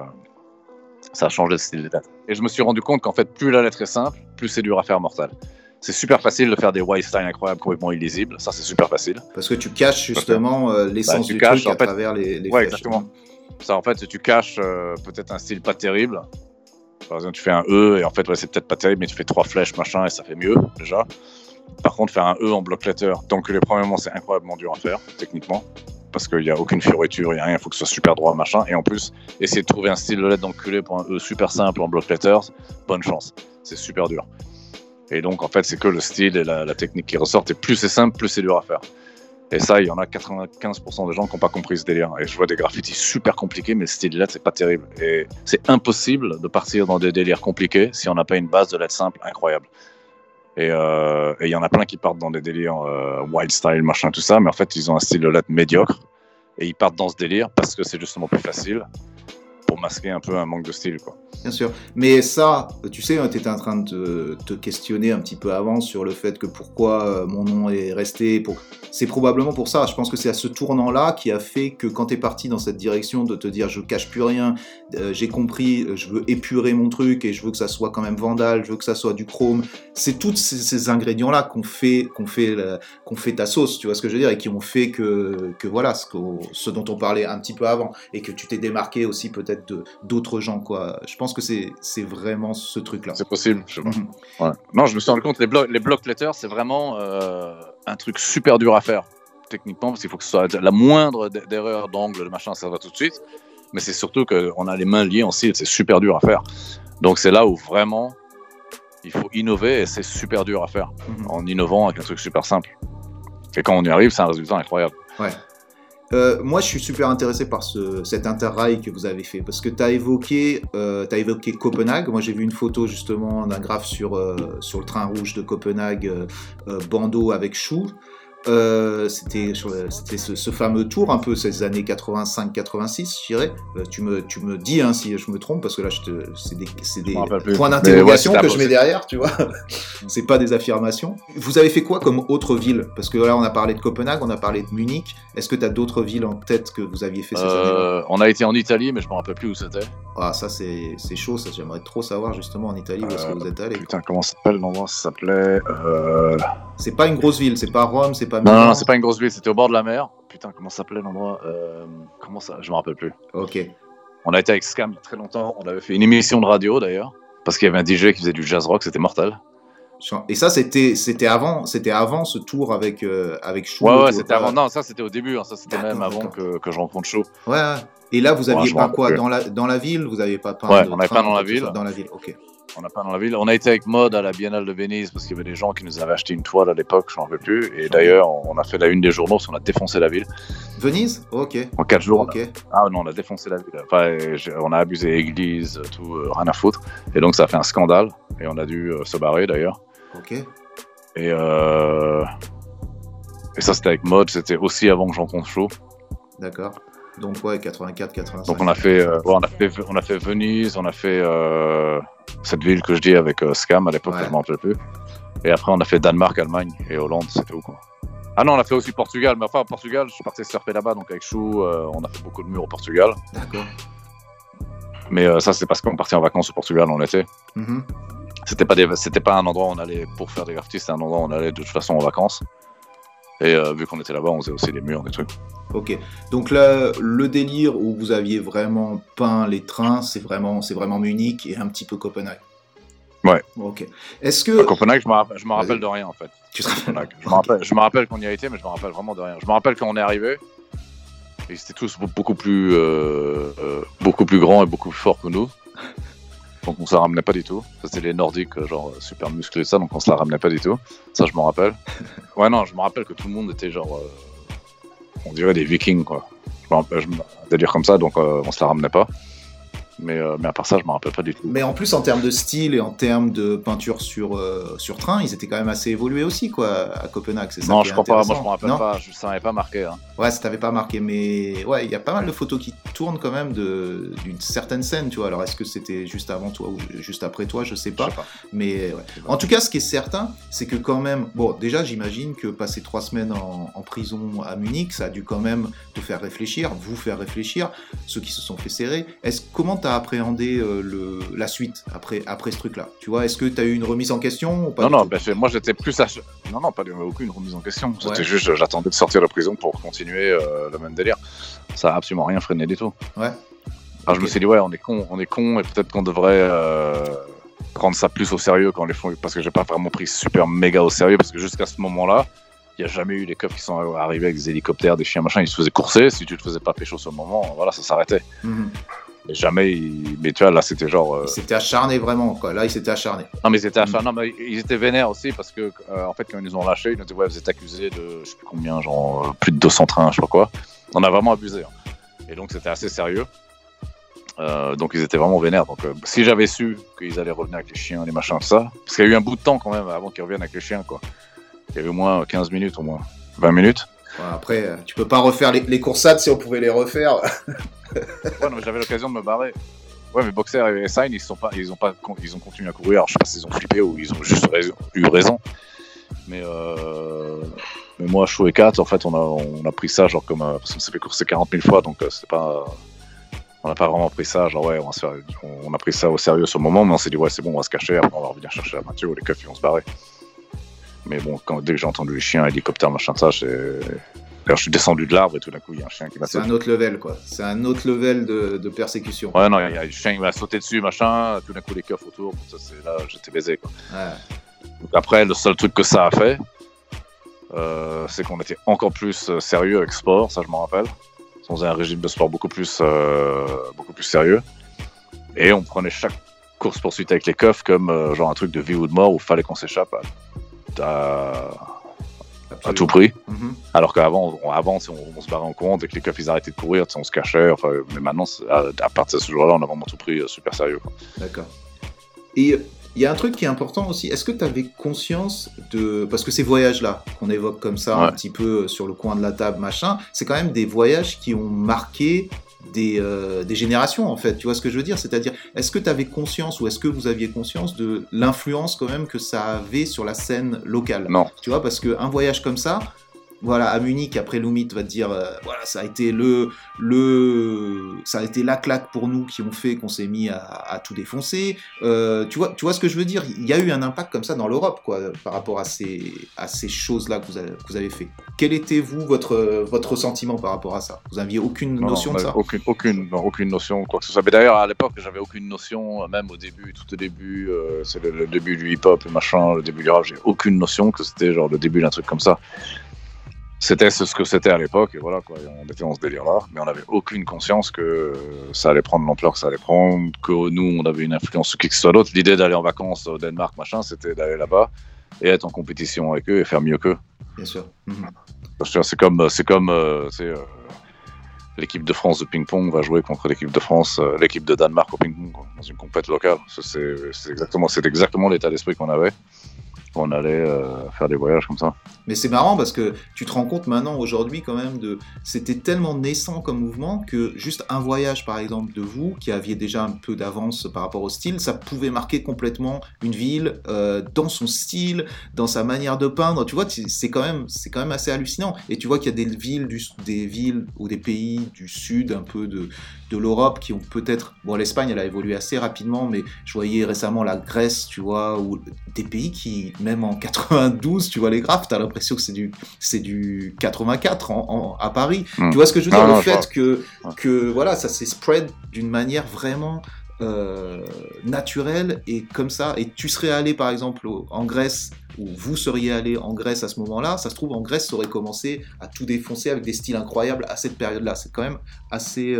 le style des lettres. Et je me suis rendu compte qu'en fait, plus la lettre est simple, plus c'est dur à faire mortal. C'est super facile de faire des white style incroyables, complètement illisibles. Ça, c'est super facile. Parce que tu caches justement l'essence du truc à travers les flèches. Ouais, exactement. Ça, en fait, tu caches peut-être un style pas terrible. Par exemple, tu fais un E et en fait, c'est peut-être pas terrible, mais tu fais 3 flèches, machin, et ça fait mieux, déjà. Par contre, faire un E en bloc letter, donc les premiers moments, c'est incroyablement dur à faire, techniquement. Parce qu'il n'y a aucune fioriture, il n'y a rien, il faut que ce soit super droit, machin. Et en plus, essayer de trouver un style de lettre d'enculé pour un E super simple en bloc letters, bonne chance. C'est super dur. Et donc, en fait, c'est que le style et la technique qui ressortent. Et plus c'est simple, plus c'est dur à faire. Et ça, il y en a 95% des gens qui n'ont pas compris ce délire. Et je vois des graffitis super compliqués, mais le style de lettre, c'est pas terrible. Et c'est impossible de partir dans des délires compliqués si on n'a pas une base de lettres simples incroyable. Et il y en a plein qui partent dans des délires wild style, machin, tout ça, mais en fait, ils ont un style de lettre médiocre. Et ils partent dans ce délire parce que c'est justement plus facile pour masquer un peu un manque de style, quoi. Bien sûr. Mais ça, tu sais, tu étais en train de te questionner un petit peu avant sur le fait que pourquoi mon nom est resté. C'est probablement pour ça. Je pense que c'est à ce tournant-là qui a fait que quand tu es parti dans cette direction de te dire je cache plus rien, j'ai compris, je veux épurer mon truc et je veux que ça soit quand même vandal, je veux que ça soit du chrome. C'est tous ces ingrédients-là qu'on fait ta sauce, tu vois ce que je veux dire, et qui ont fait que voilà, ce dont on parlait un petit peu avant, et que tu t'es démarqué aussi peut-être tête d'autres gens, quoi. Je pense que c'est vraiment ce truc-là. C'est possible, je sais pas. Ouais. Non, je me suis rendu compte, les block letters, c'est vraiment un truc super dur à faire, techniquement, parce qu'il faut que ce soit la moindre d'erreur d'angle, de machin, ça va tout de suite. Mais c'est surtout qu'on a les mains liées en cils, c'est super dur à faire. Donc c'est là où vraiment il faut innover et c'est super dur à faire en innovant avec un truc super simple. Et quand on y arrive, c'est un résultat incroyable. Ouais. Moi, je suis super intéressé par cet interrail que vous avez fait, parce que tu as évoqué Copenhague. Moi, j'ai vu une photo justement d'un graphe sur le train rouge de Copenhague, bandeau avec chou. C'était ce fameux tour, un peu ces années 85-86, je dirais. Tu me dis si je me trompe, parce que là, c'est des points d'interrogation que je mets derrière, tu vois. C'est pas des affirmations. Vous avez fait quoi comme autre ville? Parce que là, on a parlé de Copenhague, on a parlé de Munich. Est-ce que tu as d'autres villes en tête que vous aviez fait ces années-là? On a été en Italie, mais je me rappelle plus où c'était. Ah, ça, c'est chaud, ça. J'aimerais trop savoir, justement, en Italie, où est-ce que vous êtes allé. Putain, comment ça s'appelle l'endroit? Ça s'appelait... C'est pas une grosse ville, c'est pas Rome, c'est pas Milan. Non, c'est pas une grosse ville, c'était au bord de la mer. Putain, comment ça s'appelait l'endroit? Comment ça? Je me rappelle plus. Ok. On a été avec Scam il y a très longtemps. On avait fait une émission de radio d'ailleurs, parce qu'il y avait un DJ qui faisait du jazz rock, c'était mortel. Et ça, c'était avant ce tour avec Chou. Ouais, c'était avant. Non, ça c'était au début. Ça c'était même avant que je rencontre Chou. Ouais. Et là, vous aviez peint quoi dans la ville? Vous avez pas peint? Ouais, on avait peint dans la ville. Dans la ville, ok. On a peint dans la ville. On a été avec Mode à la Biennale de Venise parce qu'il y avait des gens qui nous avaient acheté une toile à l'époque, je n'en veux plus. Et d'ailleurs, on a fait la une des journaux parce qu'on a défoncé la ville. Venise? Ok. En 4 jours. Ok. Ah non, on a défoncé la ville. Enfin, on a abusé église, tout, rien à foutre. Et donc ça a fait un scandale. Et on a dû se barrer d'ailleurs. Ok. Et ça c'était avec Mode, c'était aussi avant que j'en rencontre Chou. D'accord. Donc ouais, 84, 85. Donc on a fait Venise, on a fait cette ville que je dis avec Scam à l'époque, je m'en rappelle plus. Et après on a fait Danemark, Allemagne et Hollande, c'était où quoi. Ah non, on a fait aussi Portugal, mais enfin au Portugal, je suis parti surfer là-bas, donc avec Chou, on a fait beaucoup de murs au Portugal. D'accord. Mais ça c'est parce qu'on partait en vacances au Portugal en été. Mm-hmm. C'était pas un endroit où on allait pour faire des graffitis, c'était un endroit où on allait de toute façon en vacances. Et vu qu'on était là-bas, on faisait aussi des murs, des trucs. Ok, donc là, le délire où vous aviez vraiment peint les trains, c'est vraiment Munich et un petit peu Copenhague. Ouais. Ok. Est-ce que... À Copenhague, je me rappelle de rien en fait. Tu te rappelles? Je me rappelle qu'on y a été, mais je me rappelle vraiment de rien. Je me rappelle quand on est arrivé, ils étaient tous beaucoup plus grands et beaucoup plus forts que nous. Donc on se la ramenait pas du tout. Ça c'était les Nordiques, genre super musclés et ça, donc on se la ramenait pas du tout. Ça je m'en rappelle. Ouais non, je me rappelle que tout le monde était genre, on dirait des Vikings quoi. Un délire comme ça, donc on se la ramenait pas. Mais à part ça, je me rappelle pas du tout. Mais en plus, en termes de style et en termes de peinture sur train, ils étaient quand même assez évolués aussi, quoi, à Copenhague. C'est ça. Non, je crois pas. Moi, je me rappelle pas. Ça m'avait pas marqué. Hein. Ouais, ça t'avait pas marqué, mais ouais, il y a pas mal de photos qui tournent quand même d'une certaine scène, tu vois. Alors, est-ce que c'était juste avant toi ou juste après toi, je sais pas. Mais ouais. En tout cas, ce qui est certain, c'est que quand même, bon, déjà, j'imagine que passer 3 semaines en prison à Munich, ça a dû quand même te faire réfléchir, vous faire réfléchir, ceux qui se sont fait serrer. Comment t'as appréhendé la suite après ce truc-là? Tu vois, est-ce que t'as eu une remise en question ou pas? Non, moi j'étais plus non, pas aucune remise en question. C'était juste, j'attendais de sortir de prison pour continuer le même délire. Ça a absolument rien freiné du tout. Ouais. Alors je me suis dit, ouais, on est con, et peut-être qu'on devrait prendre ça plus au sérieux quand on les font, parce que j'ai pas vraiment pris super méga au sérieux, parce que jusqu'à ce moment-là, il n'y a jamais eu des keufs qui sont arrivés avec des hélicoptères, des chiens, machin, ils se faisaient courser. Si tu te faisais pas pécho sur le moment, voilà, ça s'arrêtait. Mm-hmm. Et jamais, mais tu vois, là c'était genre. Ils s'étaient acharnés vraiment, quoi. Là, ils s'étaient acharnés. Non, mais ils étaient acharnés. Non, mais ils étaient vénères aussi parce que, en fait, quand ils nous ont lâchés, ils nous disaient, ouais, vous êtes accusés de, je sais plus combien, genre, plus de 200 trains, je sais pas quoi. On a vraiment abusé. Hein. Et donc, c'était assez sérieux. Donc, ils étaient vraiment vénères. Donc, si j'avais su qu'ils allaient revenir avec les chiens, les machins, tout ça, parce qu'il y a eu un bout de temps quand même avant qu'ils reviennent avec les chiens, quoi. Il y avait au moins 15 minutes, au moins 20 minutes. Ouais, après, tu peux pas refaire les coursades si on pouvait les refaire. Ouais, non, mais j'avais l'occasion de me barrer. Ouais, mais Boxer et Sign, ils ont continué à courir. Alors, je sais pas s'ils ont flippé ou ils ont juste eu raison. Mais moi, Chou et Kat, en fait, on a pris ça genre comme parce qu'on s'est fait courser 40 000 fois, donc c'est pas. On n'a pas vraiment pris ça, genre ouais, on a pris ça au sérieux sur le moment, mais on s'est dit ouais, c'est bon, on va se cacher, après on va revenir chercher la Mathieu ou les keufs, ils vont se barrer. Mais bon, dès que j'ai entendu les chiens, hélicoptères, machin, ça, Alors, je suis descendu de l'arbre et tout d'un coup, il y a un chien qui m'a C'est sauté. un autre level, quoi. C'est un autre level de persécution. Ouais, non, il y a un chien qui m'a sauté dessus, machin. Tout d'un coup, les keufs autour. Bon, ça, c'est là, j'étais baisé, quoi. Ouais. Donc après, le seul truc que ça a fait, c'est qu'on était encore plus sérieux avec sport, ça je m'en rappelle. On faisait un régime de sport beaucoup plus sérieux. Et on prenait chaque course-poursuite avec les keufs comme genre un truc de vie ou de mort où il fallait qu'on s'échappe à tout prix. Mm-hmm. Alors qu'avant, on se barrait en courant, dès que les keufs ils arrêtaient de courir, on se cachait. Enfin, mais maintenant, à partir de ce jour-là, on a vraiment tout pris super sérieux, quoi. D'accord. Et il y a un truc qui est important aussi. Est-ce que tu avais conscience de... Parce que ces voyages-là, qu'on évoque comme ça, un petit peu sur le coin de la table, machin, c'est quand même des voyages qui ont marqué des générations, en fait. Tu vois ce que je veux dire ? C'est-à-dire, est-ce que tu avais conscience ou est-ce que vous aviez conscience de l'influence quand même que ça avait sur la scène locale ? Non. Tu vois, parce qu'un voyage comme ça... Voilà, à Munich, après Lumit va te dire, voilà, ça a été ça a été la claque pour nous qui ont fait qu'on s'est mis à tout défoncer. Tu vois ce que je veux dire ? Il y a eu un impact comme ça dans l'Europe, quoi, par rapport à ces choses-là que vous avez fait. Quel était, vous, votre sentiment par rapport à ça ? Vous n'aviez aucune notion de ça ? Aucune notion, quoi que ce soit. Mais d'ailleurs, à l'époque, j'avais aucune notion, même au début, tout au début, c'est le début du hip-hop, le machin, le début du rap, j'ai aucune notion que c'était genre le début d'un truc comme ça. C'était ce que c'était à l'époque, et voilà, quoi. On était dans ce délire-là, mais on n'avait aucune conscience que ça allait prendre l'ampleur que ça allait prendre, que nous, on avait une influence sur qui que ce soit d'autre. L'idée d'aller en vacances au Danemark, machin, c'était d'aller là-bas et être en compétition avec eux et faire mieux qu'eux. Bien sûr. Mm-hmm. C'est comme l'équipe de France de ping-pong va jouer contre l'équipe de France, l'équipe de Danemark au ping-pong, quoi, dans une compète locale. C'est exactement l'état d'esprit qu'on avait. On allait faire des voyages comme ça. Mais c'est marrant parce que tu te rends compte maintenant, aujourd'hui, quand même, c'était tellement naissant comme mouvement que juste un voyage, par exemple, de vous, qui aviez déjà un peu d'avance par rapport au style, ça pouvait marquer complètement une ville dans son style, dans sa manière de peindre. Tu vois, c'est quand même assez hallucinant. Et tu vois qu'il y a des villes ou des pays du sud, un peu de l'Europe, qui ont peut-être... Bon, l'Espagne, elle a évolué assez rapidement, mais je voyais récemment la Grèce, tu vois, ou des pays qui... Même en 92, tu vois les graphes, t'as l'impression que c'est du 84 à Paris. Tu vois ce que je veux dire ? Le fait que voilà, ça s'est spread d'une manière vraiment naturelle et comme ça. Et tu serais allé par exemple en Grèce, ou vous seriez allé en Grèce à ce moment-là, ça se trouve en Grèce, ça aurait commencé à tout défoncer avec des styles incroyables à cette période-là. C'est quand même assez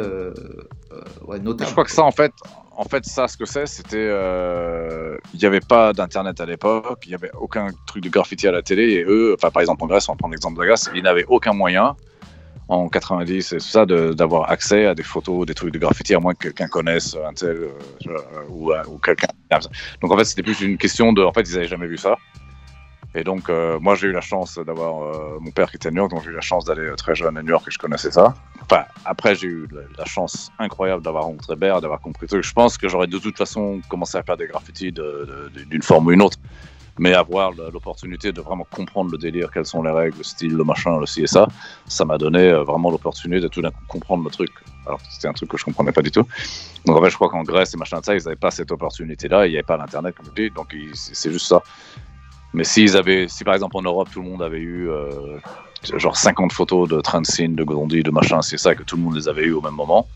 notable. Je crois que ça, en fait, ça, ce que c'était... Il n'y avait pas d'internet à l'époque, il n'y avait aucun truc de graffiti à la télé, et eux, enfin par exemple en Grèce, on va prendre l'exemple de la Grèce, ils n'avaient aucun moyen, en 90 et tout ça, d'avoir accès à des photos, des trucs de graffiti, à moins que quelqu'un connaisse un tel, ou quelqu'un... Donc en fait, c'était plus une question de... En fait, ils n'avaient jamais vu ça. Et donc, moi, j'ai eu la chance d'avoir mon père qui était à New York, donc j'ai eu la chance d'aller très jeune à New York et je connaissais ça. Enfin, après, j'ai eu la chance incroyable d'avoir rencontré Baird, d'avoir compris tout. Je pense que j'aurais de toute façon commencé à faire des graffitis d'une forme ou une autre, mais avoir l'opportunité de vraiment comprendre le délire, quelles sont les règles, le style, le machin, le ci et ça m'a donné vraiment l'opportunité de tout d'un coup comprendre le truc. Alors c'était un truc que je comprenais pas du tout. Donc en fait, je crois qu'en Grèce et machin de ça, ils n'avaient pas cette opportunité-là, il n'y avait pas l'internet comme je dis, donc c'est juste ça. Mais si par exemple en Europe, tout le monde avait eu genre 50 photos de Transcene, de Gondi, de machin, c'est ça, que tout le monde les avait eu au même moment,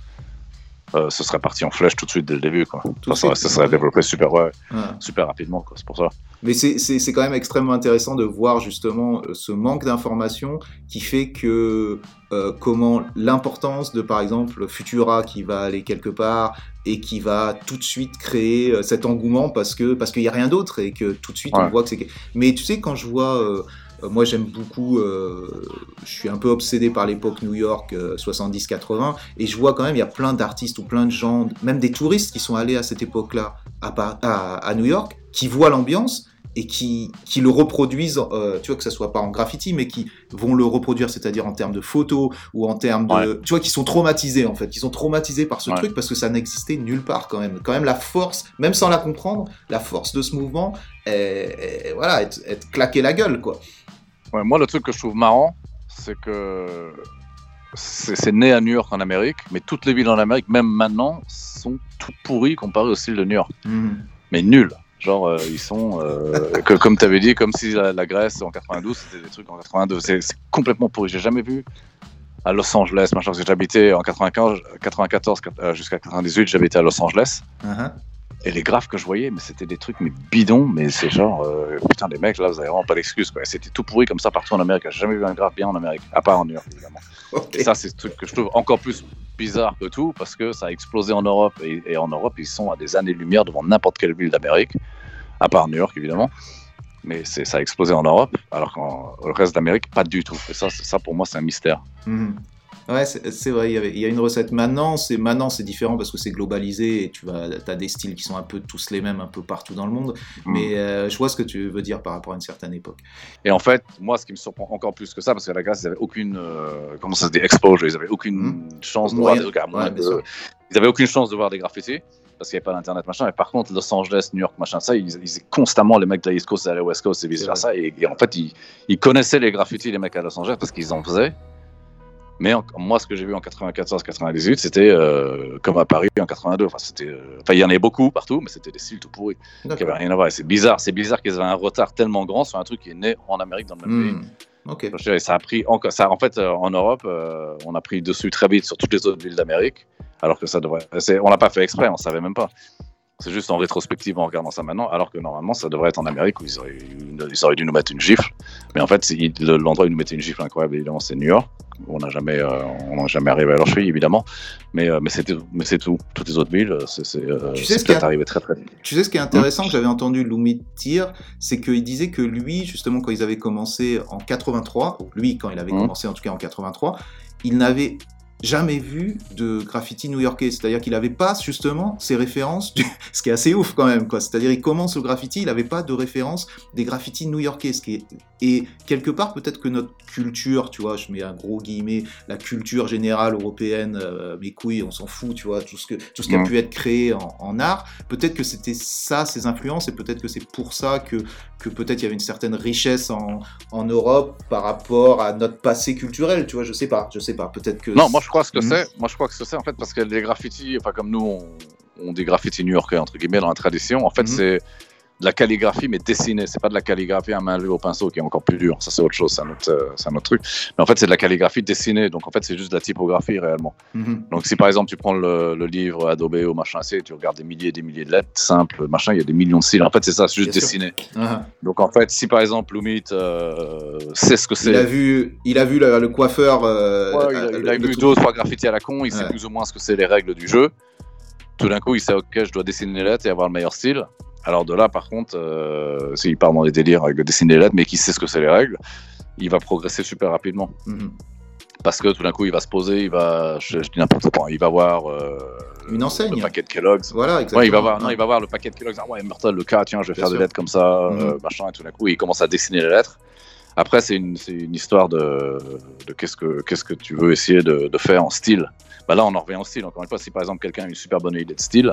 ce serait parti en flèche tout de suite dès le début, quoi. Ça serait développé super rapidement, quoi. C'est pour ça. Mais c'est quand même extrêmement intéressant de voir justement ce manque d'information qui fait que comment l'importance de, par exemple, Futura qui va aller quelque part et qui va tout de suite créer cet engouement parce qu'il n'y a rien d'autre et que tout de suite on voit que c'est... Mais tu sais, quand je vois... moi j'aime beaucoup, je suis un peu obsédé par l'époque New York 70-80 et je vois quand même il y a plein d'artistes ou plein de gens, même des touristes qui sont allés à cette époque-là à New York, qui voient l'ambiance et qui le reproduisent, tu vois, que ça soit pas en graffiti, mais qui vont le reproduire, c'est-à-dire en termes de photos ou en termes de... Tu vois, qui sont traumatisés en fait, ils sont traumatisés par ce truc parce que ça n'existait nulle part quand même. Quand même la force, même sans la comprendre, la force de ce mouvement, voilà, être claqué la gueule, quoi. Ouais, moi, le truc que je trouve marrant, c'est que c'est né à New York en Amérique, mais toutes les villes en Amérique, même maintenant, sont toutes pourries comparées au style de New York. Mais nul. Genre, ils sont, comme tu avais dit, comme si la Grèce en 92, c'était des trucs en 82. C'est complètement pourri. J'ai jamais vu à Los Angeles, machin, parce que j'habitais en 94 jusqu'à 98, j'habitais à Los Angeles. Uh-huh. Et les graphes que je voyais, mais c'était des trucs mais bidons, mais c'est genre, putain, les mecs, là, vous avez vraiment pas d'excuses, quoi. C'était tout pourri comme ça partout en Amérique. J'ai jamais vu un graphe bien en Amérique, à part en New York, évidemment. Okay. Et ça, c'est ce truc que je trouve encore plus bizarre que tout, parce que ça a explosé en Europe, et en Europe, ils sont à des années-lumière devant n'importe quelle ville d'Amérique, à part New York, évidemment. Mais ça a explosé en Europe, alors qu'au reste d'Amérique, pas du tout. Et ça pour moi, c'est un mystère. Mm-hmm. Ouais, c'est vrai, il y a une recette. Maintenant, c'est différent parce que c'est globalisé et tu as des styles qui sont un peu tous les mêmes un peu partout dans le monde. Mais je vois ce que tu veux dire par rapport à une certaine époque. Et en fait, moi, ce qui me surprend encore plus que ça, parce qu'à la Grèce, ils n'avaient aucune, comment ça se dit, exposure, ils n'avaient aucune chance de voir des trucs. Ils n'avaient aucune chance de voir des graffitis. Parce qu'il n'y avait pas d'internet, machin. Mais par contre, Los Angeles, New York, machin, ça, ils constamment, les mecs de la East Coast allaient à la West Coast et vice-versa. Et en fait, ils connaissaient les graffitis, les mecs à Los Angeles, parce qu'ils en faisaient. Mais moi, ce que j'ai vu en 94-98, c'était comme à Paris en 82. Enfin, il y en avait beaucoup partout, mais c'était des styles tout pourris. Qui n'avaient rien à voir. Et c'est bizarre qu'ils avaient un retard tellement grand sur un truc qui est né en Amérique, dans le même pays. Okay. Ça a pris en fait, en Europe, on a pris dessus très vite sur toutes les autres villes d'Amérique, alors que on l'a pas fait exprès, on savait même pas. C'est juste en rétrospective en regardant ça maintenant, alors que normalement ça devrait être en Amérique où ils auraient dû nous mettre une gifle. Mais en fait, l'endroit où ils nous mettaient une gifle incroyable, évidemment, c'est New York. On n'a jamais arrivé à leur cheville, évidemment. Mais c'est tout. Toutes les autres villes, c'est peut-être arrivé très très vite. Tu sais ce qui est intéressant que j'avais entendu Loumit dire, c'est qu'il disait que lui, justement, quand ils avaient commencé en 83, quand il avait commencé en tout cas en 83, il n'avait jamais vu de graffiti new-yorkais, c'est-à-dire qu'il n'avait pas justement ces références, ce qui est assez ouf quand même, quoi. C'est-à-dire il commence le graffiti, il n'avait pas de référence des graffitis new-yorkais, et quelque part peut-être que notre culture, tu vois, je mets un gros guillemet, la culture générale européenne, mes couilles, on s'en fout, tu vois, tout ce qui a pu être créé en art, peut-être que c'était ça, ces influences, et peut-être que c'est pour ça que peut-être il y avait une certaine richesse en Europe par rapport à notre passé culturel, tu vois, je sais pas, peut-être que... Non, moi je crois que c'est en fait, parce que les graffitis, enfin comme nous on des graffitis new-yorkais entre guillemets dans la tradition, en fait c'est de la calligraphie mais dessinée, c'est pas de la calligraphie à main levée au pinceau qui est encore plus dur, ça c'est autre chose, c'est un autre truc, mais en fait c'est de la calligraphie dessinée, donc en fait c'est juste de la typographie réellement. Donc si par exemple tu prends le livre Adobe ou machin, tu regardes des milliers et des milliers de lettres simples, machin, il y a des millions de styles, en fait c'est ça, c'est juste dessiné. Donc en fait si par exemple Loumit sait ce que c'est, il a vu le coiffeur, il a vu 2 ou 3 graffitis à la con, il sait plus ou moins ce que c'est les règles du jeu, tout d'un coup il sait ok je dois dessiner les lettres et avoir le meilleur style. Alors de là, par contre, s'il part dans les délires avec dessiner les lettres, mais qu'il sait ce que c'est les règles, il va progresser super rapidement. Parce que tout d'un coup, il va se poser, je dis n'importe quoi, il va voir une enseigne, le paquet de Kellogg's. Voilà, exactement. Ouais, il va voir le paquet de Kellogg's. Ah ouais, Myrtle, le cas, tiens, je vais faire des lettres comme ça, machin. Et tout d'un coup, il commence à dessiner les lettres. Après, c'est une histoire de qu'est-ce que tu veux essayer de faire en style. Bah là, on en revient au style. Encore une fois, si par exemple quelqu'un a une super bonne idée de style,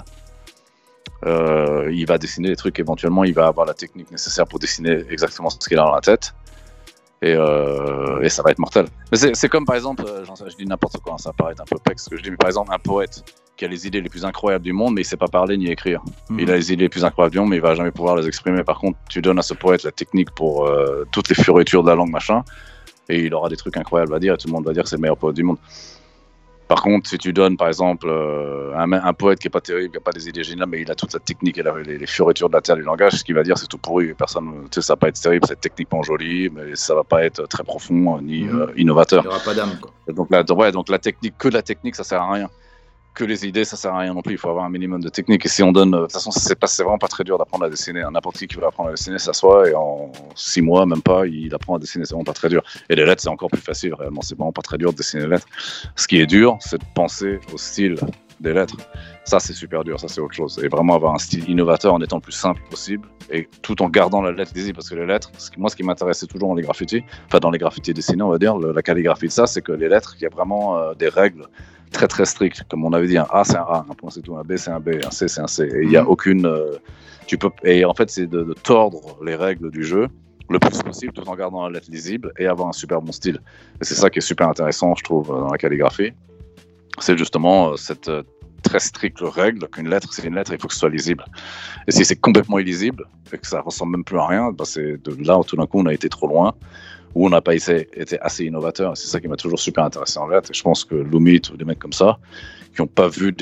il va dessiner des trucs, éventuellement il va avoir la technique nécessaire pour dessiner exactement ce qu'il a dans la tête, et ça va être mortel. Mais c'est comme par exemple, je dis n'importe quoi, ça paraît un peu pex ce que je dis, mais par exemple un poète qui a les idées les plus incroyables du monde, mais il sait pas parler ni écrire. Il a les idées les plus incroyables du monde, mais il va jamais pouvoir les exprimer. Par contre, tu donnes à ce poète la technique pour toutes les fioritures de la langue, machin, et il aura des trucs incroyables à dire, et tout le monde va dire que c'est le meilleur poète du monde. Par contre, si tu donnes, par exemple, un poète qui n'est pas terrible, qui n'a pas des idées géniales, mais il a toute la technique et les fioritures de la terre du langage, ce qu'il va dire, c'est tout pourri. Personne, ça va pas être terrible, c'est techniquement joli, mais ça va pas être très profond ni innovateur. Il n'y aura pas d'âme, quoi. Donc la technique, ça sert à rien. Que les idées, ça sert à rien non plus. Il faut avoir un minimum de technique. Et si on donne, de toute façon, c'est vraiment pas très dur d'apprendre à dessiner. N'importe qui veut apprendre à dessiner s'assoit et en 6 mois, même pas, il apprend à dessiner. C'est vraiment pas très dur. Et les lettres, c'est encore plus facile. Réellement, c'est vraiment pas très dur de dessiner les lettres. Ce qui est dur, c'est de penser au style des lettres. Ça, c'est super dur. Ça, c'est autre chose. Et vraiment avoir un style innovateur en étant le plus simple possible et tout en gardant la lettre lisible. Parce que les lettres, ce qui m'intéressait toujours dans les graffitis, enfin dans les graffitis dessinés, on va dire, la calligraphie de ça, c'est que les lettres, il y a vraiment des règles très très strict, comme on avait dit, un A c'est un A, un point c'est tout, un B c'est un B, un C c'est un C, et il n'y a aucune, et en fait c'est de tordre les règles du jeu le plus possible tout en gardant la lettre lisible et avoir un super bon style. Et c'est ça qui est super intéressant, je trouve, dans la calligraphie, c'est justement cette très stricte règle qu'une lettre, c'est une lettre, il faut que ce soit lisible. Et si c'est complètement illisible et que ça ressemble même plus à rien, bah c'est de là où tout d'un coup on a été trop loin, où on n'a pas été assez innovateur. Et c'est ça qui m'a toujours super intéressé en lettres. Et je pense que Lumit ou des mecs comme ça, qui n'ont pas vu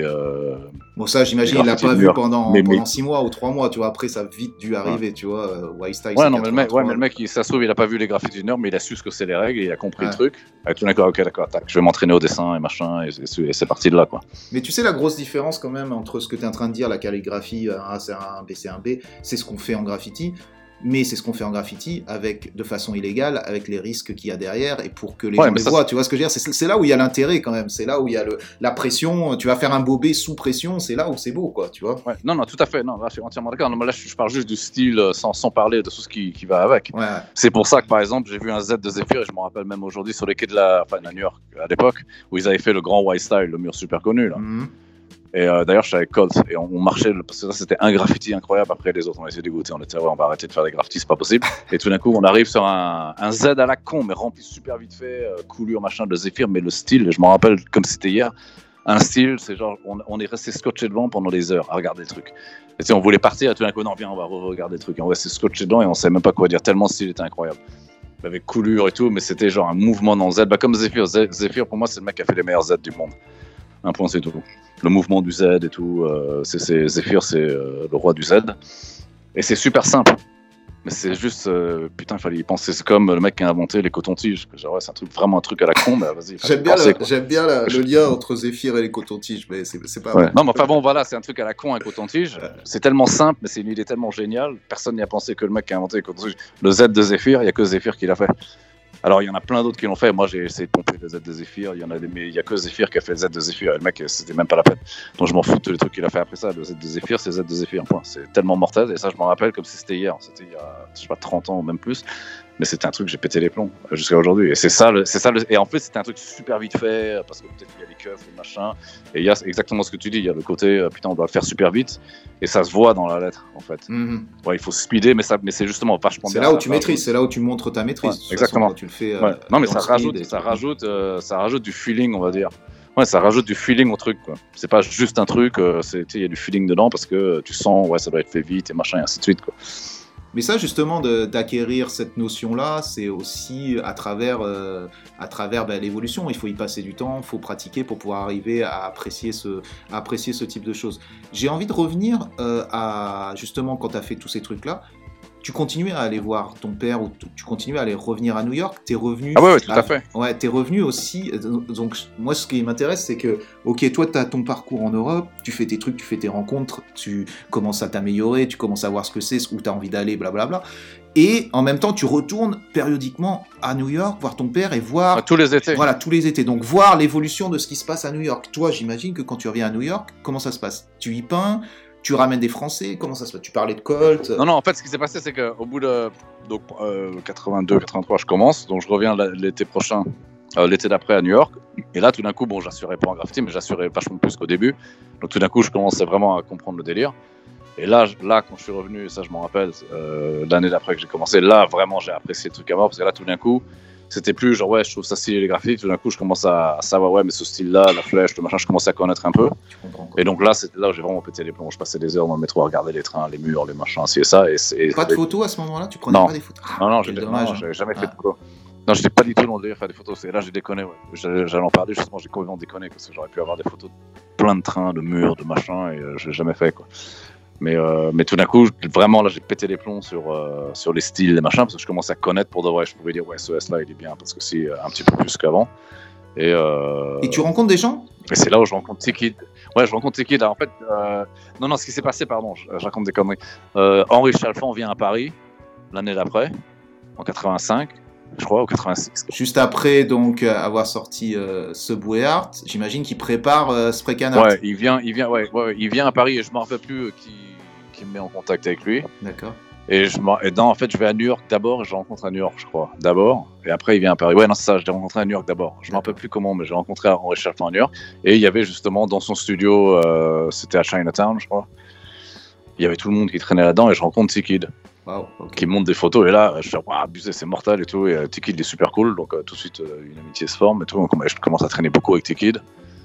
Bon, ça, j'imagine, il l'a pas vu pendant 6 mois ou 3 mois, tu vois. Après, ça a vite dû arriver, tu vois. Wildstyle, ouais, non, mais le mec, ça se trouve, il a pas vu les graffitis nerd, mais il a su ce que c'est les règles, et il a compris le truc. Et tout d'accord, ok, d'accord, tac, je vais m'entraîner au dessin et machin, et c'est parti de là, quoi. Mais tu sais, la grosse différence, quand même, entre ce que tu es en train de dire, la calligraphie, un A, c'est un B, c'est un B, c'est ce qu'on fait en graffiti. Mais c'est ce qu'on fait en graffiti de façon illégale, avec les risques qu'il y a derrière, et pour que les gens les voient, tu vois ce que je veux dire, c'est là où il y a l'intérêt quand même, c'est là où il y a la pression, tu vas faire un bobé sous pression, c'est là où c'est beau, quoi, tu vois. Ouais. Non, tout à fait, non, là je suis entièrement d'accord, non, mais là je parle juste du style sans parler de tout ce qui va avec. Ouais. C'est pour ça que par exemple, j'ai vu un Z de Zephyr, et je me rappelle même aujourd'hui sur les quais de New York, à l'époque, où ils avaient fait le grand Wildstyle, le mur super connu, là. Mm-hmm. Et d'ailleurs, j'étais avec Colt et on marchait parce que ça c'était un graffiti incroyable. Après les autres, on a essayé de dégoûter. On était on va arrêter de faire des graffitis, c'est pas possible. Et tout d'un coup, on arrive sur un Z à la con, mais rempli super vite fait, coulure machin de Zephyr. Mais le style, je m'en rappelle comme c'était hier. Un style, c'est genre, on est resté scotché devant pendant des heures à regarder le truc. Et tu sais, on voulait partir. Et tout d'un coup, non, viens, on va regarder le truc. Et on restait scotché devant et on savait même pas quoi dire. Tellement le style était incroyable. Avec coulure et tout, mais c'était genre un mouvement dans le Z. Bah, comme Zephyr. Zephyr, pour moi, c'est le mec qui a fait les meilleurs Z du monde. Un point, c'est tout. Le mouvement du Z et tout, Zephyr, c'est le roi du Z. Et c'est super simple. Mais c'est juste, putain, il fallait y penser. C'est comme le mec qui a inventé les cotons-tiges. Genre, ouais, c'est vraiment un truc à la con, mais vas-y. J'aime bien le lien entre Zephyr et les cotons-tiges, mais c'est pas vrai. Non, mais enfin bon, voilà, c'est un truc à la con, un coton-tige. C'est tellement simple, mais c'est une idée tellement géniale. Personne n'y a pensé que le mec qui a inventé les cotons-tiges. Le Z de Zephyr, il n'y a que Zephyr qui l'a fait. Alors, il y en a plein d'autres qui l'ont fait. Moi, j'ai essayé de pomper le Z de Zephyr. Mais il n'y a que Zephyr qui a fait le Z de Zephyr. Et le mec, c'était même pas la peine. Donc, je m'en fous de tous les trucs qu'il a fait après ça. Le Z de Zephyr, c'est Z de Zephyr. Point. C'est tellement mortel. Et ça, je m'en rappelle comme si c'était hier. C'était il y a, je sais pas, 30 ans ou même plus. Mais c'était un truc, j'ai pété les plombs jusqu'à aujourd'hui. Et c'est ça. Et en fait, c'était un truc super vite fait. Parce que peut-être qu'il y a les keufs, les machins. Et il y a exactement ce que tu dis. Il y a le côté, putain, on doit le faire super vite. Et ça se voit dans la lettre, en fait. Mm-hmm. Ouais, il faut speeder, mais c'est justement vachement bien. C'est là où tu maîtrises, c'est là où tu montres ta maîtrise. Ouais, exactement. Façon, tu le fais, non, mais ça rajoute du feeling, on va dire. Ouais, ça rajoute du feeling au truc, quoi. C'est pas juste un truc, il y a du feeling dedans parce que tu sens, ouais, ça doit être fait vite et machin et ainsi de suite, quoi. Mais ça, justement, d'acquérir cette notion-là, c'est aussi à travers l'évolution. Il faut y passer du temps, il faut pratiquer pour pouvoir arriver à apprécier ce type de choses. J'ai envie de revenir à, justement, quand tu as fait tous ces trucs-là, tu continuais à aller voir ton père ou tu continuais à aller revenir à New York, t'es revenu... Ah ouais, tout à fait. Ouais, t'es revenu aussi... Donc, moi, ce qui m'intéresse, c'est que, ok, toi, t'as ton parcours en Europe, tu fais tes trucs, tu fais tes rencontres, tu commences à t'améliorer, tu commences à voir ce que c'est, où t'as envie d'aller, blablabla. Et en même temps, tu retournes périodiquement à New York, voir ton père et voir... tous les étés. Voilà, tous les étés. Donc, voir l'évolution de ce qui se passe à New York. Toi, j'imagine que quand tu reviens à New York, comment ça se passe ? Tu y peins ? Tu ramènes des Français, comment ça se passe ? Tu parlais de Colt. Non, en fait, ce qui s'est passé, c'est qu'au bout de 82, 83, je commence, donc je reviens l'été prochain, l'été d'après à New York. Et là, tout d'un coup, bon, j'assurais pas en graffiti, mais j'assurais vachement plus qu'au début. Donc tout d'un coup, je commençais vraiment à comprendre le délire. Et là, quand je suis revenu, ça je m'en rappelle, l'année d'après que j'ai commencé, là, vraiment, j'ai apprécié le truc à mort, parce que là, tout d'un coup, c'était plus genre, ouais, je trouve ça stylé les graffitis. Tout d'un coup, je commence à savoir, ouais, mais ce style-là, la flèche, le machin, je commence à connaître un peu. Et donc là, c'était là où j'ai vraiment pété les plombs. Je passais des heures dans le métro à regarder les trains, les murs, les machins, ci et ça. Pas de photos à ce moment-là ? Tu prenais pas des photos ? Non, j'avais jamais fait de photos. Non, j'étais pas du tout dans le délire faire des photos. Et là, j'ai déconné, ouais. J'allais en parler, justement, j'ai complètement déconné, parce que j'aurais pu avoir des photos de plein de trains, de murs, de machins, et j'ai jamais fait, quoi. Mais tout d'un coup, vraiment, là, j'ai pété les plombs sur les styles, les machins, parce que je commençais à connaître pour de vrai. Je pouvais dire, ouais, ce S-là, il est bien, parce que c'est un petit peu plus qu'avant. Et tu rencontres des gens ? Et c'est là où je rencontre T-Kid. Ouais, je rencontre T-Kid. En fait, non, ce qui s'est passé, pardon, je raconte des conneries. Henri Chalfant vient à Paris, l'année d'après, en 85. Je crois, au 86. Juste après, donc, avoir sorti Subway Art, j'imagine qu'il prépare Spray Can Art. Ouais, il vient à Paris et je ne me rappelle plus qui me met en contact avec lui. D'accord. En fait, je vais à New York d'abord et je le rencontre à New York, je crois. D'abord, et après, il vient à Paris. Ouais, non, c'est ça, je l'ai rencontré à New York d'abord. Je ne me rappelle plus comment, mais j'ai rencontré Henri Chalfant à New York. Et il y avait justement dans son studio, c'était à Chinatown, je crois. Il y avait tout le monde qui traînait là-dedans et je rencontre T-Kid. Wow, okay. Qui monte des photos et là je fais abusé, c'est mortel et tout, et T-Kid il est super cool, donc tout de suite une amitié se forme et tout, je commence à traîner beaucoup avec T-Kid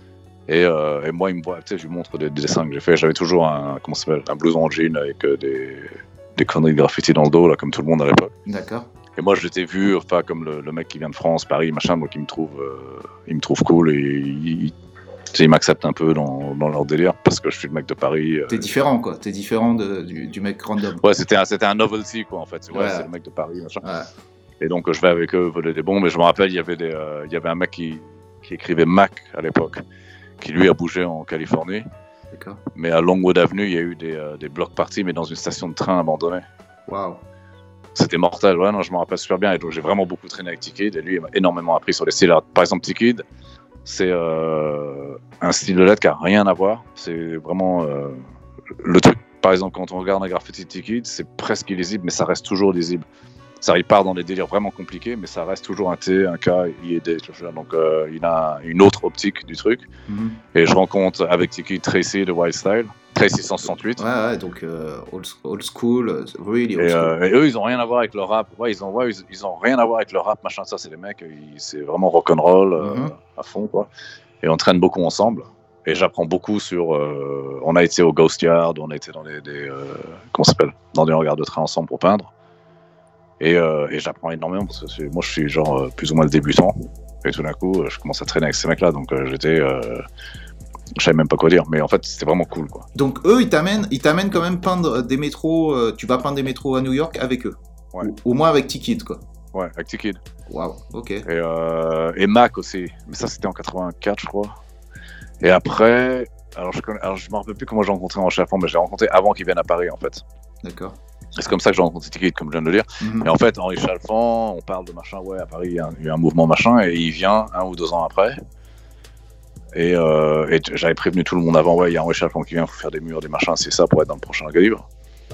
Et moi, il me voit, tu sais, je lui montre des dessins que j'ai fait. J'avais toujours un blouson en jean avec des conneries de graffiti dans le dos, là, comme tout le monde à l'époque. D'accord. Et moi, je l'étais vu, enfin, comme le mec qui vient de France, Paris, machin, donc il me trouve cool et il m'accepte un peu dans leur délire parce que je suis le mec de Paris. T'es différent, quoi. T'es différent du mec random. Ouais, c'était un novelty, quoi, en fait. Ouais, Ouais. c'est le mec de Paris, machin. Ouais. Et donc, je vais avec eux voler des bombes. Et je me rappelle, il y avait un mec qui écrivait Mac à l'époque, qui lui a bougé en Californie. D'accord. Mais à Longwood Avenue, il y a eu des block parties, mais dans une station de train abandonnée. Waouh. C'était mortel, ouais, non, je me rappelle super bien. Et donc, j'ai vraiment beaucoup traîné avec T-Kid. Et lui, il m'a énormément appris sur les styles. Par exemple, T-Kid, c'est un style de lettre qui n'a rien à voir. C'est vraiment le truc. Par exemple, quand on regarde un graffiti de T-Kid, c'est presque illisible, mais ça reste toujours lisible. Ça, il part dans des délires vraiment compliqués, mais ça reste toujours un T, un K, I et D. Donc, il a une autre optique du truc. Mm-hmm. Et je rencontre avec T-Kid Tracy de Wild Style, Tracy 168. Ouais, donc old school, really old school. Et eux, ils ont rien à voir avec le rap. Ouais, ils ont rien à voir avec le rap, machin. Ça, c'est des mecs, c'est vraiment rock'n'roll à fond, quoi. Et on traîne beaucoup ensemble. Et j'apprends beaucoup sur. On a été au Ghost Yard, on a été dans dans des hangars de train ensemble pour peindre. Et j'apprends énormément parce que moi je suis genre plus ou moins le débutant et tout d'un coup je commence à traîner avec ces mecs là donc je savais même pas quoi dire mais en fait c'était vraiment cool quoi. Donc eux ils t'amènent quand même peindre des métros, tu vas peindre des métros à New York avec eux. Ouais. Au moins avec T-Kid quoi. Ouais, avec T-Kid. Waouh, ok. Et Mac aussi, mais ça c'était en 84 je crois. Et après alors je me rappelle plus comment j'ai rencontré Henri Chalfant, mais j'ai rencontré avant qu'il vienne à Paris en fait. D'accord. C'est comme ça que j'ai rencontré T-Kid, comme je viens de le dire. Mm-hmm. Et en fait, Henri Chalfant, on parle de machin, ouais, à Paris, il y a eu un mouvement machin, et il vient 1 ou 2 ans après. Et j'avais prévenu tout le monde avant, ouais, il y a Henri Chalfant qui vient, il faut faire des murs, des machins, c'est ça pour être dans le prochain livre.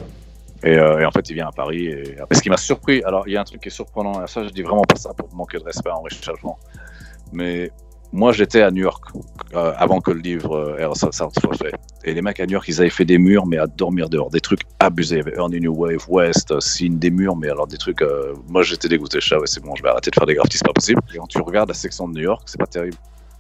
Et en fait, il vient à Paris. Et ce qui m'a surpris, alors il y a un truc qui est surprenant, et ça, je dis vraiment pas ça pour manquer de respect à Henri Chalfant. Mais moi, j'étais à New York avant que le livre sorte. Et les mecs à New York, ils avaient fait des murs, mais à dormir dehors. Des trucs abusés. Il y avait Early New Wave, West, Scene, des murs, mais alors des trucs. Moi, j'étais dégoûté. Je disais, ouais, c'est bon, je vais arrêter de faire des graffitis, c'est pas possible. Et quand tu regardes la section de New York, c'est pas terrible.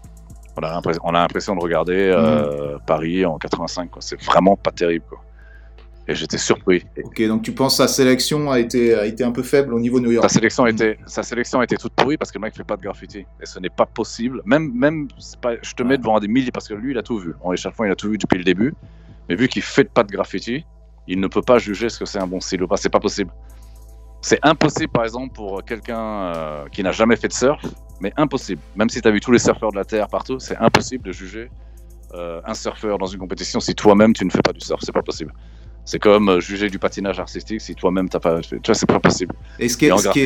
On a l'impression de regarder Paris en 85, quoi. C'est vraiment pas terrible, quoi. Et j'étais surpris. Ok, donc tu penses que sa sélection a été un peu faible au niveau New York. Sa sélection était toute pourrie parce que le mec fait pas de graffiti. Et ce n'est pas possible. Même je te mets devant des milliers parce que lui, il a tout vu. Henri Chalfant, il a tout vu depuis le début. Mais vu qu'il fait pas de graffiti, il ne peut pas juger ce que c'est un bon style ou pas. C'est pas possible. C'est impossible, par exemple, pour quelqu'un qui n'a jamais fait de surf, mais impossible. Même si tu as vu tous les surfeurs de la Terre partout, c'est impossible de juger un surfeur dans une compétition si toi-même tu ne fais pas du surf. C'est pas possible. C'est comme juger du patinage artistique si toi-même t'as pas. Tu vois, c'est pas possible. Et ce qui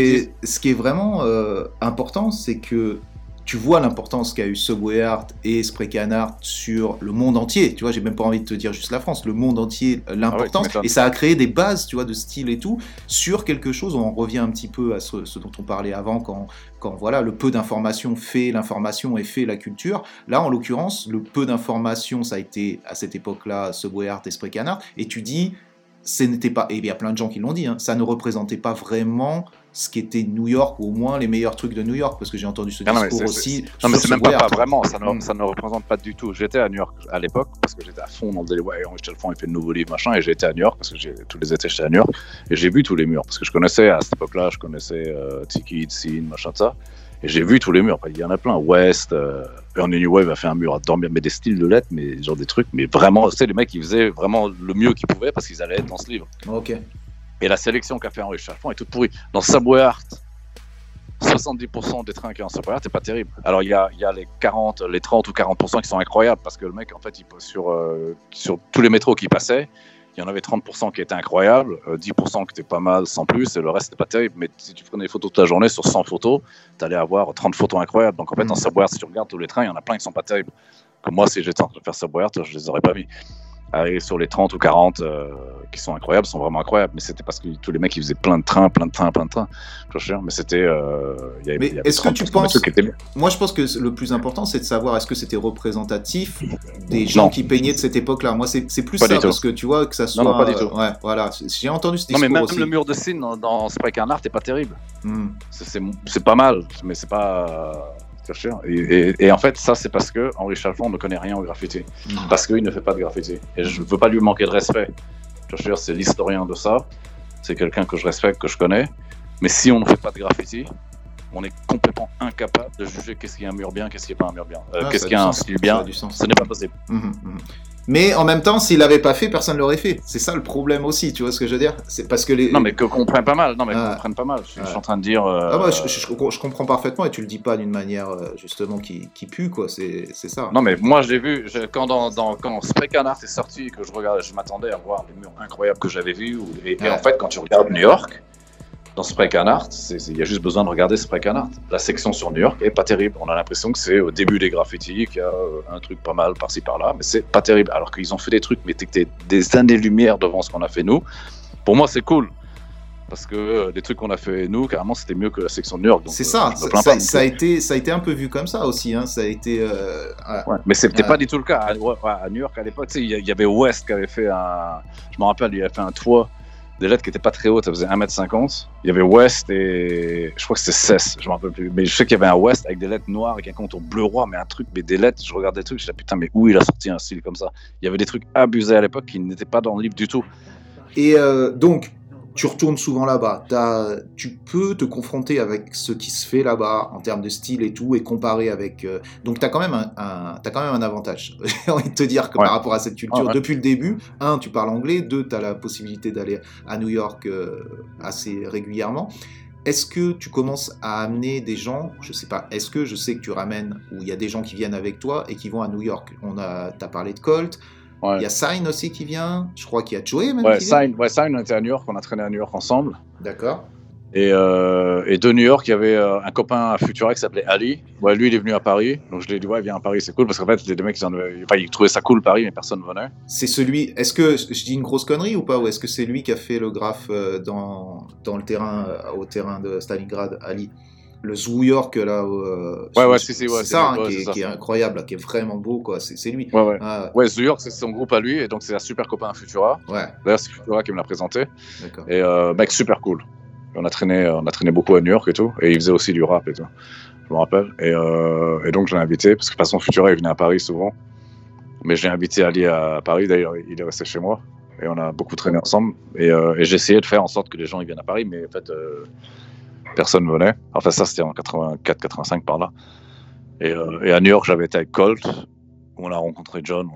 est vraiment important, c'est que tu vois l'importance qu'a eu Subway Art et Spray Can Art sur le monde entier. Tu vois, j'ai même pas envie de te dire juste la France, le monde entier, l'importance. Et ça a créé des bases, tu vois, de style et tout, sur quelque chose. On revient un petit peu à ce dont on parlait avant, quand voilà, le peu d'informations fait l'information et fait la culture. Là, en l'occurrence, le peu d'informations, ça a été à cette époque-là Subway Art et Spray Can Art. Et tu dis, ce n'était pas, et il y a plein de gens qui l'ont dit, hein, ça ne représentait pas vraiment ce qu'était New York, ou au moins les meilleurs trucs de New York, parce que j'ai entendu ce discours aussi. Non, mais c'est même pas vraiment, ça ne représente pas du tout. J'étais à New York à l'époque, parce que j'étais à fond dans le délire, ouais, Henri Chalfant, il fait de nouveaux livres, machin, et j'étais à New York, parce que tous les étés, j'étais à New York, et j'ai vu tous les murs, parce que je connaissais, à cette époque-là, T-Kid, Scene, machin, ça, et j'ai vu tous les murs, il y en a plein, West, Early New Wave a fait un mur à dormir, mais des styles de lettres, mais genre des trucs, mais vraiment, tu sais, les mecs, ils faisaient vraiment le mieux qu'ils pouvaient, parce qu'ils allaient être dans ce livre. Ok. Et la sélection qu'a fait Henri Chalfant est toute pourrie. Dans Subway Art, 70% des trains qui sont en Subway Art, c'est pas terrible. Alors il y a les 30 ou 40% qui sont incroyables parce que le mec en fait sur tous les métros qui passaient, il y en avait 30% qui étaient incroyables, 10% qui étaient pas mal sans plus et le reste c'était pas terrible. Mais si tu prenais des photos toute la journée sur 100 photos, t'allais avoir 30 photos incroyables. Donc en fait en Subway Art, si tu regardes tous les trains, il y en a plein qui sont pas terribles. Comme moi si j'étais en train de faire Subway Art, je les aurais pas mis. Arriver sur les 30 ou 40 qui sont incroyables, sont vraiment incroyables, mais c'était parce que tous les mecs ils faisaient plein de trains, mais c'était mais est-ce que tu penses moi je pense que le plus important c'est de savoir est-ce que c'était représentatif des gens qui peignaient de cette époque-là. Moi c'est plus pas ça parce que tu vois que ça soit non, pas du tout. Ouais, voilà, j'ai entendu ce discours non mais même aussi. Le mur de Scene dans Spray Can Art est pas terrible. C'est pas mal, mais c'est pas Et en fait, ça, c'est parce que Henri Chalfant ne connaît rien au graffiti. Parce qu'il ne fait pas de graffiti. Et je ne veux pas lui manquer de respect. Je veux dire, c'est l'historien de ça. C'est quelqu'un que je respecte, que je connais. Mais si on ne fait pas de graffiti, on est complètement incapable de juger qu'est-ce qui est un mur bien, qu'est-ce qui n'est pas un mur bien. Qu'est-ce qui est un style bien. Ce n'est pas possible. Mais en même temps, s'il l'avait pas fait, personne l'aurait fait. C'est ça le problème aussi, tu vois ce que je veux dire ? C'est parce que les... Non, mais qu'on comprenne pas mal. Comprennent pas mal. Je suis en train de dire... moi, je comprends parfètement et tu le dis pas d'une manière justement qui pue, quoi. C'est ça. Non, mais moi, j'ai vu, quand Spray Can Art est sorti, que je m'attendais à voir les murs incroyables que j'avais vus. Et en fait, quand tu regardes New York, dans Spray Can Art, il y a juste besoin de regarder Spray Can Art. La section sur New York est pas terrible. On a l'impression que c'est au début des graffitis, qu'il y a un truc pas mal par-ci par-là, mais c'est pas terrible. Alors qu'ils ont fait des trucs, mais t'es des années-lumière devant ce qu'on a fait nous. Pour moi, c'est cool. Parce que les trucs qu'on a fait nous, carrément, c'était mieux que la section de New York. Donc, c'est ça. Ça a été un peu vu comme ça aussi. Hein. Ça a été. Mais c'était pas du tout le cas. À New York, à l'époque, il y avait West qui avait fait un. Je me rappelle, il avait fait un toit. Des lettres qui n'étaient pas très hautes, ça faisait 1m50. Il y avait West et je crois que c'était Cess, je ne me rappelle plus. Mais je sais qu'il y avait un West avec des lettres noires, avec un contour bleu roi, mais un truc, mais des lettres, je regardais des trucs, je disais putain, mais où il a sorti un style comme ça ? Il y avait des trucs abusés à l'époque qui n'étaient pas dans le livre du tout. Et donc, tu retournes souvent là-bas. Tu peux te confronter avec ce qui se fait là-bas en termes de style et tout, et comparer avec. Donc, tu as quand même un avantage. J'ai envie de te dire que par rapport à cette culture, depuis le début, tu parles anglais, 2, tu as la possibilité d'aller à New York assez régulièrement. Est-ce que tu commences à amener des gens, je sais pas, est-ce que je sais que tu ramènes, ou il y a des gens qui viennent avec toi et qui vont à New York ? T'as parlé de Colt. Il y a Sign aussi qui vient. Je crois qu'il y a Joey même qui vient. Sign, on était à New York, on a traîné à New York ensemble. D'accord. Et de New York, il y avait un copain à Futura qui s'appelait Ali. Ouais, lui, il est venu à Paris. Donc je lui ai dit, viens à Paris, c'est cool. Parce qu'en fait, les deux mecs, ils trouvaient ça cool, Paris, mais personne ne venait. C'est celui. Est-ce que je dis une grosse connerie ou pas ? Ou est-ce que c'est lui qui a fait le graphe dans le terrain, au terrain de Stalingrad, Ali ? Le Zoo York là, c'est ça, qui est incroyable, là, qui est vraiment beau, quoi. C'est lui. Ouais, Zoo York, c'est son groupe à lui, et donc c'est un super copain à Futura. Ouais. D'ailleurs, c'est Futura qui me l'a présenté. D'accord. Et mec super cool. On a traîné beaucoup à New York et tout, et il faisait aussi du rap et tout. Je me rappelle. Et donc je l'ai invité parce que de toute façon Futura il venait à Paris souvent, mais j'ai invité Ali à Paris. D'ailleurs, il est resté chez moi et on a beaucoup traîné ensemble. Et j'ai essayé de faire en sorte que les gens ils viennent à Paris, mais en fait. Personne venait. Enfin, ça, c'était en 84-85 par là. Et à New York, j'avais été avec Colt, où on a rencontré John.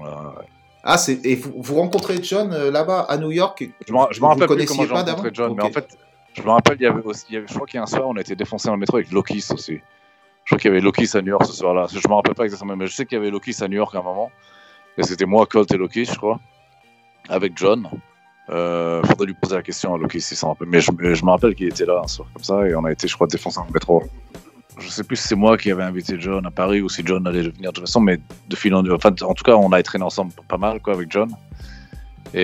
Et vous rencontrez John là-bas, à New York ? Je me rappelle plus comment j'ai rencontré John, mais en fait, je me rappelle, je crois qu'il y a un soir, on a été défoncé dans le métro avec Lokis aussi. Je crois qu'il y avait Lokis à New York ce soir-là. Je me rappelle pas exactement, mais je sais qu'il y avait Lokis à New York à un moment. Et c'était moi, Colt et Lokis, je crois, avec John. Faudrait lui poser la question à Loki si s'en rappelle, mais je me rappelle qu'il était là un soir comme ça et on a été, je crois, défoncé dans le métro. Je sais plus si c'est moi qui avais invité John à Paris ou si John allait venir de toute façon, mais de fil en enfin, en tout cas, on a traîné ensemble pas mal quoi avec John et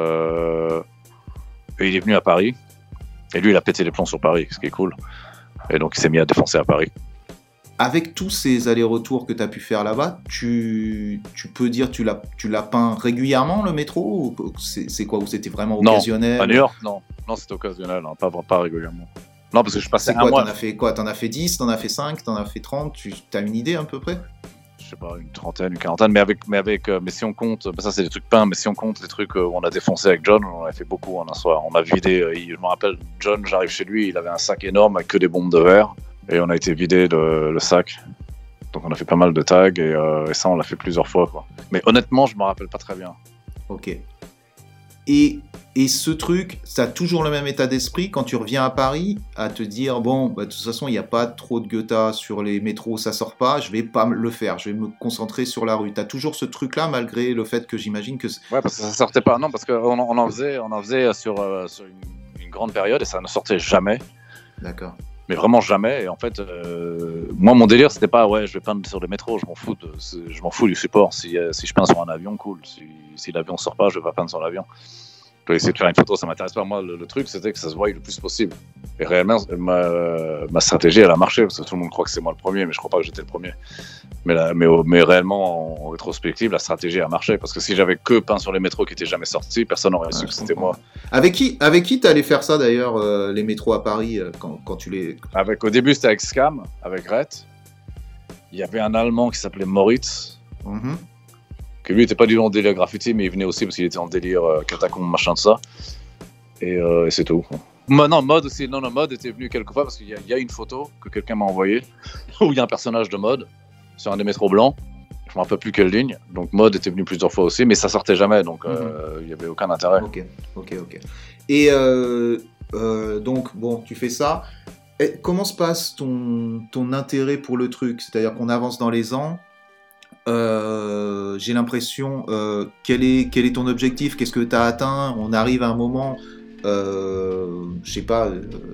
il est venu à Paris et lui il a pété les plombs sur Paris, ce qui est cool, et donc il s'est mis à défoncer à Paris. Avec tous ces allers-retours que tu as pu faire là-bas, tu peux dire tu l'as peint régulièrement le métro ou c'est quoi, ou c'était vraiment occasionnel ? Non, à New York, non c'était occasionnel, hein, pas régulièrement. Non, parce que je passais un mois. T'en as fait 10, t'en as fait 5, t'en as fait 30, tu as une idée à peu près ? Je sais pas, une trentaine, une quarantaine, mais si on compte, ça c'est des trucs peints, mais si on compte les trucs où on a défoncé avec John, on a fait beaucoup en un soir. On a vidé, je me rappelle, John, j'arrive chez lui, il avait un sac énorme avec que des bombes de verre. Et on a été vider le sac. Donc on a fait pas mal de tags et ça on l'a fait plusieurs fois quoi. Mais honnêtement je me rappelle pas très bien. Ok. Et ce truc, ça a toujours le même état d'esprit quand tu reviens à Paris, à te dire bon de toute façon il n'y a pas trop de Goethe sur les métros, ça sort pas, je vais pas le faire, je vais me concentrer sur la rue. T'as toujours ce truc là malgré le fait que j'imagine que... Ouais, parce que ça sortait pas, non, parce qu'on en faisait sur une grande période et ça ne sortait jamais. D'accord. Mais vraiment jamais. Et en fait, moi, mon délire, c'était pas je vais peindre sur les métros. Je m'en fous du support. Si je peins sur un avion, cool. Si l'avion sort pas, je vais pas peindre sur l'avion. Je vais essayer de faire une photo, ça m'intéresse pas. Moi, le truc, c'était que ça se voie le plus possible. Et réellement, ma stratégie, elle a marché parce que tout le monde croit que c'est moi le premier, mais je crois pas que j'étais le premier. Mais réellement, en rétrospective, la stratégie a marché parce que si j'avais que peint sur les métros qui étaient jamais sortis, personne n'aurait su que c'était moi. Avec qui t'allais faire ça d'ailleurs, les métros à Paris quand tu les... Au début, c'était avec Scam, avec Rhett. il y avait un Allemand qui s'appelait Moritz, Mhm. que lui était pas du tout en délire graffiti, mais il venait aussi parce qu'il était en délire catacombe, machin de ça. Et c'est tout. Non, Mode aussi. Non, Mode était venu quelques fois parce qu'il y a une photo que quelqu'un m'a envoyée où il y a un personnage de Mode sur un des métros blancs. Je me rappelle plus quelle ligne. Donc Mode était venu plusieurs fois aussi, mais ça sortait jamais, donc il y avait aucun intérêt. Ok. Et donc, bon, tu fais ça. Et comment se passe ton intérêt pour le truc? C'est-à-dire qu'on avance dans les ans. J'ai l'impression, quel est ton objectif? Qu'est-ce que tu as atteint? On arrive à un moment, je sais pas,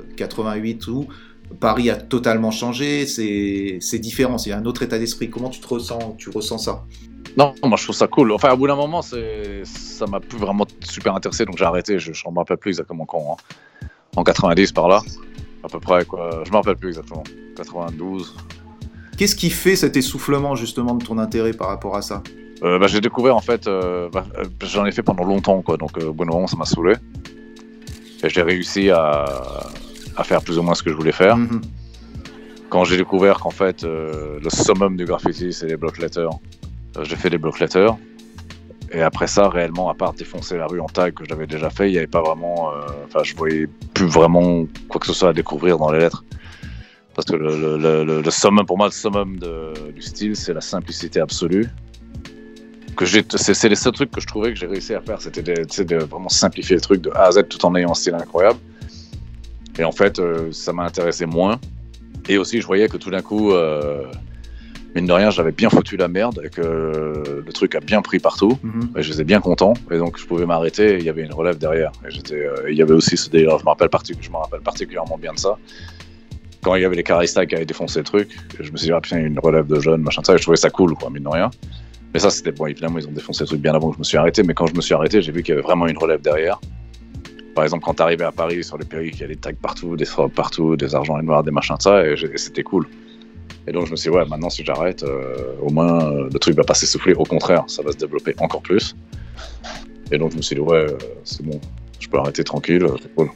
88 où Paris a totalement changé, c'est différent, c'est un autre état d'esprit. Comment tu ressens ça? Non, moi je trouve ça cool. Enfin, au bout d'un moment, ça m'a plus vraiment super intéressé, donc j'ai arrêté. Je ne me rappelle plus exactement quand. Hein. En 90 par là, à peu près quoi. Je me rappelle plus exactement. 92. Qu'est-ce qui fait cet essoufflement justement de ton intérêt par rapport à ça? J'ai découvert en fait, j'en ai fait pendant longtemps quoi, donc au bout d'un moment ça m'a saoulé. Et j'ai réussi à faire plus ou moins ce que je voulais faire. Mhm. Quand j'ai découvert qu'en fait le summum du graffiti c'est les block letters, j'ai fait des block letters. Et après ça, réellement, à part défoncer la rue en tag que j'avais déjà fait, il n'y avait pas vraiment. Je voyais plus vraiment quoi que ce soit à découvrir dans les lettres. Parce que le summum, pour moi, le summum du style, c'est la simplicité absolue. C'est les seuls trucs que je trouvais que j'ai réussi à faire. C'était de vraiment simplifier le truc de A à Z tout en ayant un style incroyable. Et en fait, ça m'a intéressé moins. Et aussi, je voyais que tout d'un coup, mine de rien, j'avais bien foutu la merde et que le truc a bien pris partout. Et j'étais bien content. Et donc, je pouvais m'arrêter et il y avait une relève derrière. Et il y avait aussi ce délire. Je me rappelle particulièrement bien de ça. Quand il y avait les Carista qui avaient défoncé le truc, je me suis dit, ah putain, il y a une relève de jeunes, machin de ça, et je trouvais ça cool, quoi, mine de rien. Mais ça, c'était bon, évidemment, ils ont défoncé le truc bien avant que je me suis arrêté, mais quand je me suis arrêté, j'ai vu qu'il y avait vraiment une relève derrière. Par exemple, quand t'arrivais à Paris, sur les périphes, il y a des tags partout, des strobes partout, des argents et noirs, des machins de ça, et c'était cool. Et donc, je me suis dit, ouais, maintenant, si j'arrête, au moins, le truc va pas s'essouffler, au contraire, ça va se développer encore plus. Et donc, je me suis dit, ouais, c'est bon, je peux arrêter tranquille, c'est cool.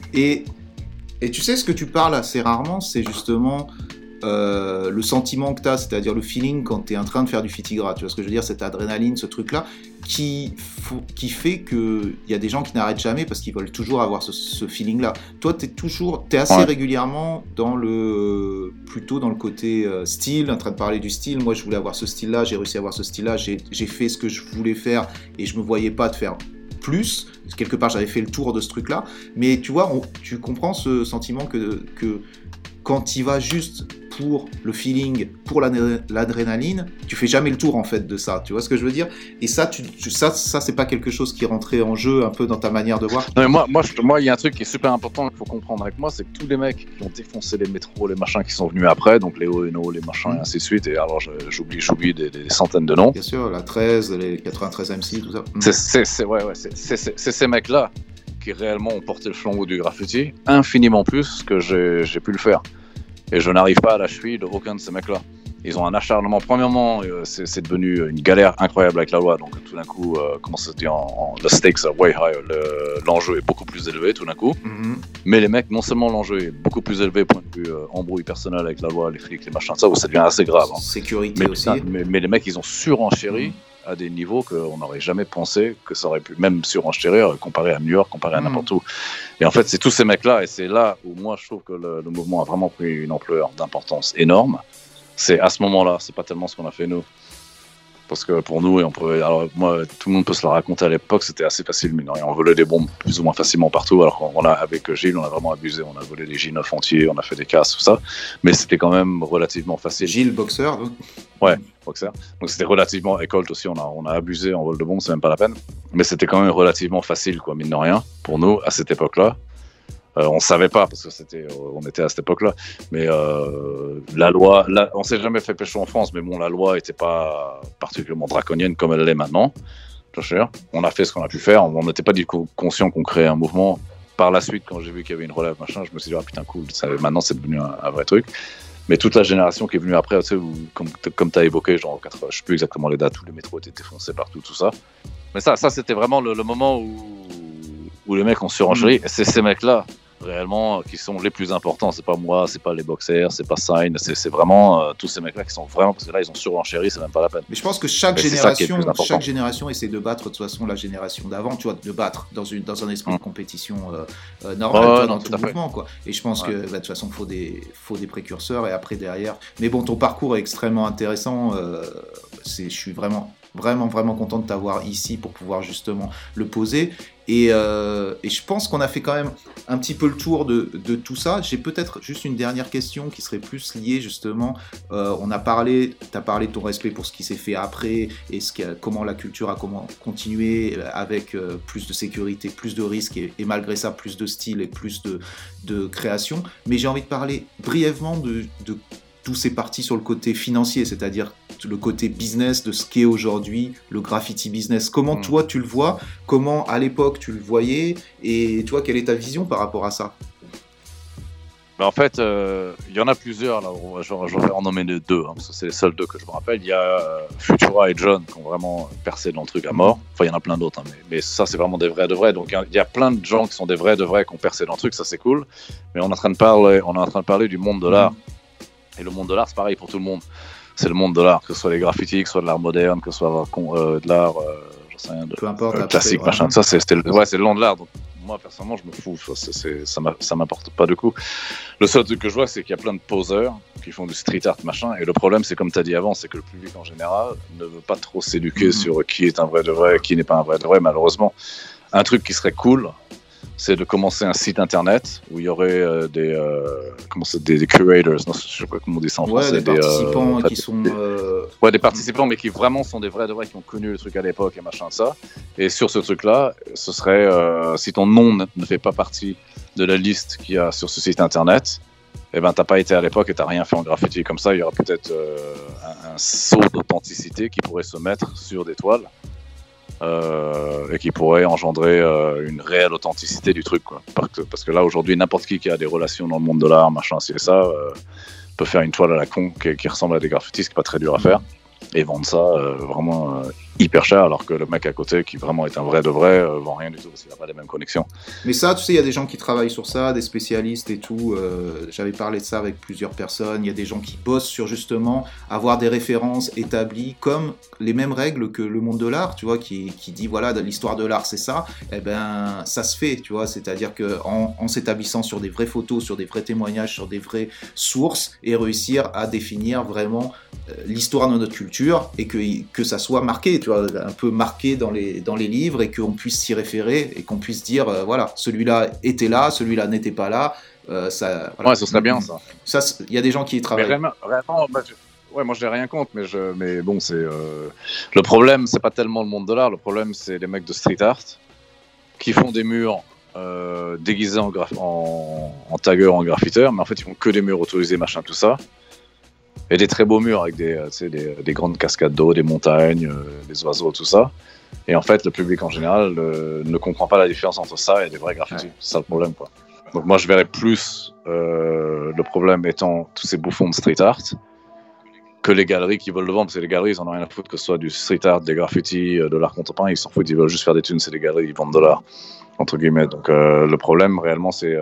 Et tu sais, ce que tu parles assez rarement, c'est justement le sentiment que tu as, c'est-à-dire le feeling quand tu es en train de faire du fitigra. Tu vois ce que je veux dire? Cette adrénaline, ce truc-là, qui fait qu'il y a des gens qui n'arrêtent jamais parce qu'ils veulent toujours avoir ce feeling-là. Toi, t'es assez régulièrement plutôt dans le côté style, en train de parler du style. Moi, je voulais avoir ce style-là, j'ai réussi à avoir ce style-là, j'ai fait ce que je voulais faire et je me voyais pas de faire plus, quelque part j'avais fait le tour de ce truc là, mais tu vois, tu comprends ce sentiment que quand tu vas juste pour le feeling, pour l'adrénaline, tu fais jamais le tour en fait de ça, tu vois ce que je veux dire? Et ça, ça c'est pas quelque chose qui est rentré en jeu un peu dans ta manière de voir? Non, mais moi, il y a un truc qui est super important qu'il faut comprendre avec moi, c'est que tous les mecs qui ont défoncé les métros, les machins qui sont venus après, donc les ONO, les machins et ainsi de suite, et alors j'oublie des centaines de noms. Bien sûr, la 13, les 93 MC, tout ça. C'est ces mecs-là qui réellement ont porté le flambeau du graffiti infiniment plus que j'ai pu le faire. Et je n'arrive pas à la cheville de aucun de ces mecs-là. Ils ont un acharnement. Premièrement, c'est devenu une galère incroyable avec la loi. Donc tout d'un coup, comment ça se dit, the stakes are way higher. L'enjeu est beaucoup plus élevé tout d'un coup. Mm-hmm. Mais les mecs, non seulement l'enjeu est beaucoup plus élevé point de vue embrouille personnelle avec la loi, les flics, les machins, ça, où ça devient assez grave. Hein. Sécurité aussi. Mais les mecs, ils ont surenchéri à des niveaux qu'on n'aurait jamais pensé que ça aurait pu, même surenchérir comparé à New York, comparé à n'importe où. Et en fait, c'est tous ces mecs-là, et c'est là où moi je trouve que le mouvement a vraiment pris une ampleur d'importance énorme. C'est à ce moment-là, c'est pas tellement ce qu'on a fait nous. Parce que pour nous, alors moi, tout le monde peut se la raconter à l'époque, c'était assez facile, mais non, on volait des bombes plus ou moins facilement partout. Alors qu'on a, avec Gilles, on a vraiment abusé, on a volé des J9 entiers, on a fait des casses, tout ça. Mais c'était quand même relativement facile. Gilles, boxeur, donc. Ouais, boxeur. Donc c'était relativement, et Colt aussi, on a abusé en vol de bombes, c'est même pas la peine. Mais c'était quand même relativement facile, quoi, mine de rien, pour nous, à cette époque-là. On savait pas parce que on était à cette époque-là, mais la loi, on s'est jamais fait pécho en France, mais bon, la loi était pas particulièrement draconienne comme elle l'est maintenant. On a fait ce qu'on a pu faire, on n'était pas du coup conscient qu'on créait un mouvement. Par la suite, quand j'ai vu qu'il y avait une relève, machin, je me suis dit ah putain cool, maintenant c'est devenu un vrai truc. Mais toute la génération qui est venue après, tu sais, comme tu as évoqué, genre je sais plus exactement les dates où les métros étaient défoncés partout, tout ça. Mais ça c'était vraiment le moment où les mecs ont surenchéri. Et c'est ces mecs-là réellement qui sont les plus importants. C'est pas moi, c'est pas les boxers, c'est pas Sign, c'est vraiment tous ces mecs-là qui sont vraiment, parce que là ils ont surenchéri, c'est même pas la peine. Mais je pense que chaque génération essaie de battre de toute façon la génération d'avant, tu vois, de battre dans un esprit de compétition normal, dans tout mouvement, quoi. Et je pense que de toute façon faut des précurseurs et après derrière. Mais bon, ton parcours est extrêmement intéressant. Je suis vraiment content de t'avoir ici pour pouvoir justement le poser. Et je pense qu'on a fait quand même un petit peu le tour de tout ça. J'ai peut-être juste une dernière question qui serait plus liée justement. T'as parlé de ton respect pour ce qui s'est fait après et comment la culture a continué avec plus de sécurité, plus de risques et malgré ça plus de style et plus de création. Mais j'ai envie de parler brièvement de tout c'est parti sur le côté financier, c'est-à-dire le côté business de ce qu'est aujourd'hui le graffiti business. Comment toi tu le vois, comment à l'époque tu le voyais, et toi quelle est ta vision par rapport à ça? En fait, il y en a plusieurs, là. Je vais en nommer deux, parce que c'est les seuls deux que je me rappelle. Il y a Futura et John qui ont vraiment percé dans le truc à mort. Enfin, il y en a plein d'autres, mais ça, c'est vraiment des vrais de vrais. Donc, il y a plein de gens qui sont des vrais de vrais qui ont percé dans le truc, ça c'est cool. Mais on est en train de parler du monde de l'art. Et le monde de l'art, c'est pareil pour tout le monde. C'est le monde de l'art, que ce soit les graffitis, que ce soit de l'art moderne, que ce soit de l'art, j'en sais rien, peu importe, classique, machin. Ça, c'est le nom de l'art. Donc, moi, personnellement, je me fous. Ça m'apporte pas de coup. Le seul truc que je vois, c'est qu'il y a plein de poseurs qui font du street art, machin. Et le problème, c'est comme tu as dit avant, c'est que le public en général ne veut pas trop s'éduquer sur qui est un vrai de vrai, qui n'est pas un vrai de vrai, malheureusement. Un truc qui serait cool, c'est de commencer un site internet où il y aurait des curators, non, je sais pas comment on dit ça en français, des participants qui sont des participants mais qui vraiment sont des vrais de vrais, qui ont connu le truc à l'époque et machin ça. Et sur ce truc là, ce serait si ton nom ne fait pas partie de la liste qu'il y a sur ce site internet, eh ben t'as pas été à l'époque et t'as rien fait en graffiti. Comme ça, il y aura peut-être un saut d'authenticité qui pourrait se mettre sur des toiles. Et qui pourrait engendrer une réelle authenticité du truc, quoi. Parce que là aujourd'hui, n'importe qui a des relations dans le monde de l'art, machin, c'est ça, peut faire une toile à la con qui ressemble à des graffitis, ce qui est pas très dur à faire, et vendre ça vraiment hyper cher, alors que le mec à côté qui vraiment est un vrai de vrai vend rien du tout parce qu'il n'a pas les mêmes connexions. Mais ça, tu sais, il y a des gens qui travaillent sur ça, des spécialistes et tout. J'avais parlé de ça avec plusieurs personnes. Il y a des gens qui bossent sur justement avoir des références établies comme les mêmes règles que le monde de l'art, tu vois, qui dit voilà, l'histoire de l'art c'est ça. Eh ben, ça se fait, tu vois. C'est-à-dire que en s'établissant sur des vraies photos, sur des vrais témoignages, sur des vraies sources, et réussir à définir vraiment l'histoire de notre culture et que ça soit marqué, tu vois, un peu marqué dans les livres, et qu'on puisse s'y référer et qu'on puisse dire voilà, celui-là était là, celui-là n'était pas là. Ça, voilà. Ouais, ce serait bien ça. Ça, il y a des gens qui y travaillent. Mais vraiment, moi je n'ai rien contre, mais bon, c'est le problème, c'est pas tellement le monde de l'art. Le problème, c'est les mecs de street art qui font des murs déguisés en tagueur, en graffiteur, mais en fait ils font que des murs autorisés, machin, tout ça. Et des très beaux murs avec des grandes cascades d'eau, des montagnes, des oiseaux, tout ça. Et en fait, le public en général ne comprend pas la différence entre ça et des vrais graffitis. Ouais. C'est ça le problème, quoi. Donc moi, je verrais plus le problème étant tous ces bouffons de street art que les galeries qui veulent le vendre. Parce que les galeries, ils en ont rien à foutre, que ce soit du street art, des graffitis, de l'art contemporain. Ils s'en foutent, ils veulent juste faire des thunes. C'est des galeries, ils vendent de l'art, entre guillemets. Donc le problème, réellement, c'est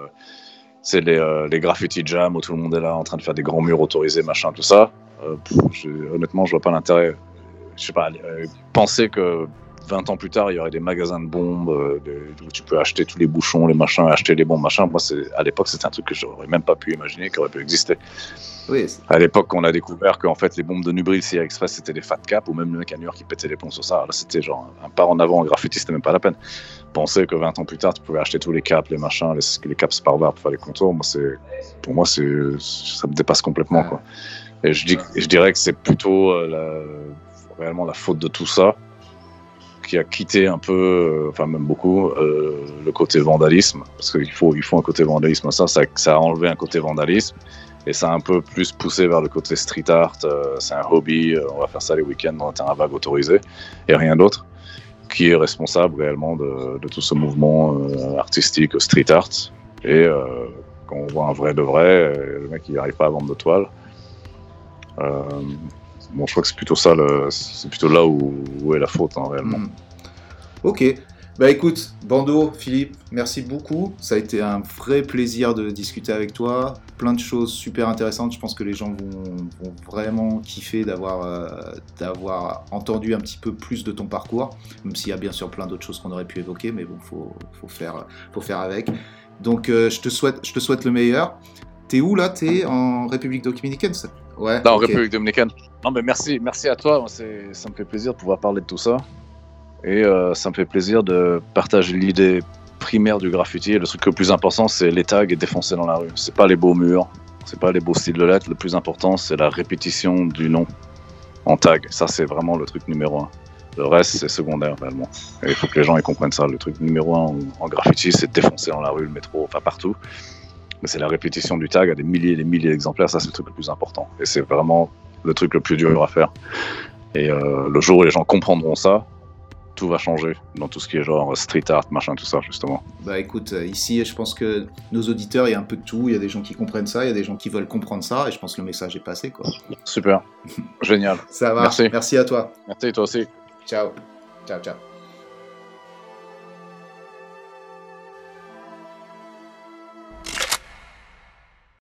les graffiti jam où tout le monde est là en train de faire des grands murs autorisés, machin, tout ça. Honnêtement, je vois pas l'intérêt. Je sais pas, penser que 20 ans plus tard, il y aurait des magasins de bombes où tu peux acheter tous les bouchons, les machins, acheter les bombes, machin. Moi, à l'époque, c'était un truc que j'aurais même pas pu imaginer qui aurait pu exister. Oui. À l'époque, on a découvert qu'en fait, les bombes de Nubril, CR Express, c'était des fat caps, ou même le mec à New York qui pétait les plombs sur ça. Là, c'était genre un pas en avant en graffiti, c'était même pas la peine. Penser que 20 ans plus tard, tu pouvais acheter tous les caps, les machins, les caps Sparvar pour faire les contours, pour moi, ça me dépasse complètement, quoi. Et je dirais que c'est plutôt réellement la faute de tout ça qui a quitté un peu, enfin même beaucoup, le côté vandalisme, parce qu'il faut un côté vandalisme, ça a enlevé un côté vandalisme, et ça a un peu plus poussé vers le côté street art, c'est un hobby, on va faire ça les week-ends dans un terrain vague autorisé, et rien d'autre, qui est responsable réellement de tout ce mouvement artistique, street art, et quand on voit un vrai de vrai, le mec il n'arrive pas à vendre de toile. Bon, je crois que c'est plutôt ça, c'est plutôt là où est la faute, hein, réellement. Ok. Bah écoute, Bando, Philippe, merci beaucoup. Ça a été un vrai plaisir de discuter avec toi. Plein de choses super intéressantes. Je pense que les gens vont vraiment kiffer d'avoir entendu un petit peu plus de ton parcours, même s'il y a bien sûr plein d'autres choses qu'on aurait pu évoquer, mais bon, faut faire avec. Donc je te souhaite le meilleur. T'es où là? T'es en République dominicaine? Ouais. Là, en ok. République dominicaine. Non, mais merci à toi. Moi, ça me fait plaisir de pouvoir parler de tout ça. Et ça me fait plaisir de partager l'idée primaire du graffiti. Et le truc le plus important, c'est les tags et défoncer dans la rue. C'est pas les beaux murs, c'est pas les beaux styles de lettres. Le plus important, c'est la répétition du nom en tag. Ça, c'est vraiment le truc numéro 1. Le reste, c'est secondaire, réellement. Et il faut que les gens ils comprennent ça. Le truc numéro 1 en graffiti, c'est de défoncer dans la rue, le métro, enfin partout. Mais c'est la répétition du tag à des milliers et des milliers d'exemplaires. Ça, c'est le truc le plus important. Et c'est vraiment le truc le plus dur à faire. Et le jour où les gens comprendront ça, tout va changer dans tout ce qui est genre street art, machin, tout ça, justement. Bah écoute, ici, je pense que nos auditeurs, il y a un peu de tout. Il y a des gens qui comprennent ça, il y a des gens qui veulent comprendre ça, et je pense que le message est passé, quoi. Super. Génial. Ça va. Merci à toi. Merci, toi aussi. Ciao. Ciao, ciao.